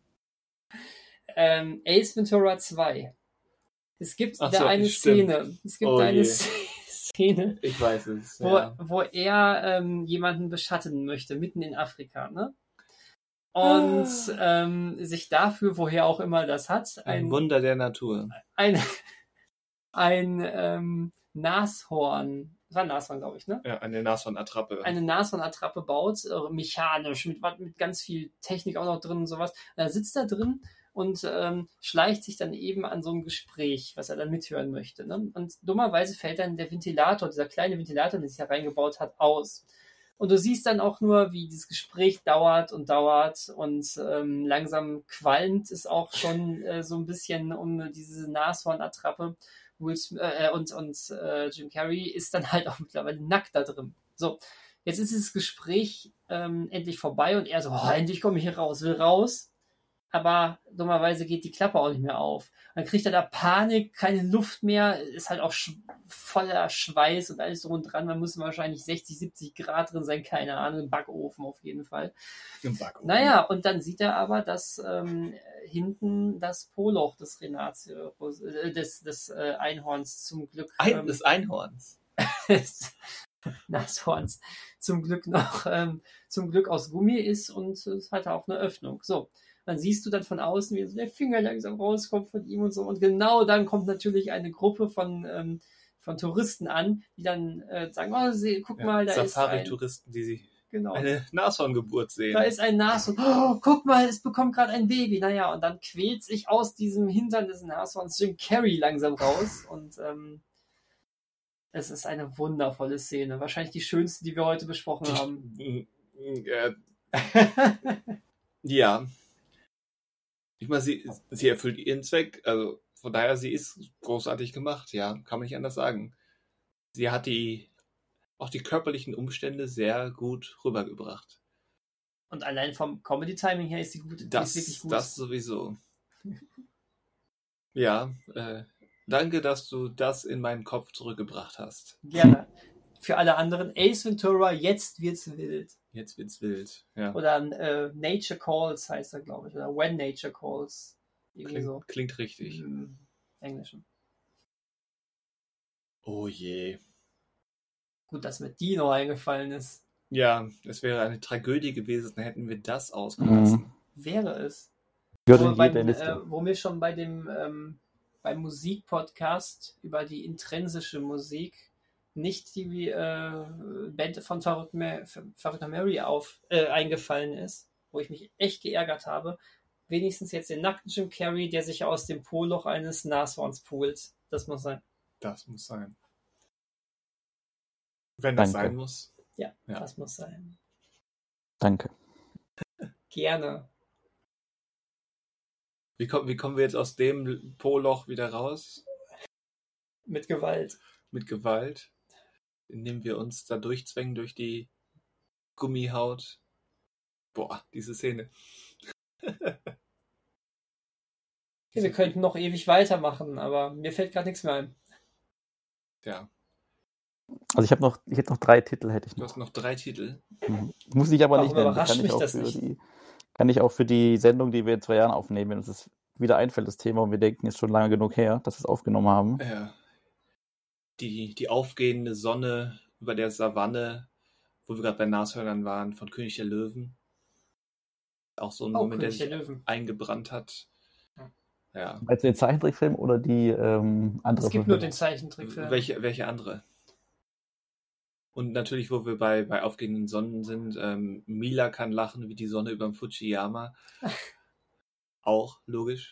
C: Ähm, Ace Ventura zwei. Es gibt
B: Ach
C: da
B: so,
C: eine
B: stimmt.
C: Szene. Es gibt
B: Oh
C: da eine
B: je.
C: Szene,
B: Ich weiß es.
C: wo,
B: Ja.
C: wo er ähm, jemanden beschatten möchte, mitten in Afrika, ne? Und ähm, sich dafür, woher auch immer das hat,
B: Ein
C: ein,
B: Wunder der Natur.
C: ein, ein ähm, Nashorn, das war ein Nashorn, glaube ich, ne?
B: Ja, eine Nashorn-Attrappe.
C: Eine Nashorn-Attrappe baut, äh, mechanisch, mit, mit ganz viel Technik auch noch drin und sowas. Er sitzt da drin und ähm, schleicht sich dann eben an so ein Gespräch, was er dann mithören möchte. Ne? Und dummerweise fällt dann der Ventilator, dieser kleine Ventilator, den sich hereingebaut hat, aus. Und du siehst dann auch nur, wie dieses Gespräch dauert und dauert und ähm, langsam qualmt es auch schon äh, so ein bisschen um diese Nashorn-Attrappe. Will Smith, äh, und und äh, Jim Carrey ist dann halt auch mittlerweile nackt da drin. So, jetzt ist dieses Gespräch ähm, endlich vorbei und er so, oh, endlich komme ich hier raus, will raus. Aber dummerweise geht die Klappe auch nicht mehr auf. Dann kriegt er da Panik, keine Luft mehr, ist halt auch sch- voller Schweiß und alles drum und dran. Man muss wahrscheinlich sechzig, siebzig Grad drin sein, keine Ahnung, im Backofen auf jeden Fall.
B: Im Backofen.
C: Naja, und dann sieht er aber, dass ähm, hinten das Poloch des Renatius, äh, des, des äh, Einhorns zum Glück
B: Ein,
C: ähm,
B: des Einhorns.
C: des Nashorns zum Glück noch ähm, zum Glück aus Gummi ist und es hat auch eine Öffnung. So, dann siehst du dann von außen, wie so der Finger langsam rauskommt von ihm und so. Und genau dann kommt natürlich eine Gruppe von, ähm, von Touristen an, die dann äh, sagen, oh, sie, guck mal, da ist ein,
B: Safari-Touristen, die sie
C: genau,
B: eine Nashorngeburt sehen.
C: da ist ein Nashorn. Oh, guck mal, es bekommt gerade ein Baby. Naja, und dann quält sich aus diesem Hintern des Nashorns Jim Carrey langsam raus. Und ähm, es ist eine wundervolle Szene. Wahrscheinlich die schönste, die wir heute besprochen haben.
B: Äh, ja. Ich meine, sie, sie erfüllt ihren Zweck. Also von daher, sie ist großartig gemacht. Ja, kann man nicht anders sagen. Sie hat die auch die körperlichen Umstände sehr gut rübergebracht.
C: Und allein vom Comedy-Timing her ist die gut. Die
B: Das,
C: ist wirklich gut.
B: das sowieso. Ja, äh, danke, dass du das in meinen Kopf zurückgebracht hast.
C: Gerne. Für alle anderen, Ace Ventura, jetzt wird's wild.
B: Jetzt wird's wild. Ja.
C: Oder äh, Nature Calls heißt er, glaube ich. Oder When Nature Calls. Irgendwie
B: Klingt,
C: so.
B: klingt richtig.
C: Im Englischen.
B: Oh je.
C: Gut, dass mir die noch eingefallen ist.
B: Ja, es wäre eine Tragödie gewesen, hätten wir das ausgelassen.
D: Mhm.
C: Wäre es.
D: Gehört
C: Wo,
D: in
C: beim,
D: jede Liste.
C: äh, wo wir schon bei dem ähm, beim Musikpodcast über die intrinsische Musik nicht die äh, Band von Verrückter Ma- Verrückter Mary auf, äh, eingefallen ist, wo ich mich echt geärgert habe, wenigstens jetzt den nackten Jim Carrey, der sich aus dem Poloch eines Nashorns poolt. Das muss sein.
B: Das muss sein. Wenn das
D: Danke.
B: sein muss.
C: Ja,
B: Ja.
C: das muss sein.
D: Danke.
C: Gerne.
B: Wie, komm, wie kommen wir jetzt aus dem Poloch wieder raus?
C: Mit Gewalt.
B: Mit Gewalt? Indem wir uns da durchzwängen durch die Gummihaut. Boah, diese Szene.
C: Ja, wir könnten noch ewig weitermachen, aber mir fällt gerade nichts mehr ein.
B: Ja,
D: Also ich habe noch, ich hätte noch drei Titel, hätte ich
B: du
D: noch.
B: hast noch drei Titel.
D: Mhm. Muss ich aber
C: Warum
D: nicht nennen.
C: überrascht
D: Kann ich,
C: mich
D: auch
C: das
D: für
C: nicht?
D: die, kann ich auch für die Sendung, die wir in zwei Jahren aufnehmen, wenn uns das wieder einfällt, das Thema, und wir denken, ist schon lange genug her, dass wir es aufgenommen haben.
B: Ja. Die, die aufgehende Sonne über der Savanne, wo wir gerade bei Nashörnern waren, von König der Löwen. Auch so ein
C: Oh,
B: Moment, der
C: König der
B: sich
C: Löwen.
B: eingebrannt hat.
C: Ja.
B: Ja.
D: Meinst du den Zeichentrickfilm oder die ähm, andere
C: Es gibt nur
D: Verfilmung?
C: den Zeichentrickfilm.
B: Welche, welche andere? Und natürlich, wo wir bei, bei aufgehenden Sonnen sind, ähm, Mila kann lachen wie die Sonne überm Fujiyama. Auch logisch.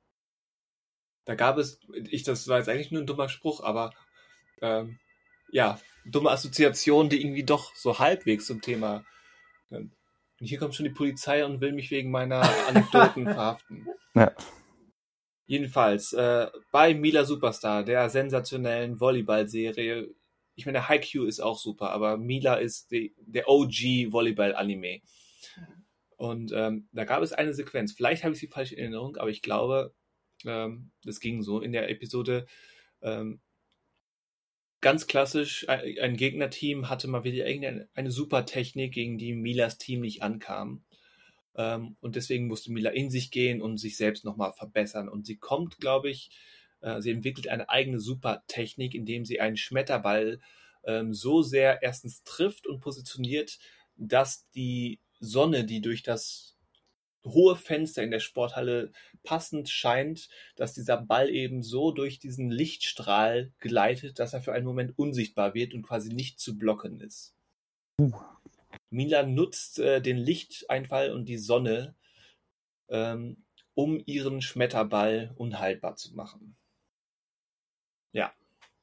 B: Da gab es, ich, das war jetzt eigentlich nur ein dummer Spruch, aber ähm, ja, dumme Assoziation, die irgendwie doch so halbwegs zum Thema. Und hier kommt schon die Polizei und will mich wegen meiner Anekdoten verhaften.
D: Ja.
B: Jedenfalls, äh, bei Mila Superstar, der sensationellen Volleyball-Serie, ich meine, Haikyuu ist auch super, aber Mila ist die, der O G-Volleyball-Anime. Und ähm, da gab es eine Sequenz, vielleicht habe ich sie falsch in Erinnerung, aber ich glaube, ähm, das ging so, in der Episode ähm, ganz klassisch, ein, ein Gegnerteam hatte mal wieder irgendeine eine super Technik, gegen die Milas Team nicht ankam. Ähm, und deswegen musste Mila in sich gehen und sich selbst nochmal verbessern. Und sie kommt, glaube ich, äh, sie entwickelt eine eigene super Technik, indem sie einen Schmetterball ähm, so sehr erstens trifft und positioniert, dass die Sonne, die durch das hohe Fenster in der Sporthalle passend scheint, dass dieser Ball eben so durch diesen Lichtstrahl gleitet, dass er für einen Moment unsichtbar wird und quasi nicht zu blocken ist.
D: Uh.
B: Mila nutzt äh, den Lichteinfall und die Sonne, ähm, um ihren Schmetterball unhaltbar zu machen. Ja.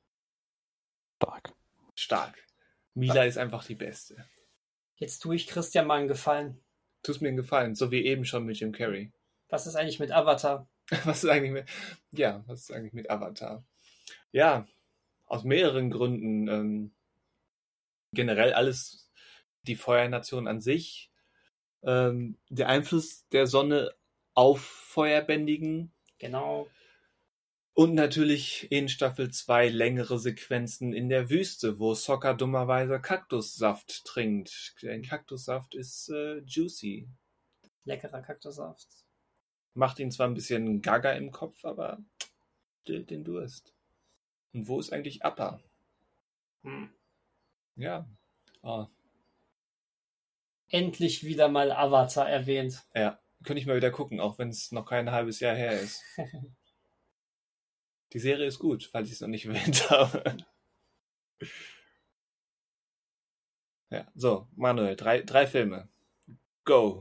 D: Stark.
B: Stark. Mila ist einfach die Beste.
C: Jetzt tue ich Christian mal einen Gefallen.
B: Tut mir einen Gefallen, so wie eben schon mit Jim Carrey.
C: Was ist eigentlich mit Avatar?
B: Was ist eigentlich mit, ja, was ist eigentlich mit Avatar? Ja, aus mehreren Gründen. Ähm, generell alles die Feuernation an sich. Ähm, der Einfluss der Sonne auf Feuerbändigen.
C: Genau.
B: Und natürlich in Staffel zwei längere Sequenzen in der Wüste, wo Sokka dummerweise Kaktussaft trinkt. Denn Kaktussaft ist äh, juicy.
C: Leckerer Kaktussaft.
B: Macht ihn zwar ein bisschen gaga im Kopf, aber stillt den Durst. Und wo ist eigentlich Appa?
C: Hm.
B: Ja. Oh,
C: Endlich wieder mal Avatar erwähnt.
B: ja, könnte ich mal wieder gucken, auch wenn es noch kein halbes Jahr her ist. Die Serie ist gut, falls ich es noch nicht erwähnt habe. Ja, so, Manuel, drei, drei Filme. Go.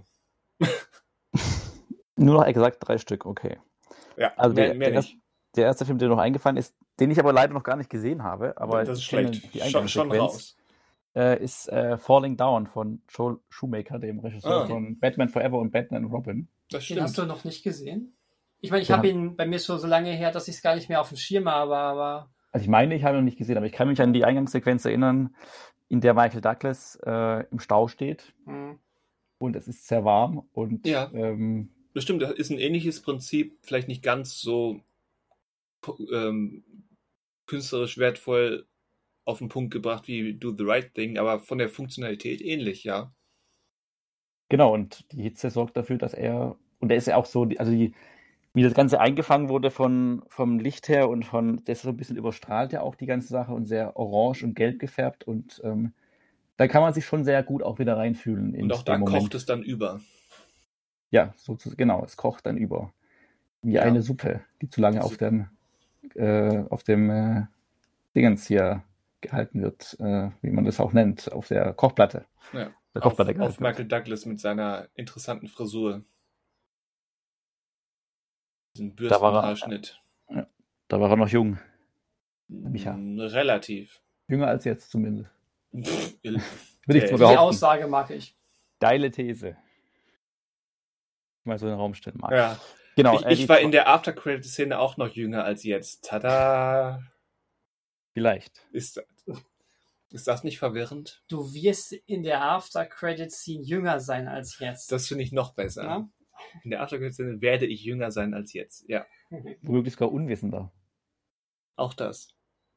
D: Nur noch exakt drei Stück, okay.
B: Ja,
D: Also
B: mehr,
D: der,
B: mehr
D: der,
B: nicht.
D: erste, der erste Film, der mir noch eingefallen ist, den ich aber leider noch gar nicht gesehen habe, aber
B: Das ist
D: ich kenne
B: schlecht.
D: die
B: Schon, schon
D: Eingangssequenz,
B: raus.
D: äh, ist äh, Falling Down von Joel Schumacher, dem Regisseur
B: Ah.
D: von Batman Forever und Batman und Robin.
B: Das
C: Den hast
B: stimmt.
C: du noch nicht gesehen? Ich meine, ich
D: Den
C: habe
D: hab-
C: ihn, bei mir ist schon so lange her, dass ich es gar nicht mehr auf dem Schirm habe, aber
D: Also ich meine, ich habe ihn noch nicht gesehen, aber ich kann mich an die Eingangssequenz erinnern, in der Michael Douglas äh, im Stau steht
C: hm,
D: und es ist sehr warm und
B: Ja.
D: ähm,
B: Das stimmt, das ist ein ähnliches Prinzip, vielleicht nicht ganz so ähm, künstlerisch wertvoll auf den Punkt gebracht wie Do the Right Thing, aber von der Funktionalität ähnlich, ja.
D: genau, und die Hitze sorgt dafür, dass er, und er ist ja auch so, also die, wie das Ganze eingefangen wurde von, vom Licht her und von, das ist so ein bisschen überstrahlt ja auch die ganze Sache und sehr orange und gelb gefärbt und ähm, da kann man sich schon sehr gut auch wieder reinfühlen. in
B: Und auch
D: dem
B: da
D: Moment.
B: kocht es dann über.
D: Ja, so, genau, es kocht dann über. Wie
B: Ja.
D: eine Suppe, die zu lange
B: Die
D: auf
B: Suppe.
D: dem, äh, auf dem äh, Dingens hier gehalten wird, äh, wie man das auch nennt, auf der Kochplatte.
B: Ja.
D: Der
B: Auf,
D: Kochplatte
B: auf
D: gehalten wird.
B: Michael Douglas mit seiner interessanten Frisur. Diesen
D: Da war er-
B: Bürstenhaarschnitt.
D: Da war er noch jung. Micha.
B: Mm, Relativ.
D: Jünger als jetzt zumindest.
B: Pff,
D: Würde ich
B: Äh,
D: so
C: Die
D: behaupten.
C: Aussage mag ich.
D: Steile These. Mal so in den Raum stellen mag.
B: Ja.
D: Genau.
B: Ich,
D: äh,
B: ich
D: die
B: war
D: zwe-
B: in der After-Credit-Szene auch noch jünger als jetzt. Tada!
D: Vielleicht.
B: Ist, ist das nicht verwirrend?
C: Du wirst in der After-Credit-Scene jünger sein als jetzt.
B: Das finde ich noch besser.
C: Ja?
B: In der After-Credit-Szene werde ich jünger sein als jetzt. Ja,
D: Womöglich sogar unwissender.
B: auch das.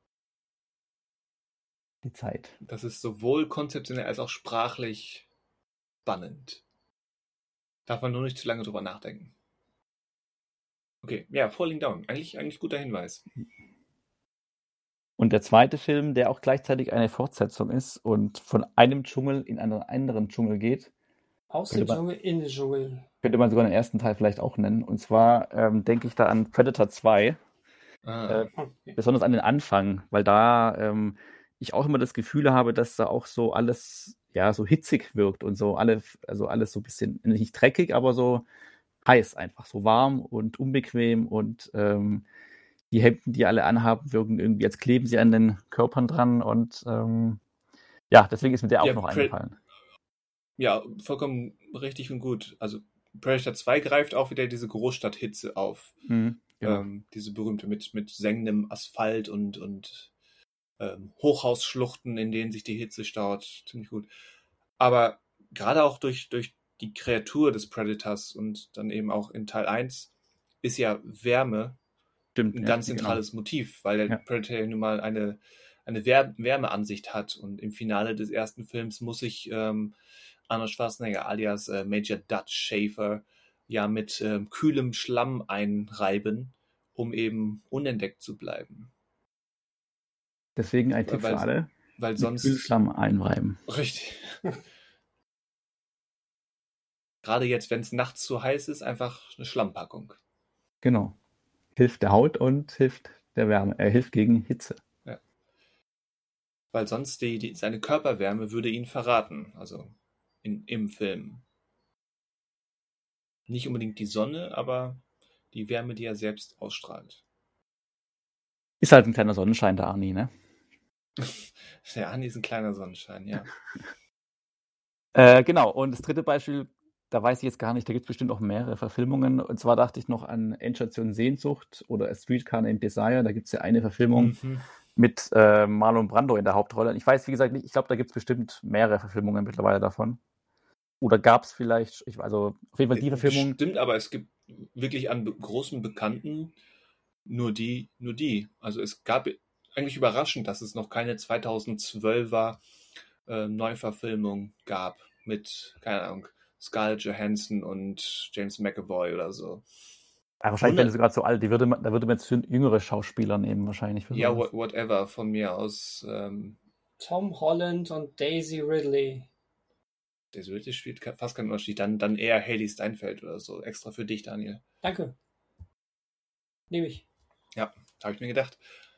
D: Die Zeit.
B: Das ist sowohl konzeptionell als auch sprachlich spannend. Darf man nur nicht zu lange drüber nachdenken. Okay, ja, Falling Down. Eigentlich, eigentlich guter Hinweis.
D: Und der zweite Film, der auch gleichzeitig eine Fortsetzung ist und von einem Dschungel in einen anderen Dschungel geht,
C: Aus
D: Könnte
C: dem
D: man-
C: Dschungel in den Dschungel.
D: könnte man sogar den ersten Teil vielleicht auch nennen. Und zwar ähm, denke ich da an Predator zwei,
B: Ah,
D: Äh,
C: Okay.
D: besonders an den Anfang, weil da ähm, ich auch immer das Gefühl habe, dass da auch so alles ja so hitzig wirkt und so alle, also alles so ein bisschen nicht dreckig, aber so heiß, einfach so warm und unbequem und ähm, die Hemden, die alle anhaben, wirken irgendwie, als kleben sie an den Körpern dran und ähm, ja, deswegen ist mir der auch
B: Ja,
D: noch
B: Pre-
D: eingefallen.
B: ja, vollkommen richtig und gut. Also Predator zwei greift auch wieder diese Großstadthitze auf.
D: Mhm, genau.
B: Ähm, diese berühmte mit, mit sengendem Asphalt und, und ähm, Hochhausschluchten, in denen sich die Hitze staut. Ziemlich gut. Aber gerade auch durch, durch die Kreatur des Predators und dann eben auch in Teil eins ist ja Wärme
D: Stimmt.
B: ein
D: ja,
B: ganz
D: genau.
B: zentrales Motiv, weil der
D: Ja.
B: Predator ja nun mal eine, eine Wär- Wärmeansicht hat. Und im Finale des ersten Films muss sich ähm, Arnold Schwarzenegger alias äh, Major Dutch Schaefer ja mit ähm, kühlem Schlamm einreiben, um eben unentdeckt zu bleiben.
D: Deswegen ein
B: Weil-
D: Tipp
B: weil-
D: für alle,
B: Weil
D: mit
B: sonst...
D: Kühlschlamm einreiben.
B: Richtig. Gerade jetzt, wenn es nachts zu heiß ist, einfach eine Schlammpackung.
D: Genau. Hilft der Haut und hilft der Wärme. Er hilft gegen Hitze.
B: Weil sonst die, die, seine Körperwärme würde ihn verraten. Also in, im Film. Nicht unbedingt die Sonne, aber die Wärme, die er selbst ausstrahlt.
D: Ist halt ein kleiner Sonnenschein, der Arnie, ne?
B: Der Andi ist ein kleiner Sonnenschein, ja.
D: Äh, genau, und das dritte Beispiel, da weiß ich jetzt gar nicht, da gibt es bestimmt auch mehrere Verfilmungen. Und zwar dachte ich noch an Endstation Sehnsucht oder A Streetcar Named Desire. Da gibt es ja eine Verfilmung
B: Mhm.
D: mit äh, Marlon Brando in der Hauptrolle. Ich weiß, wie gesagt, nicht, ich glaube, da gibt es bestimmt mehrere Verfilmungen mittlerweile davon. Oder gab es vielleicht, ich, also auf jeden Fall die Verfilmung.
B: Stimmt, aber es gibt wirklich an be großen Bekannten nur die, nur die. Also es gab eigentlich überraschend, dass es noch keine zweitausendzwölfer äh, Neuverfilmung gab mit, keine Ahnung, Scarlett Johansson und James McAvoy oder so.
D: Ah, wahrscheinlich
B: Wunder-
D: wären sie gerade so alt, die würde man, da würde man jetzt jüngere Schauspieler nehmen, wahrscheinlich. Für
B: Ja,
D: sowas.
B: wha- whatever, von mir aus. Ähm,
C: Tom Holland und Daisy Ridley.
B: der Sölte spielt ke- fast keinen Unterschied. Dann, dann eher Hailee Steinfeld oder so. Extra für dich, Daniel.
C: Danke. Nehme ich.
B: Habe ich mir gedacht.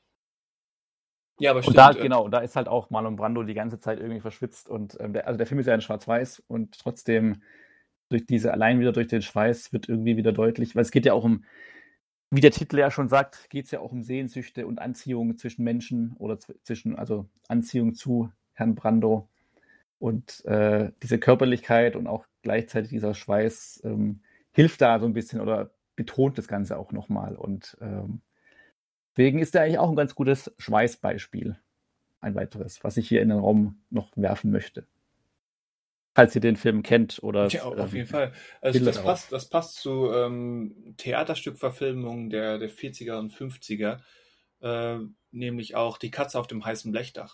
B: Ja, aber
D: Und
B: stimmt.
D: da,
B: äh,
D: genau, da ist halt auch Marlon Brando die ganze Zeit irgendwie verschwitzt. Und ähm, der, also der Film ist ja in Schwarz-Weiß und trotzdem durch diese, allein wieder durch den Schweiß wird irgendwie wieder deutlich, weil es geht ja auch um, wie der Titel ja schon sagt, geht es ja auch um Sehnsüchte und Anziehung zwischen Menschen oder zw- zwischen, also Anziehung zu Herrn Brando. Und äh, diese Körperlichkeit und auch gleichzeitig dieser Schweiß ähm, hilft da so ein bisschen oder betont das Ganze auch nochmal. Und ähm, deswegen ist der eigentlich auch ein ganz gutes Schweißbeispiel. Ein weiteres, was ich hier in den Raum noch werfen möchte. Falls ihr den Film kennt oder.
B: Ja, auf
D: ähm,
B: jeden Fall. Also
D: Bilder
B: das
D: darauf.
B: passt, das passt zu ähm, Theaterstückverfilmungen der, der vierziger und fünfziger, äh, nämlich auch Die Katze auf dem heißen Blechdach.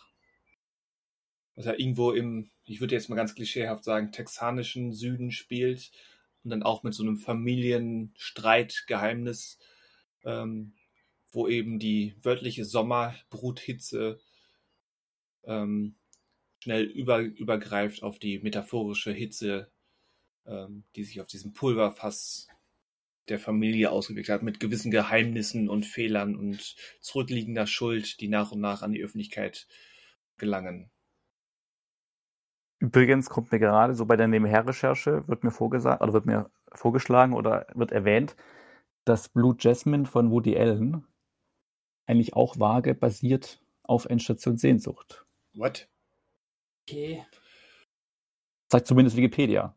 B: Was ja irgendwo im, ich würde jetzt mal ganz klischeehaft sagen, texanischen Süden spielt und dann auch mit so einem Familienstreitgeheimnis, ähm, wo eben die wörtliche Sommerbruthitze ähm, schnell über, übergreift auf die metaphorische Hitze, ähm, die sich auf diesem Pulverfass der Familie ausgewirkt hat, mit gewissen Geheimnissen und Fehlern und zurückliegender Schuld, die nach und nach an die Öffentlichkeit gelangen.
D: Übrigens kommt mir gerade so bei der Nebenher-Recherche, wird mir vorgesagt, oder wird mir vorgeschlagen oder wird erwähnt, dass Blue Jasmine von Woody Allen eigentlich auch vage basiert auf Endstation Sehnsucht.
B: What?
C: Okay.
D: Sagt zumindest Wikipedia.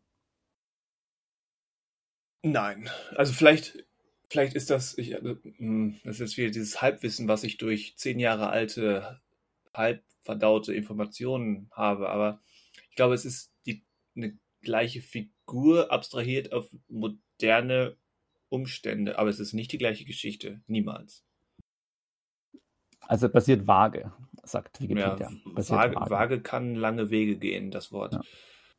B: Nein. Also vielleicht, vielleicht ist das, ich, also, hm, das ist wieder dieses Halbwissen, was ich durch zehn Jahre alte, halb verdaute Informationen habe. Aber ich glaube, es ist die, eine gleiche Figur abstrahiert auf moderne Umstände. Aber es ist nicht die gleiche Geschichte. Niemals.
D: Also basiert vage, sagt
B: Ja,
D: Wikipedia. Basiert
B: vage,
D: vage.
B: vage kann lange Wege gehen, das Wort.
D: Ja.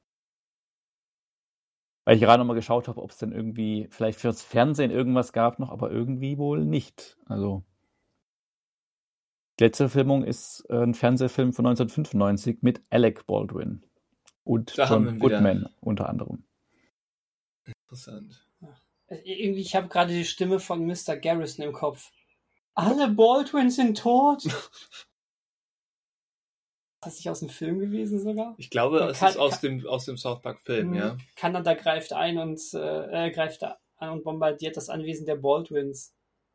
D: Weil ich gerade nochmal geschaut habe, ob es denn irgendwie vielleicht fürs Fernsehen irgendwas gab noch, aber irgendwie wohl nicht. Also die letzte Verfilmung ist äh, ein Fernsehfilm von neunzehnhundertfünfundneunzig mit Alec Baldwin und
B: Da haben
D: John
B: wir wieder-
D: Goodman unter anderem.
B: Interessant.
C: Irgendwie, ich habe gerade die Stimme von Mister Garrison im Kopf. Alle Baldwins sind tot. Ist das nicht aus dem Film gewesen sogar?
B: Ich glaube,
C: Ja,
B: es
C: kann-
B: ist aus
C: kann-
B: dem, aus dem South Park-Film,
C: Mhm.
B: ja.
C: Kanada greift ein und äh, äh, greift an und bombardiert das Anwesen der Baldwins.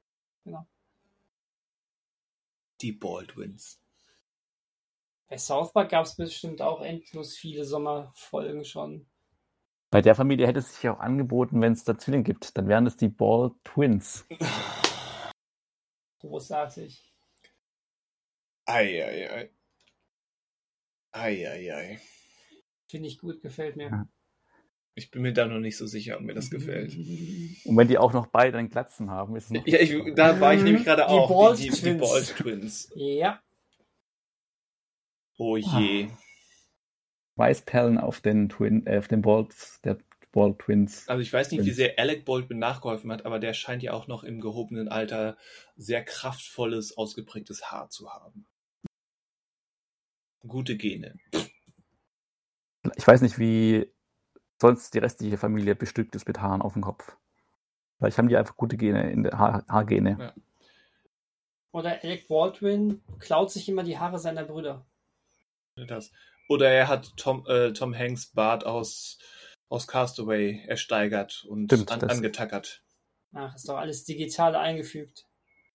B: Die Baldwins.
C: Bei South Park gab es bestimmt auch endlos viele Sommerfolgen schon.
D: Bei der Familie hätte es sich auch angeboten, wenn es da Zwillinge gibt. Dann wären es die Ball Twins.
C: Großartig.
B: Eieiei. Ei, ei. ei, ei.
C: Finde ich gut, gefällt mir.
D: Ja.
B: Ich bin mir da noch nicht so sicher, ob mir das gefällt.
D: Und wenn die auch noch beide einen Glatzen haben, ist es noch...
B: Ja, ich, da war ich nämlich gerade
C: Die
B: auch.
C: Bald
B: die, die, die
C: Twins.
B: Bald Twins.
C: Ja,
B: Oh je.
D: Weißperlen auf den Twin, äh, auf den Balls, der Ball Twins.
B: Also ich weiß nicht, wie
D: Twins.
B: sehr Alec Baldwin nachgeholfen hat, aber der scheint ja auch noch im gehobenen Alter sehr kraftvolles, ausgeprägtes Haar zu haben. Gute Gene.
D: Ich weiß nicht, wie sonst die restliche Familie bestückt ist mit Haaren auf dem Kopf. Vielleicht haben die einfach gute Gene in der Haar Haargene.
B: Ja.
C: oder Alec Baldwin klaut sich immer die Haare seiner Brüder.
B: Das. Oder er hat Tom, äh, Tom Hanks Bart aus, aus Castaway ersteigert und
D: Stimmt,
B: an,
D: das-
B: angetackert.
C: Ach, ist doch alles digital eingefügt.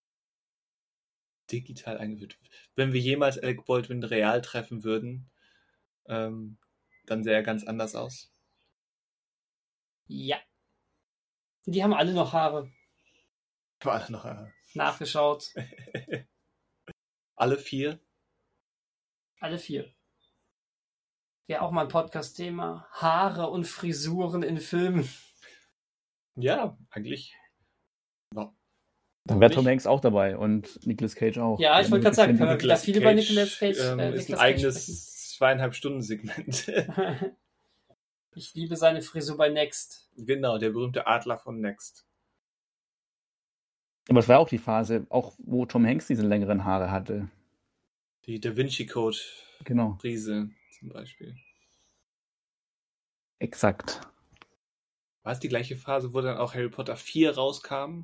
B: Digital eingeführt. Wenn wir jemals Alec Baldwin real treffen würden, ähm, dann sähe er ganz anders aus.
C: Ja. Die haben alle noch Haare.
B: War noch, äh,
C: Nachgeschaut.
B: alle vier.
C: Alle vier. Wäre auch mal ein Podcast-Thema. Haare und Frisuren in Filmen.
B: Ja, eigentlich.
D: Dann wäre Tom Hanks auch dabei und Nicolas Cage auch.
C: Ja, ich wollte gerade sagen, können wir wieder
B: Nicolas
C: viel über Nicolas Cage,
B: ähm,
C: äh,
B: ist ein
C: Nicolas Cage
B: eigenes zweieinhalb Stunden Segment.
C: Ich liebe seine Frisur bei Next.
B: Genau, der berühmte Adler von Next.
D: Aber es war auch die Phase, auch wo Tom Hanks diese längeren Haare hatte.
B: Die Da Vinci Code
D: Genau,
B: Riese zum Beispiel.
D: exakt.
B: War es die gleiche Phase, wo dann auch Harry Potter vier rauskam?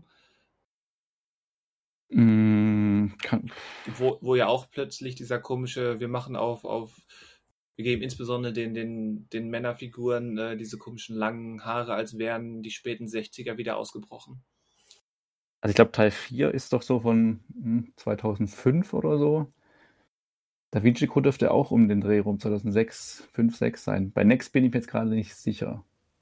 D: Mm, kann,
B: Wo, wo ja auch plötzlich dieser komische, wir machen auf, auf wir geben insbesondere den, den, den Männerfiguren äh, diese komischen langen Haare, als wären die späten sechziger wieder ausgebrochen.
D: also ich glaube, Teil vier ist doch so von hm, zweitausendfünf oder so. Da Vinci Code dürfte auch um den Dreh rum zweitausendsechs, fünf, sechs sein. Bei Next bin ich mir jetzt gerade nicht sicher.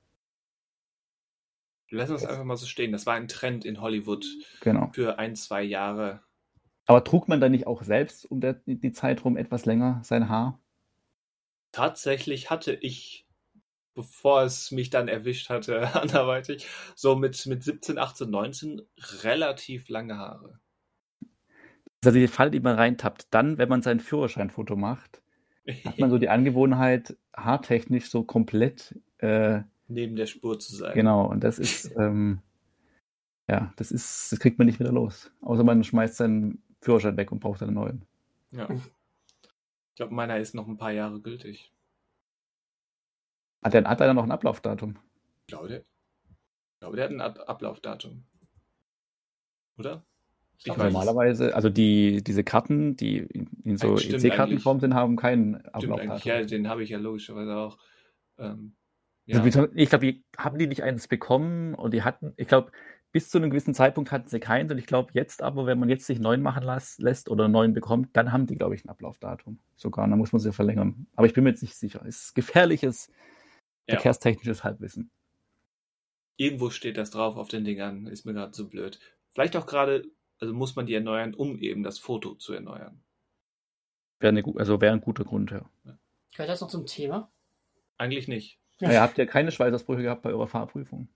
B: Lass uns einfach mal so stehen. Das war ein Trend in Hollywood
D: Genau.
B: für ein, zwei Jahre.
D: Aber trug man dann nicht auch selbst um der, die Zeit rum etwas länger sein Haar?
B: Tatsächlich hatte ich, bevor es mich dann erwischt hatte, anderweitig, so mit, mit siebzehn, achtzehn, neunzehn relativ lange Haare.
D: Das ist also die Falle, die man reintappt. Dann, wenn man sein Führerscheinfoto macht, hat man so die Angewohnheit, haartechnisch so komplett, äh,
B: Neben der Spur zu sein.
D: genau, und das ist, ähm, ja, das ist, das kriegt man nicht wieder los. Außer man schmeißt seinen Führerschein weg und braucht einen neuen.
B: Ja. Ich glaube, meiner ist noch ein paar Jahre gültig.
D: Hat der, hat er noch ein Ablaufdatum?
B: Ich glaube, der, ich glaube, der hat ein Ab Ablaufdatum. Oder? Ich
C: glaub,
B: weiß es.
D: Normalerweise, also die, diese Karten, die in, in so
B: Stimmt
D: E C-Kartenform sind, haben keinen
B: Stimmt eigentlich.
D: Ablaufdatum.
B: Ja, den habe ich ja logischerweise auch. Ähm, ja.
D: Also, ich glaube, die haben die nicht eins bekommen und die hatten, ich glaube, bis zu einem gewissen Zeitpunkt hatten sie keins und ich glaube jetzt aber, wenn man jetzt sich einen neuen machen las, lässt oder einen neuen bekommt, dann haben die, glaube ich, ein Ablaufdatum. Sogar, dann muss man sie verlängern. Aber ich bin mir jetzt nicht sicher. Es ist gefährliches,
B: Ja.
D: verkehrstechnisches Halbwissen.
B: Irgendwo steht das drauf auf den Dingern, ist mir gerade so blöd. Vielleicht auch gerade, also muss man die erneuern, um eben das Foto zu erneuern.
D: Wäre eine, gu- also wäre ein guter Grund, ja.
C: Gehört das noch zum Thema?
B: Eigentlich nicht.
D: Ja, ihr habt ja keine Schweißausbrüche gehabt bei eurer Fahrprüfung.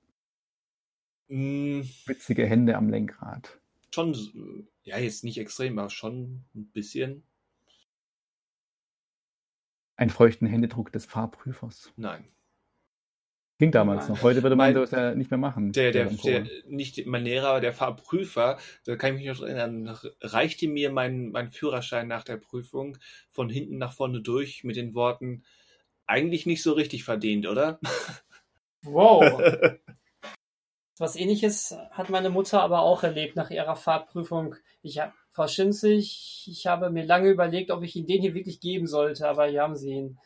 B: Mm,
D: Witzige Hände am Lenkrad.
B: schon, so- ja, jetzt nicht extrem, aber schon ein bisschen.
D: Einen feuchten Händedruck des Fahrprüfers.
B: Nein.
D: Ging damals
C: Nein.
D: noch. Heute würde man
B: Mein-
D: das ja nicht mehr machen.
B: Der, der,
D: während
B: der,
D: Corona.
B: nicht mein Lehrer, aber der Fahrprüfer, da kann ich mich noch erinnern, reichte mir mein, mein Führerschein nach der Prüfung von hinten nach vorne durch mit den Worten, eigentlich nicht so richtig verdient, oder?
C: Wow. Was Ähnliches hat meine Mutter aber auch erlebt nach ihrer Fahrprüfung. Ich hab, Frau Schinzig, ich habe mir lange überlegt, ob ich Ihnen den hier wirklich geben sollte, aber hier haben Sie ihn.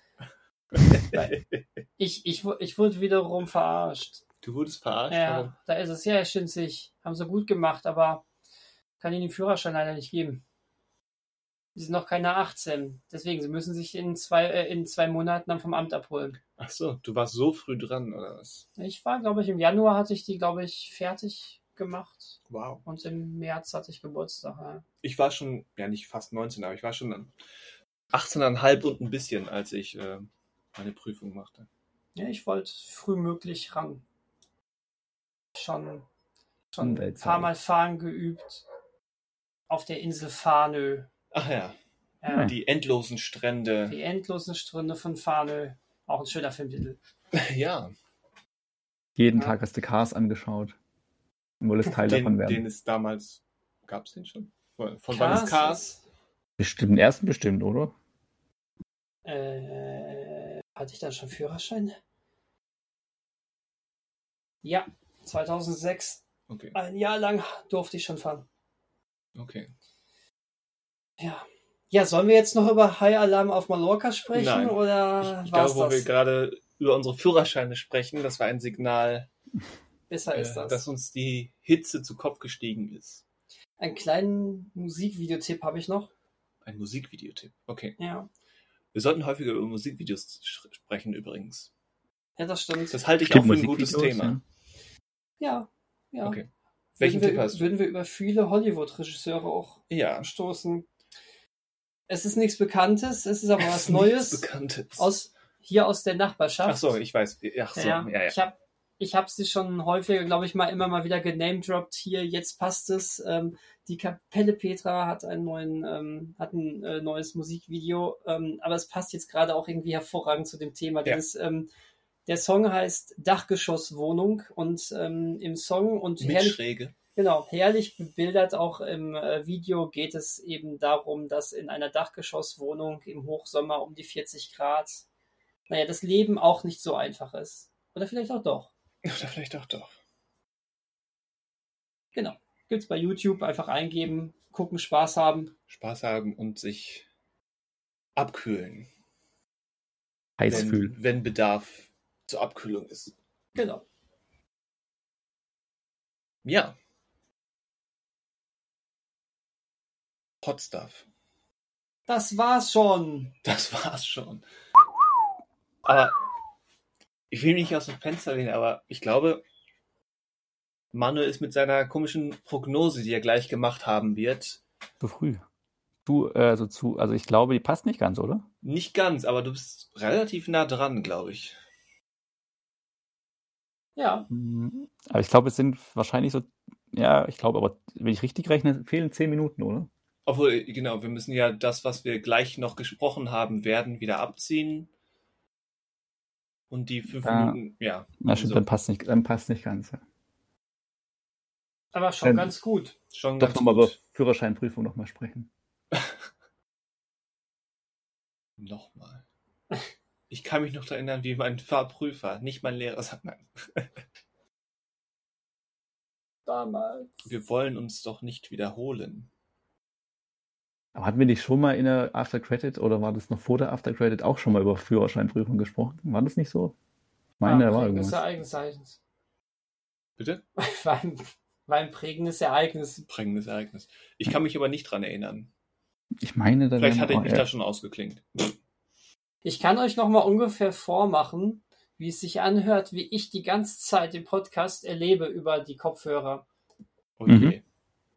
C: Ich, ich, wu- ich wurde wiederum verarscht.
B: Du wurdest verarscht? Warum?
C: Ja, da ist es. Ja, Herr Schinzig, haben Sie gut gemacht, aber kann Ihnen den Führerschein leider nicht geben. Sie sind noch keine achtzehn. Deswegen, Sie müssen sich in zwei, äh, in zwei Monaten dann vom Amt abholen.
B: Ach so, du warst so früh dran, oder was?
C: Ich war, glaube ich, im Januar hatte ich die, glaube ich, fertig gemacht.
B: Wow.
C: Und im März hatte ich Geburtstag. Ja.
B: Ich war schon, ja nicht fast neunzehn, aber ich war schon dann achtzehn Komma fünf und ein bisschen, als ich äh, meine Prüfung machte.
C: Ja, ich wollte frühmöglich ran. Schon, schon ein
D: Umweltzeit.
C: paar Mal fahren geübt. Auf der Insel Farnö.
B: Ach ja,
C: Ja,
B: die endlosen Strände.
C: die endlosen Strände von Farnö. Auch ein schöner Filmtitel.
B: Ja,
D: Jeden
C: Ja.
D: Tag hast du Cars angeschaut. Und wolltest Teil davon
B: den,
D: werden.
B: den es damals, gab es den schon? Von wann ist Cars?
D: Bestimmt, den ersten bestimmt, oder?
C: Äh, hatte ich da schon Führerschein? Ja, zweitausendsechs.
B: Okay,
C: Ein Jahr lang durfte ich schon fahren.
B: okay.
C: Ja. Ja, sollen wir jetzt noch über High Alarm auf Mallorca sprechen?
B: Nein.
C: Oder
B: Ich, ich
C: war's
B: glaube, wo wir
C: das?
B: gerade über unsere Führerscheine sprechen, das war ein Signal,
C: Besser
B: äh,
C: ist das.
B: dass uns die Hitze zu Kopf gestiegen ist.
C: Einen kleinen Musikvideotipp habe ich noch.
B: Ein Musikvideotipp. Okay.
C: Ja.
B: Wir sollten häufiger über Musikvideos sch- sprechen übrigens.
C: Ja, das stimmt.
B: Das halte ich
D: Stimmt,
B: auch für ein gutes
D: Musikvideos,
B: Thema.
C: ja. Ja.
B: Okay. Welchen
C: würden
B: Tipp
C: wir,
B: hast du?
C: Würden wir über viele Hollywood-Regisseure auch
B: Ja.
C: stoßen. Es ist nichts Bekanntes, es ist aber was
B: Nichts
C: Neues.
B: Bekanntes.
C: Aus, hier aus der Nachbarschaft.
B: Ach so, ich weiß. Ach so, ja, ja.
C: Ich habe ich hab sie schon häufiger, glaube ich, mal immer mal wieder genamedroppt hier. Jetzt passt es. Ähm, die Kapelle Petra hat einen neuen, ähm, hat ein äh, neues Musikvideo, ähm, aber es passt jetzt gerade auch irgendwie hervorragend zu dem Thema.
B: Ja.
C: Dieses, ähm, der Song heißt Dachgeschosswohnung und ähm, im Song und
B: Mit
C: herrlich,
B: Schräge.
C: genau, herrlich bebildert auch im äh, Video geht es eben darum, dass in einer Dachgeschosswohnung im Hochsommer um die vierzig Grad, naja, das Leben auch nicht so einfach ist. Oder vielleicht auch doch.
B: Oder vielleicht auch doch.
C: Genau. Gibt's bei YouTube, einfach eingeben, gucken, Spaß haben.
B: Spaß haben und sich abkühlen,
D: Heiß
B: wenn,
D: fühlen.
B: wenn Bedarf zur Abkühlung ist.
C: Genau.
B: Ja. Hot Stuff.
C: Das war's schon.
B: Das war's schon. Aber ich will nicht aus dem Fenster lehnen, aber ich glaube, Manuel ist mit seiner komischen Prognose, die er gleich gemacht haben wird,
D: Zu früh. Du, äh, also zu, also ich glaube, die passt nicht ganz, oder?
B: nicht ganz, aber du bist relativ nah dran, glaube ich.
C: Ja.
D: Mhm. Aber ich glaube, es sind wahrscheinlich so, ja, ich glaube, aber wenn ich richtig rechne, fehlen zehn Minuten, oder?
B: Obwohl, genau, wir müssen ja das, was wir gleich noch gesprochen haben werden, wieder abziehen. Und die fünf
D: Ja.
B: Minuten, ja.
D: Na stimmt,
B: also
D: dann passt nicht, dann passt nicht ganz. Ja.
C: Aber schon
D: Ähm,
C: ganz gut.
B: schon
D: Doch
B: ganz
D: nochmal über
B: gut.
D: Führerscheinprüfung nochmal sprechen.
B: Nochmal. Ich kann mich noch erinnern, wie mein Fahrprüfer, nicht mein Lehrer, sagt, nein,
C: Damals.
B: wir wollen uns doch nicht wiederholen.
D: Aber hatten wir nicht schon mal in der After Credit oder war das noch vor der After Credit auch schon mal über Führerscheinprüfung gesprochen? War das nicht so? Ich meine, da war
C: Prägendes
D: irgendwas.
C: Ereignis.
B: Bitte?
C: War ein, war ein prägendes Ereignis.
B: Prägendes Ereignis. Ich kann mich aber nicht dran erinnern.
D: Ich meine, da
B: Vielleicht
D: wären
B: hatte ich
D: auch-
B: mich
D: ja.
B: da schon ausgeklingt.
C: Ich kann euch noch mal ungefähr vormachen, wie es sich anhört, wie ich die ganze Zeit den Podcast erlebe über die Kopfhörer.
B: Oh
D: Mhm.
B: je.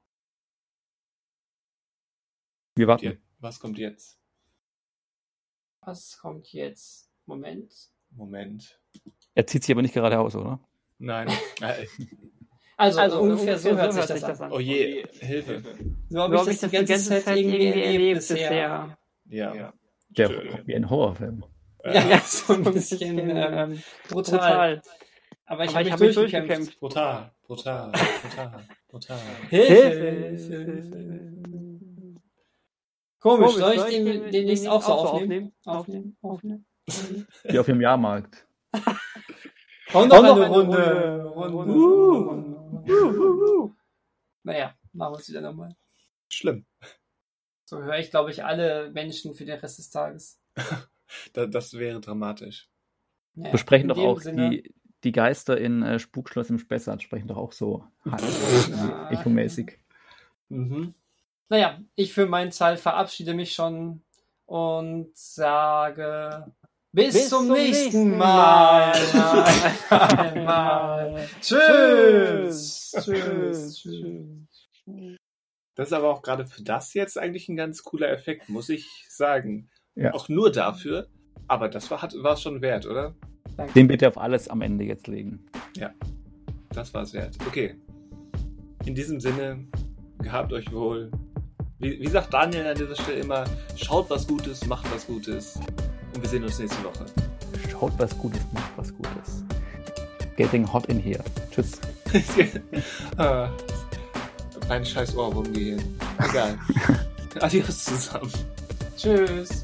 D: Wir warten.
B: Je- Was kommt jetzt?
C: Was kommt jetzt? Moment.
B: Moment.
D: Er zieht sich aber nicht geradeaus, oder?
B: Nein. Äh,
C: Also,
E: Also
C: ungefähr so hört sich das an.
B: oh je, Hilfe.
C: So habe ich das die ganze Zeit irgendwie erlebt bisher.
B: Ja.
D: Der
B: Schön.
D: wie ein Horrorfilm.
C: Ja, so ein bisschen ähm, brutal.
E: brutal.
C: Aber ich
E: Aber
C: habe
E: ich
C: mich
E: habe mich
C: durchgekämpft.
E: durchgekämpft.
B: Brutal, brutal, brutal, brutal.
C: Hilfe!
E: Hilfe!
C: Hilfe. Komisch, soll ich den demnächst auch so aufnehmen?
E: Aufnehmen? Aufnehmen?
D: Wie auf dem Jahrmarkt.
C: Und noch eine Runde. Runde.
E: Uh.
C: Naja, machen wir es wieder nochmal.
B: Schlimm.
C: So höre ich, glaube ich, alle Menschen für den Rest des Tages.
B: Da, das wäre dramatisch.
C: Naja,
D: So sprechen
C: in
D: doch
C: dem
D: auch
C: Sinne-
D: die, die Geister in äh, Spukschloss im Spessart, sprechen doch auch so
C: Ja.
D: echomäßig.
B: Mhm.
C: Naja, ich für meinen Teil verabschiede mich schon und sage bis,
E: Bis
C: zum,
E: zum
C: nächsten
E: nächsten
C: Mal.
E: Mal.
C: Mal. Tschüss. Tschüss. Tschüss.
B: Das ist aber auch gerade für das jetzt eigentlich ein ganz cooler Effekt, muss ich sagen.
D: Ja.
B: Auch nur dafür. Aber das war es schon wert, oder?
D: Den bitte auf alles am Ende jetzt legen.
B: Das war es wert. Okay. In diesem Sinne, gehabt euch wohl. Wie, wie sagt Daniel an dieser Stelle immer, schaut was Gutes, macht was Gutes. Und wir sehen uns nächste Woche.
D: Schaut was Gutes, macht was Gutes. Getting hot in here. Tschüss.
B: ah, mein scheiß Ohrwurmgehirn. Egal. Adios zusammen.
C: Tschüss.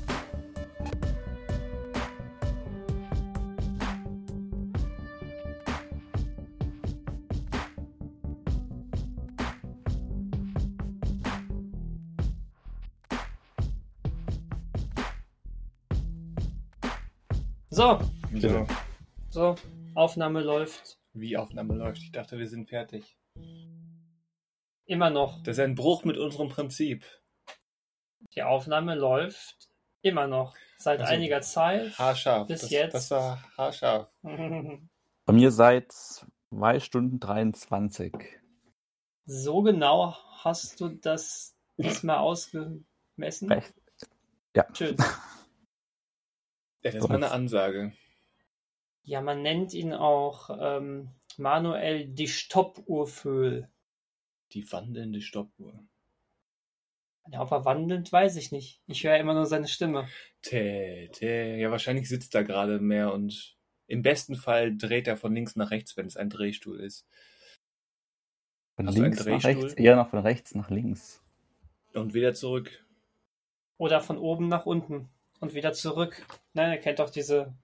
C: So,
B: So.
C: so, Aufnahme läuft.
B: Wie Aufnahme läuft. Ich dachte, wir sind fertig.
C: Immer noch.
B: Das ist ein Bruch mit unserem Prinzip.
C: Die Aufnahme läuft immer noch. Seit
B: Also,
C: einiger Zeit.
B: Haarscharf.
C: Bis
B: das,
C: jetzt.
B: Das war haarscharf.
D: Bei mir seit zwei Stunden dreiundzwanzig.
C: So genau hast du das diesmal ausgemessen?
D: Recht. Ja.
C: Schön.
B: Ja, das ist mal eine Ansage.
C: Ja, man nennt ihn auch ähm, Manuel die Stoppuhrvögel.
B: Die wandelnde Stoppuhr.
C: Ja, ob er wandelnd, weiß ich nicht. Ich höre immer nur seine Stimme.
B: Tä, tä. Ja, wahrscheinlich sitzt er gerade mehr und im besten Fall dreht er von links nach rechts, wenn es ein Drehstuhl ist.
D: Von
B: Hast du einen
D: links nach
B: Drehstuhl?
D: rechts, eher noch von rechts nach links.
B: Und wieder zurück.
C: Oder von oben nach unten und wieder zurück. Nein, er kennt doch diese.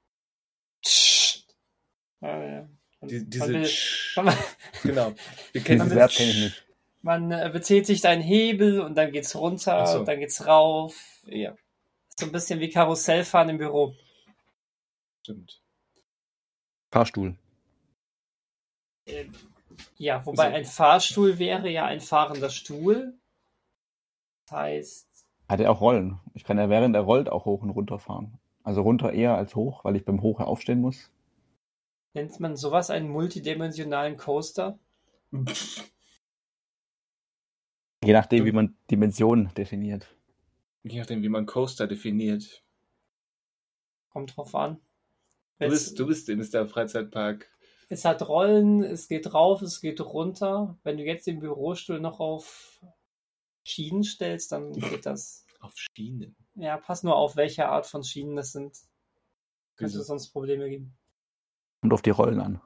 C: Ja, ja. Und
B: Die,
C: man
B: diese.
C: will-
B: Genau. Wir kennen
D: Dieses
C: Damit-
D: Verb kenne ich nicht.
C: Man äh, betätigt einen Hebel und dann geht's runter,
B: Ach so.
C: dann geht's rauf.
B: Ja,
C: So ein bisschen wie Karussellfahren im Büro.
B: stimmt.
D: Fahrstuhl.
C: Äh, ja, wobei
B: So.
C: ein Fahrstuhl wäre ja ein fahrender Stuhl. Das heißt,
D: Hat er auch Rollen. Ich kann ja während er rollt auch hoch und runter fahren. Also runter eher als hoch, weil ich beim Hoch aufstehen muss.
C: nennt man sowas einen multidimensionalen Coaster?
D: Je nachdem, wie man Dimensionen definiert.
B: Je nachdem, wie man Coaster definiert.
C: Kommt drauf an.
B: Du
C: Es,
B: bist, du bist in Mister Freizeitpark.
C: es hat Rollen, es geht rauf, es geht runter. Wenn du jetzt den Bürostuhl noch auf Schienen stellst, dann geht das.
B: Auf Schienen.
C: Ja, pass nur auf, welche Art von Schienen das sind. Könnte
B: Wieso?
C: es sonst Probleme geben.
D: Kommt auf die Rollen an.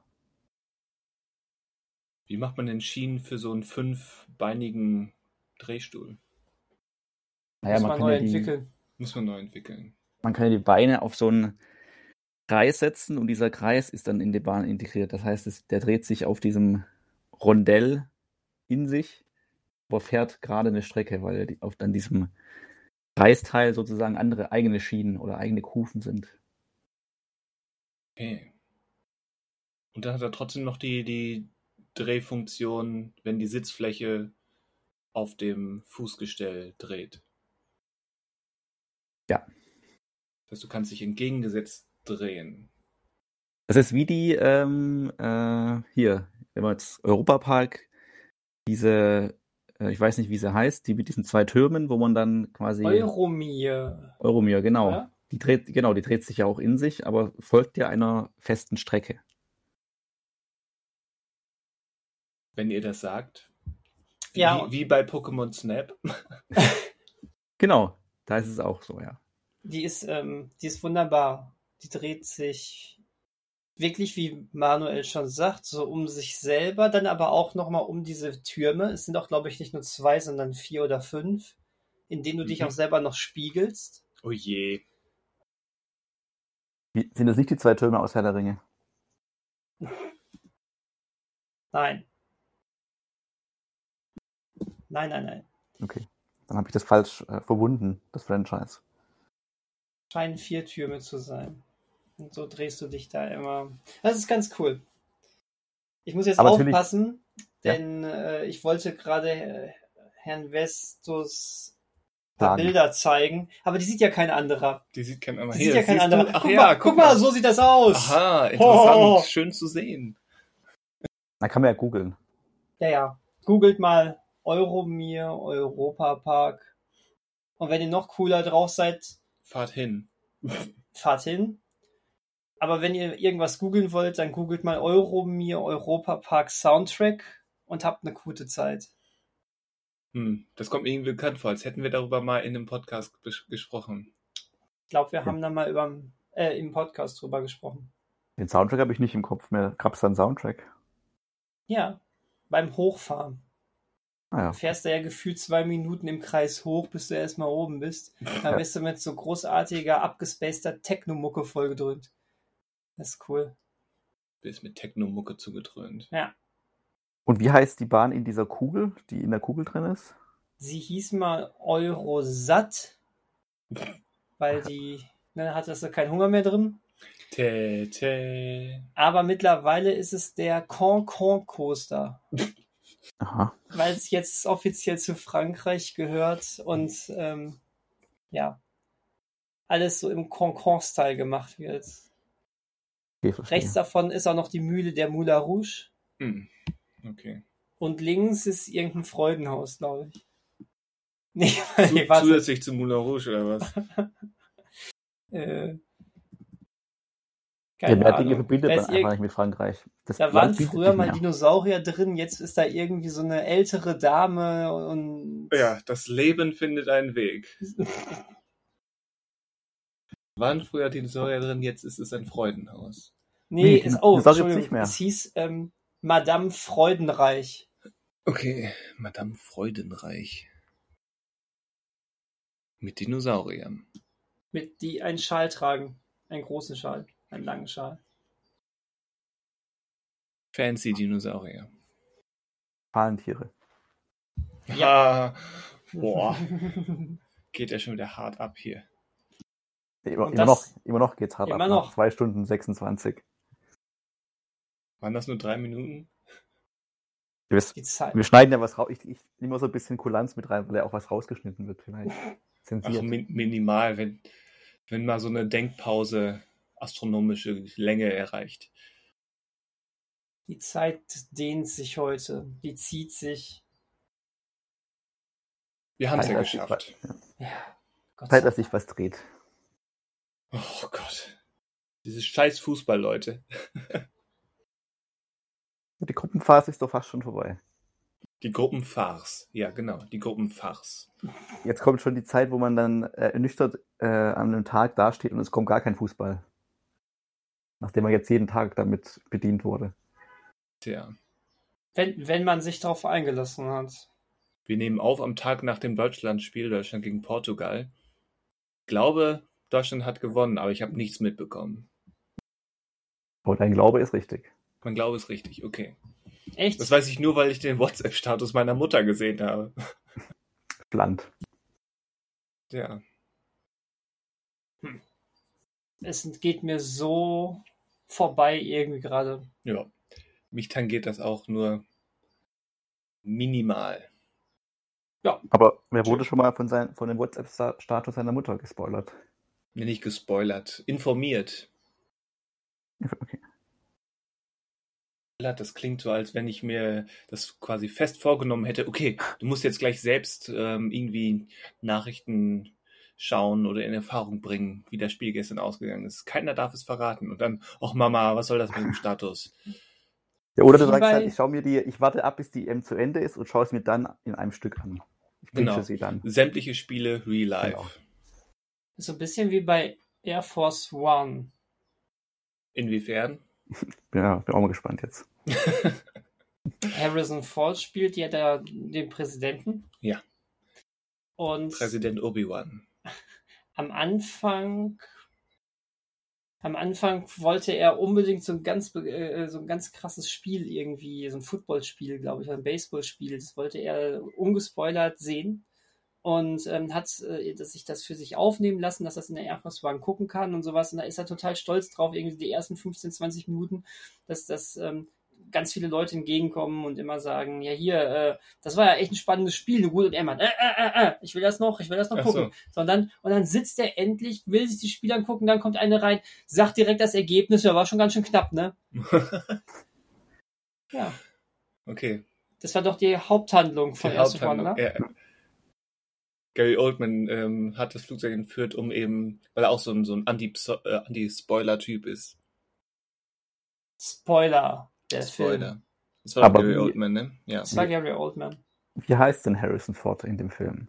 B: Wie macht man denn Schienen für so einen fünfbeinigen Drehstuhl?
D: Naja,
C: Muss
D: man
C: man
D: kann,
C: neu
D: ja die,
B: Entwickeln. Muss man neu entwickeln.
D: man kann ja die Beine auf so einen Kreis setzen und dieser Kreis ist dann in die Bahn integriert. Das heißt, es, der dreht sich auf diesem Rondell in sich, aber fährt gerade eine Strecke, weil er die, auf dann diesem Kreisteil sozusagen andere eigene Schienen oder eigene Kufen sind.
B: Okay. Und dann hat er trotzdem noch die, die Drehfunktion, wenn die Sitzfläche auf dem Fußgestell dreht.
D: Ja.
B: Das heißt, du kannst dich entgegengesetzt drehen.
D: Das ist wie die, ähm, äh, hier, wenn man jetzt Europapark, diese, äh, ich weiß nicht, wie sie heißt, die mit diesen zwei Türmen, wo man dann quasi.
C: Euromir.
D: Euromir, genau.
C: Oder?
D: Die dreht, genau, die dreht sich ja auch in sich, aber folgt ja einer festen Strecke.
B: Wenn ihr das sagt. Wie,
C: Ja.
B: wie bei Pokémon Snap.
D: Genau, da ist es auch so, ja.
C: Die ist, ähm, die ist wunderbar. Die dreht sich wirklich, wie Manuel schon sagt, so um sich selber, dann aber auch nochmal um diese Türme. Es sind auch, glaube ich, nicht nur zwei, sondern vier oder fünf, in denen du dich
B: Mhm.
C: auch selber noch spiegelst.
B: Oh je.
D: Wie, sind das nicht die zwei Türme aus Herr der Ringe?
C: Nein. Nein, nein, nein.
D: Okay, dann habe ich das falsch äh, verbunden, das Franchise.
C: Scheinen vier Türme zu sein. Und so drehst du dich da immer. Das ist ganz cool. Ich muss jetzt
D: Aber natürlich-
C: aufpassen,
D: Ja.
C: denn äh, ich wollte gerade äh, Herrn Vestus
D: Sagen.
C: Bilder zeigen, aber die sieht ja kein anderer.
B: Die sieht kein anderer.
C: Die
B: Hier,
C: sieht ja kein
B: siehst
C: anderer.
B: du? Ach
C: guck,
B: ja,
C: mal, guck mal, so sieht das aus.
B: Aha, interessant.
C: Oh.
B: Schön zu sehen.
D: Da kann man ja googeln.
C: Ja, ja. Googelt mal Euromir, Europapark. Und wenn ihr noch cooler drauf seid,
B: Fahrt hin.
C: fahrt hin. Aber wenn ihr irgendwas googeln wollt, dann googelt mal Euromir Europapark Soundtrack und habt eine gute Zeit.
B: Hm, das kommt mir irgendwie bekannt vor, als hätten wir darüber mal in einem Podcast bes- gesprochen.
C: Ich glaube, wir
D: Ja.
C: haben da mal über, äh, im Podcast drüber gesprochen.
D: Den Soundtrack habe ich nicht im Kopf mehr. Gab es da einen Soundtrack?
C: Ja, beim Hochfahren.
D: Ah ja.
C: Du fährst da ja gefühlt zwei Minuten im Kreis hoch, bis du erstmal oben bist. Dann
D: Ja.
C: bist du mit so großartiger, abgespaceter Techno-Mucke vollgedröhnt. Das ist cool.
B: Bist mit Techno-Mucke zugedröhnt.
C: Ja.
D: Und wie heißt die Bahn in dieser Kugel, die in der Kugel drin ist?
C: Sie hieß mal Eurosat, weil die, ne, hatte sie keinen Hunger mehr drin.
B: Tä, tä.
C: Aber mittlerweile ist es der Concon Coaster,
D: Aha.
C: weil es jetzt offiziell zu Frankreich gehört und ähm, ja, alles so im Concon-Style gemacht wird.
D: Okay, verstehe.
C: Rechts davon ist auch noch die Mühle der Moulin Rouge
B: Hm. Okay.
C: und links ist irgendein Freudenhaus, glaube ich. Nee,
B: Zu,
C: nee, warte.
B: zusätzlich zu Moulin Rouge oder was?
C: Äh,
D: Ja,
C: keine
D: mehr Dinge
C: Ahnung.
D: verbindet
C: Da
D: man
C: ist
D: einfach
C: irg-
D: nicht mit Frankreich. Das
C: Da
D: Land
C: waren
D: bietet
C: früher
D: nicht
C: mal
D: mehr.
C: Dinosaurier drin, jetzt ist da irgendwie so eine ältere Dame und
B: Ja, das Leben findet einen Weg. Waren früher Dinosaurier drin, jetzt ist es ein Freudenhaus.
C: nee,
D: Nee,
C: ist, oh,
D: Dinosaurier gibt's
C: Entschuldigung,
D: nicht mehr.
C: es hieß ähm, Madame Freudenreich.
B: Okay, Madame Freudenreich. Mit Dinosauriern.
C: Mit die einen Schal tragen. Einen großen Schal. Einen langen Schal.
B: Fancy Dinosaurier.
D: Palentiere.
B: Ja. Boah, geht ja schon wieder hart ab hier.
D: Immer,
C: Und
D: immer, noch,
C: das-
D: immer noch geht's hart
C: immer
D: ab.
C: noch.
D: Nach zwei Stunden sechsundzwanzig.
B: Waren das nur drei Minuten?
D: Wir, wissen-
C: Die Zeit.
D: wir schneiden ja was raus. Ich, ich nehme mal so ein bisschen Kulanz mit rein, weil ja auch was rausgeschnitten wird vielleicht.
B: Ach,
D: Zensiert.
B: min minimal, wenn, wenn mal so eine Denkpause astronomische Länge erreicht.
C: Die Zeit dehnt sich heute. Die zieht sich.
B: Wir haben es ja
D: Zeit, dass sich
B: geschafft.
D: was- ja.
C: Ja. Gott
D: Zeit,
C: sei
D: dass sich was dreht.
B: Oh Gott. Dieses scheiß Fußball, Leute.
D: Die Gruppenphase ist doch fast schon vorbei.
B: Die Gruppenfarce. Ja, genau, die Gruppenfarce.
D: Jetzt kommt schon die Zeit, wo man dann äh, ernüchtert äh, an einem Tag dasteht und es kommt gar kein Fußball. Nachdem man jetzt jeden Tag damit bedient wurde.
B: Tja.
C: Wenn, wenn man sich darauf eingelassen hat.
B: Wir nehmen auf am Tag nach dem Deutschlandspiel, Deutschland gegen Portugal. Ich glaube, Deutschland hat gewonnen, aber ich habe nichts mitbekommen.
D: Aber dein Glaube ist richtig.
B: Mein Glaube ist richtig, okay.
C: Echt?
B: Das weiß ich nur, weil ich den WhatsApp-Status meiner Mutter gesehen habe.
D: Land.
B: Ja.
C: Es geht mir so vorbei irgendwie gerade.
B: Ja, mich tangiert das auch nur minimal.
D: Aber wer wurde schon mal von, sein, von dem WhatsApp-Status seiner Mutter gespoilert?
B: Mir nicht gespoilert, informiert.
D: Okay.
B: Das klingt so, als wenn ich mir das quasi fest vorgenommen hätte, okay, du musst jetzt gleich selbst ähm, irgendwie Nachrichten schauen oder in Erfahrung bringen, wie das Spiel gestern ausgegangen ist. Keiner darf es verraten. Und dann, ach Mama, was soll das mit dem Status?
D: Ja, oder du
C: Wie
D: sagst
C: bei-
D: halt, ich schau mir die, ich warte ab, bis die E M zu Ende ist und schaue es mir dann in einem Stück an. Ich
B: Genau.
D: wünsche sie dann.
B: Sämtliche Spiele real life.
D: Genau.
C: So ein bisschen wie bei Air Force One.
B: Inwiefern?
D: Ja, bin auch mal gespannt jetzt.
C: Harrison Ford spielt ja da den Präsidenten.
B: Ja.
C: Und
B: Präsident Obi-Wan.
C: am Anfang, am Anfang wollte er unbedingt so ein ganz, äh, so ein ganz krasses Spiel irgendwie, so ein Footballspiel, glaube ich, oder ein Baseballspiel. Das wollte er ungespoilert sehen und ähm, hat äh, dass sich das für sich aufnehmen lassen, dass das in der Air Force One gucken kann und sowas. Und da ist er total stolz drauf, irgendwie die ersten fünfzehn, zwanzig Minuten, dass das ähm, ganz viele Leute entgegenkommen und immer sagen, ja hier, äh, das war ja echt ein spannendes Spiel, gut, und er meint, äh, äh, äh, äh, ich will das noch, ich will das noch
B: Ach
C: gucken.
B: so.
C: So, und, dann, und dann sitzt er endlich, will sich die Spiele angucken, dann kommt eine rein, sagt direkt das Ergebnis, ja, war schon ganz schön knapp, ne? Ja,
B: Okay.
C: das war doch die Haupthandlung von
B: Die
C: Air Force One,
B: Haupthandlung.
C: ne?
B: Ja. Gary Oldman ähm, hat das Flugzeug entführt, um eben, weil er auch so ein, so ein Anti- äh, Anti-Spoiler-Typ ist.
C: Spoiler, der Film.
B: Spoiler. Das war
D: Aber
B: Gary
D: wie-
B: Oldman, ne? Ja.
C: Das war Gary Oldman.
D: Wie heißt denn Harrison Ford in dem Film?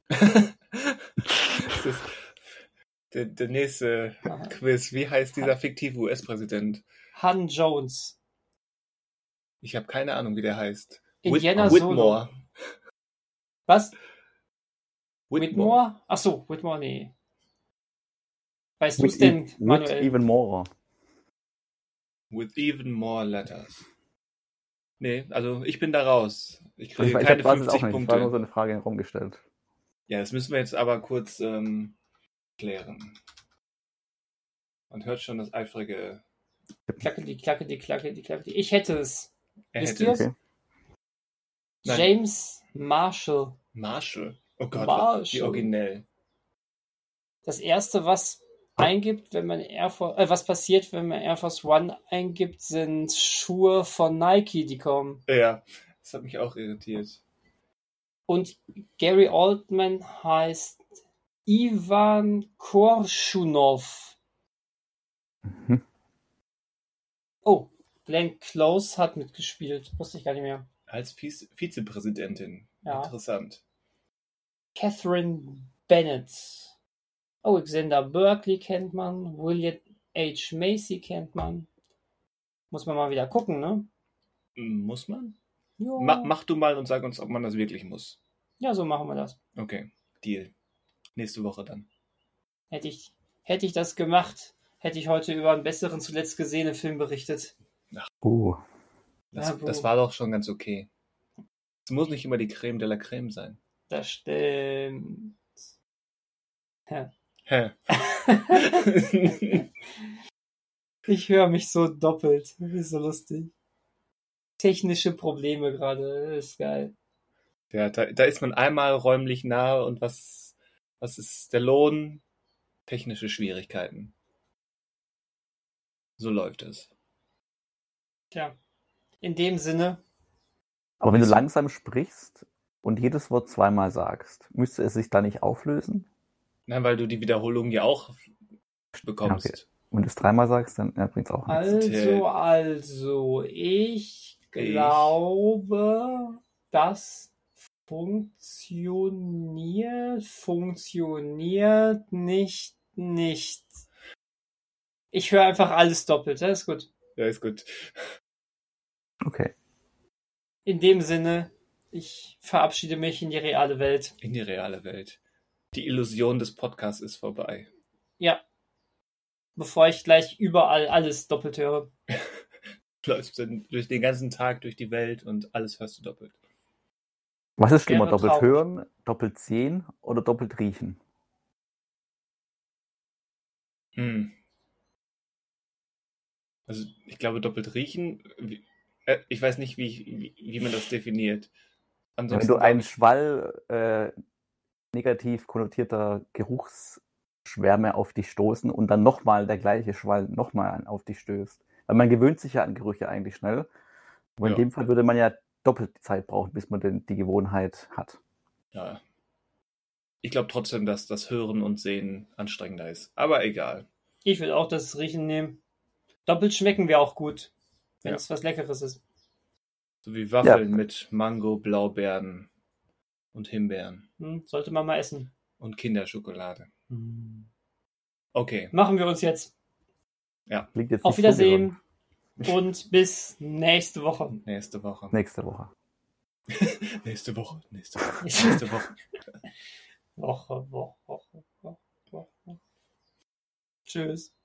B: Das ist der, der nächste
C: Aha.
B: Quiz. Wie heißt dieser fiktive U S-Präsident?
C: Han Jones.
B: Ich habe keine Ahnung, wie der heißt.
C: Indiana
B: Whit-
C: Solo.
B: Whitmore.
C: Was?
B: Whitmore.
C: Whitmore? Achso, Whitmore, nee. Weißt du es
D: With,
C: denn,
D: e- with
C: Manuel?
D: even more.
B: With even more letters. Nee, also ich bin da raus. Ich
D: Also ich,
B: kriege
D: ich
B: keine
D: hab- weiß es
B: fünfzig
D: auch nicht. Ich war nur so
B: Punkte.
D: eine Frage in den Raum gestellt.
B: Ja, das müssen wir jetzt aber kurz ähm, klären. Man hört schon das eifrige.
C: Klacke, die Klacke, die Klacke, die Klacke. Ich hätte es.
B: Er
C: Wisst
B: hätte
C: ihr?
B: es.
D: Okay.
B: Nein.
C: James Marshall.
B: Marshall. Oh Gott,
C: Marshall.
B: wie originell.
C: Das erste, was eingibt, wenn man Air Force, äh, was passiert, wenn man Air Force One eingibt, sind Schuhe von Nike, die kommen.
B: Ja, das hat mich auch irritiert.
C: Und Gary Oldman heißt Ivan Korshunov.
D: Mhm.
C: Oh, Glenn Close hat mitgespielt. Wusste ich gar nicht mehr.
B: Als Vize Vizepräsidentin.
C: Ja.
B: Interessant.
C: Catherine Bennett. Alexander Berkeley kennt man. William H. Macy kennt man. Muss man mal wieder gucken, ne?
B: Muss man?
C: Ja,
B: Ma mach du mal und sag uns, ob man das wirklich muss.
C: ja, so machen wir das.
B: Okay, Deal. Nächste Woche dann.
C: Hätte ich, hätte ich das gemacht, hätte ich heute über einen besseren zuletzt gesehenen Film berichtet.
D: Uh.
B: Das,
C: Ja, wo-
B: das war doch schon ganz okay. Es muss nicht immer die Creme de la Creme sein.
C: Das stimmt. Ja.
B: Hä?
C: Ich höre mich so doppelt. Das ist so lustig. Technische Probleme gerade. Das ist geil.
B: Ja, da, da ist man einmal räumlich nahe und was, was ist der Lohn? Technische Schwierigkeiten. So läuft es.
C: Tja. In dem Sinne,
D: Aber wenn du
B: Ist-
D: langsam sprichst und jedes Wort zweimal sagst, müsste es sich da nicht auflösen?
B: Nein, weil du die Wiederholung ja auch bekommst.
D: Ja, okay. Wenn du es dreimal sagst, dann ja, bringt es auch nichts.
C: also, also, ich glaube, das funktioniert, funktioniert nicht, nicht. Ich höre einfach alles doppelt, das ist gut.
B: Ja, ist gut.
D: Okay.
C: In dem Sinne, ich verabschiede mich in die reale Welt.
B: In die reale Welt. Die Illusion des Podcasts ist vorbei.
C: Ja. Bevor ich gleich überall alles doppelt höre.
B: Du läufst dann durch den ganzen Tag durch die Welt und alles hörst du doppelt.
D: Was ist schlimmer,
C: Wäre
D: doppelt
C: traurig.
D: hören, doppelt sehen oder doppelt riechen?
B: Hm. Also ich glaube, doppelt riechen, wie, äh, ich weiß nicht, wie, ich, wie, wie man das definiert.
D: Ja, wenn
B: Ansonsten
D: du
B: glaub
D: einen
B: ich,
D: Schwall äh, negativ konnotierter Geruchsschwärme auf dich stoßen und dann nochmal der gleiche Schwall nochmal auf dich stößt. Weil man gewöhnt sich ja an Gerüche eigentlich schnell. Aber in
B: Ja.
D: dem Fall würde man ja doppelt die Zeit brauchen, bis man den, die Gewohnheit hat.
B: ja. Ich glaube trotzdem, dass das Hören und Sehen anstrengender ist. Aber egal.
C: Ich würde auch das Riechen nehmen. Doppelt schmecken wäre auch gut, wenn
B: Ja.
C: es was Leckeres ist.
B: So wie Waffeln mit Mango, Blaubeeren und Himbeeren
C: Hm, sollte man mal essen.
B: und Kinderschokolade. Okay.
C: Machen wir uns jetzt.
D: Klingt jetzt
C: Auf
D: nicht so
C: Wiedersehen und bis nächste Woche.
B: Nächste Woche.
D: gesund. Nächste Woche.
B: Nächste Woche. Nächste Woche. Nächste Woche.
C: Woche, Woche, Woche, Woche, Woche. Tschüss.